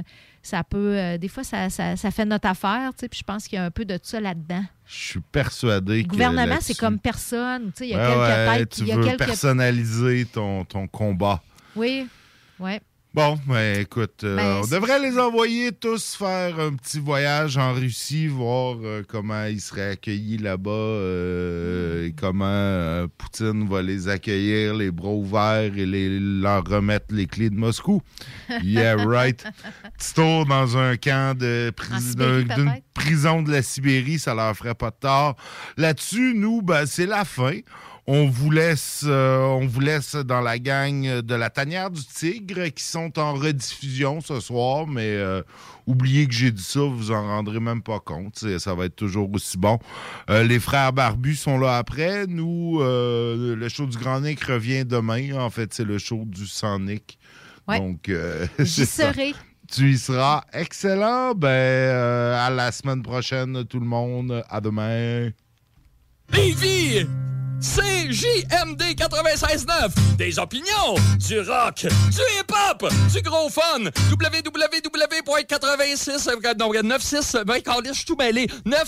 ça peut... des fois, ça fait notre affaire, tu sais, puis je pense qu'il y a un peu de ça là-dedans. Je suis persuadé Le gouvernement, c'est comme personne. Tu sais, il y a quelques têtes... Tu veux personnaliser ton combat. Oui, oui. Bon, ben écoute, on devrait les envoyer tous faire un petit voyage en Russie, voir comment ils seraient accueillis là-bas et comment Poutine va les accueillir, les bras ouverts et leur remettre les clés de Moscou. Yeah, right. Petit tour dans un camp d'une prison de la Sibérie, ça leur ferait pas de tort. Là-dessus, nous, ben, c'est la fin. On vous laisse dans la gang de la Tanière du Tigre qui sont en rediffusion ce soir, mais oubliez que j'ai dit ça, vous vous en rendrez même pas compte. Ça va être toujours aussi bon. Les frères Barbus sont là après. Nous, le show du Grand Nick revient demain. En fait, c'est le show du Sans Nick. Ouais. Donc, j'y serai. Tu y seras. Excellent. Ben, à la semaine prochaine, tout le monde. À demain. Lévis! C'est JMD 96.9. Des opinions, du rock, du hip-hop, du gros fun. www.86... Non, 96... Ben, Caroline, je suis tout mêlé.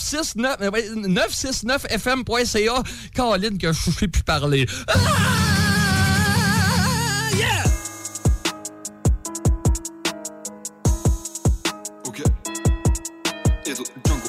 969fm.ca. Caroline, que je ne sais plus parler. Ah! Yeah! OK. Et Django.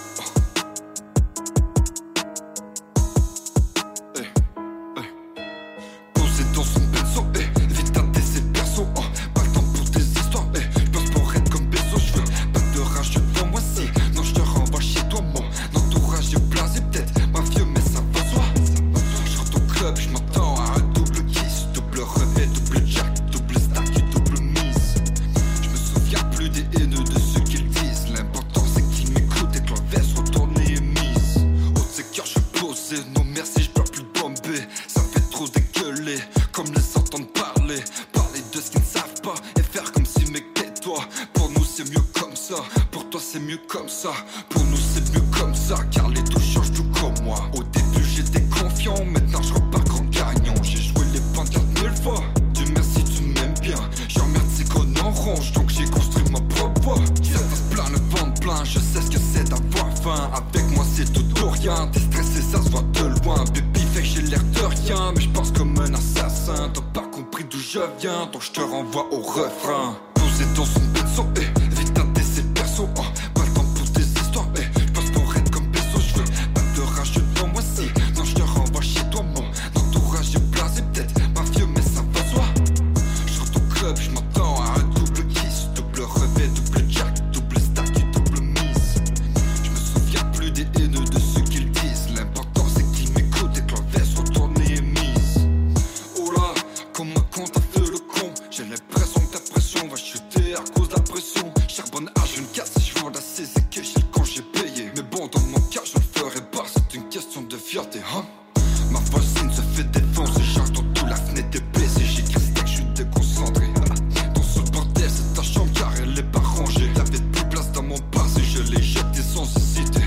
Dans son perso, vite un ses persos, pas le temps pour tes histoires, pense pour être comme Bezos, je veux pas de rage devant moi si, non je te renvoie chez toi, mon entourage est blasé peut-être, mafieux mais ça va soi, je rentre au club, je m'attends à un double kiss, double revêt, double jack, double stack, double mise, je me souviens plus des haineux de ceux qu'ils disent, l'important c'est qu'ils m'écoutent et que leur veste retournée est mise, haut de ses cœurs je suis posé, non merci je peux plus bomber, ça me fait trop dégueuler. Comme les entendre parler de ce qu'ils ne savent pas et faire comme si mec tais-toi. Pour nous c'est mieux comme ça, pour toi c'est mieux comme ça, pour nous c'est mieux comme ça, car les deux changent tout comme moi. Au début j'étais confiant, maintenant je repars grand gagnant. J'ai joué les bandes 40 000 fois, Dieu merci tu m'aimes bien. Je remercie qu'on en ronge, donc j'ai construit ma propre voie. Certains se plaignent, le ventre plein, je sais ce que c'est d'avoir faim. Avec moi c'est tout ou rien, t'es stressé ça se voit de loin. Baby fait que j'ai l'air de rien, mais je pense comme un assassin. T'as pas compris d'où je viens, donc je te renvoie au refrain. Posé dans son perso, vite un ses persos, pas le temps pour tes histoires, je pense pour être comme Bezos, je veux pas de rage devant moi si, non je te renvoie chez toi, mon entourage est blasé peut-être, mafieux mais ça va soi. Je rentre au club, je m'attends à un double kiss, double revêt, double jack, double stack, double mise. Je me souviens plus des haineux de ceux qu'ils disent, l'important c'est qu'ils m'écoutent et que leur veste retournée est mise. Oh là, comme un con t'as fait le con, j'ai l'impression que ta pression va chuter à cause de la pression. Charbonne H24 si je vends la CZ que j'ai quand j'ai payé. Mais bon dans mon cas je le ferai pas, c'est une question de fierté, hein. Ma voisine se fait défoncer, charge dans tout la fenêtre est baissée. J'écris que je suis déconcentré. Ton seul bordel c'est ta chambre car elle est pas rangée. Y'avait plus place dans mon passé, je l'ai jeté sans hésiter.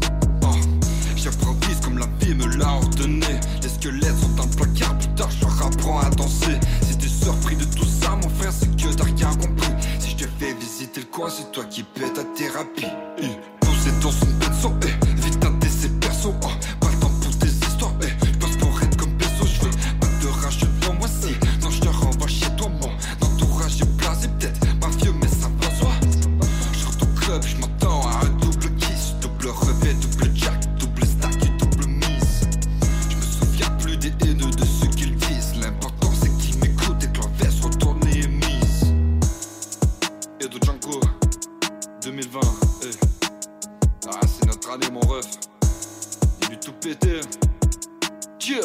J'improvise comme la vie me l'a ordonné. Les squelettes sont dans le placard, plus tard je leur apprends à danser. Si t'es surpris de tout ça mon frère c'est que t'as rien compris. Si je te fais visiter le coin c'est toi qui paie ta thérapie. Posé dans son perso, vite un ses persos, pas le temps pour tes histoires, je pense pour être comme Bezos, je veux pas de rage devant moi si, non je te renvoie chez toi, mon entourage est blasé peut-être, mafieux mais ça va soi. Je rentre au club, je m'attends à un double kiss, double revêt, double jack, double stack, double mise. Je me souviens plus des haineux de ceux qu'ils disent, l'important c'est qu'ils m'écoutent et que leur veste retournée est mise. Et de Django 2020, ah c'est notre année mon ref. Il est tout pété. Tiens.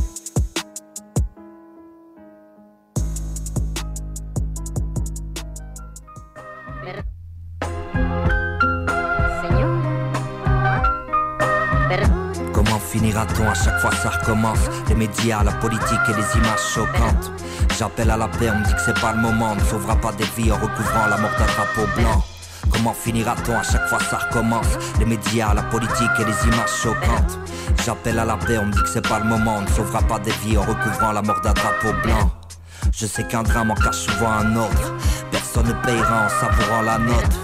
Comment finira-t-on à chaque fois ça recommence? Les médias, la politique et les images choquantes. J'appelle à la paix, on me dit que c'est pas le moment. On ne sauvera pas des vies en recouvrant la mort d'un drapeau blanc. Comment finira-t-on à chaque fois ça recommence? Les médias, la politique et les images choquantes. J'appelle à la paix, on me dit que c'est pas le moment. On ne sauvera pas des vies en recouvrant la mort d'un drapeau blanc. Je sais qu'un drame en cache souvent un autre. Personne ne payera en savourant la note.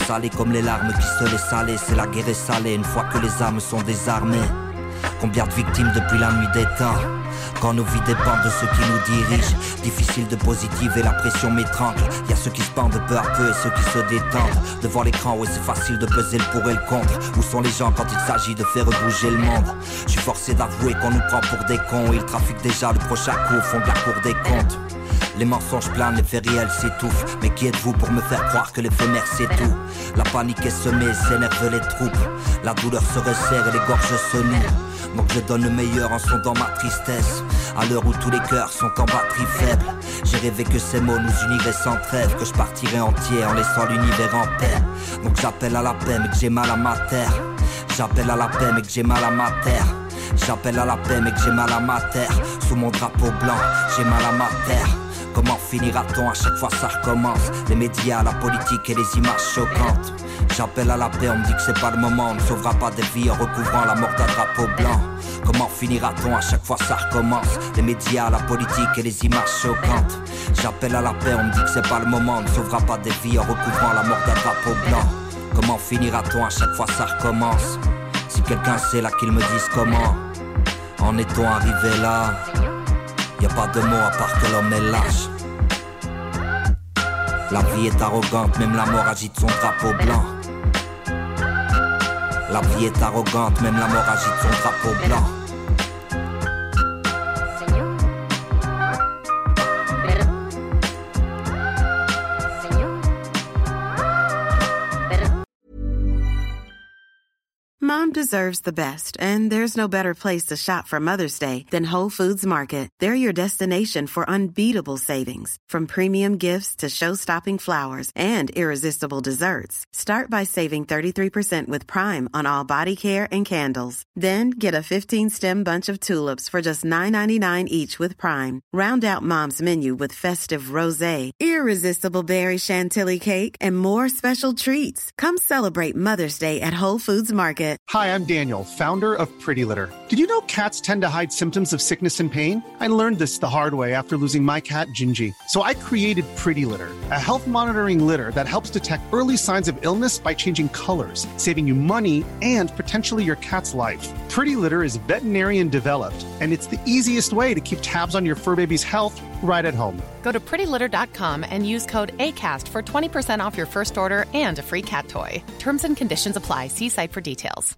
salé comme les larmes qui se laissent aller. C'est la guerre est salée une fois que les âmes sont désarmées. Combien de victimes depuis la nuit des temps, quand nos vies dépendent de ceux qui nous dirigent. Difficile de positiver, la pression m'étrangle. Y'a ceux qui se bandent peu à peu et ceux qui se détendent. Devant l'écran, ouais c'est facile de peser le pour et le contre. Où sont les gens quand il s'agit de faire bouger le monde? Je suis forcé d'avouer qu'on nous prend pour des cons. Ils trafiquent déjà le prochain coup au fond de la cour des comptes. Les mensonges planent, les faits réels s'étouffent. Mais qui êtes-vous pour me faire croire que l'éphémère c'est tout? La panique est semée, s'énerve les troupes. La douleur se resserre et les gorges se nouent. Donc je donne le meilleur en sondant ma tristesse. À l'heure où tous les cœurs sont en batterie faible, j'ai rêvé que ces mots nous uniraient sans trêve, que je partirais entier en laissant l'univers en paix. Donc j'appelle à la paix mais que j'ai mal à ma terre. J'appelle à la paix mais que j'ai mal à ma terre. J'appelle à la paix mais que j'ai mal à ma terre. Sous mon drapeau blanc, j'ai mal à ma terre. Comment finira-t-on? À chaque fois ça recommence. Les médias, la politique et les images choquantes. J'appelle à la paix, on me dit que c'est pas le moment. On ne sauvera pas des vies en recouvrant la mort d'un drapeau blanc. Comment finira-t-on? À chaque fois ça recommence. Les médias, la politique et les images choquantes. J'appelle à la paix, on me dit que c'est pas le moment. On ne sauvera pas des vies en recouvrant la mort d'un drapeau blanc. Comment finira-t-on? À chaque fois ça recommence. Si quelqu'un sait là qu'il me dise comment en est-on arrivé là? Y'a pas de mots à part que l'homme est lâche. La vie est arrogante, même la mort agite son drapeau blanc. La vie est arrogante, même la mort agite son drapeau blanc. Mom deserves the best, and there's no better place to shop for Mother's Day than Whole Foods Market. They're your destination for unbeatable savings, from premium gifts to show-stopping flowers and irresistible desserts. Start by saving 33% with Prime on all body care and candles. Then get a 15-stem bunch of tulips for just $9.99 each with Prime. Round out Mom's menu with festive rosé, irresistible berry chantilly cake, and more special treats. Come celebrate Mother's Day at Whole Foods Market. Hi, I'm Daniel, founder of Pretty Litter. Did you know cats tend to hide symptoms of sickness and pain? I learned this the hard way after losing my cat, Gingy. So I created Pretty Litter, a health monitoring litter that helps detect early signs of illness by changing colors, saving you money and potentially your cat's life. Pretty Litter is veterinarian developed, and it's the easiest way to keep tabs on your fur baby's health right at home. Go to prettylitter.com and use code ACAST for 20% off your first order and a free cat toy. Terms and conditions apply. See site for details.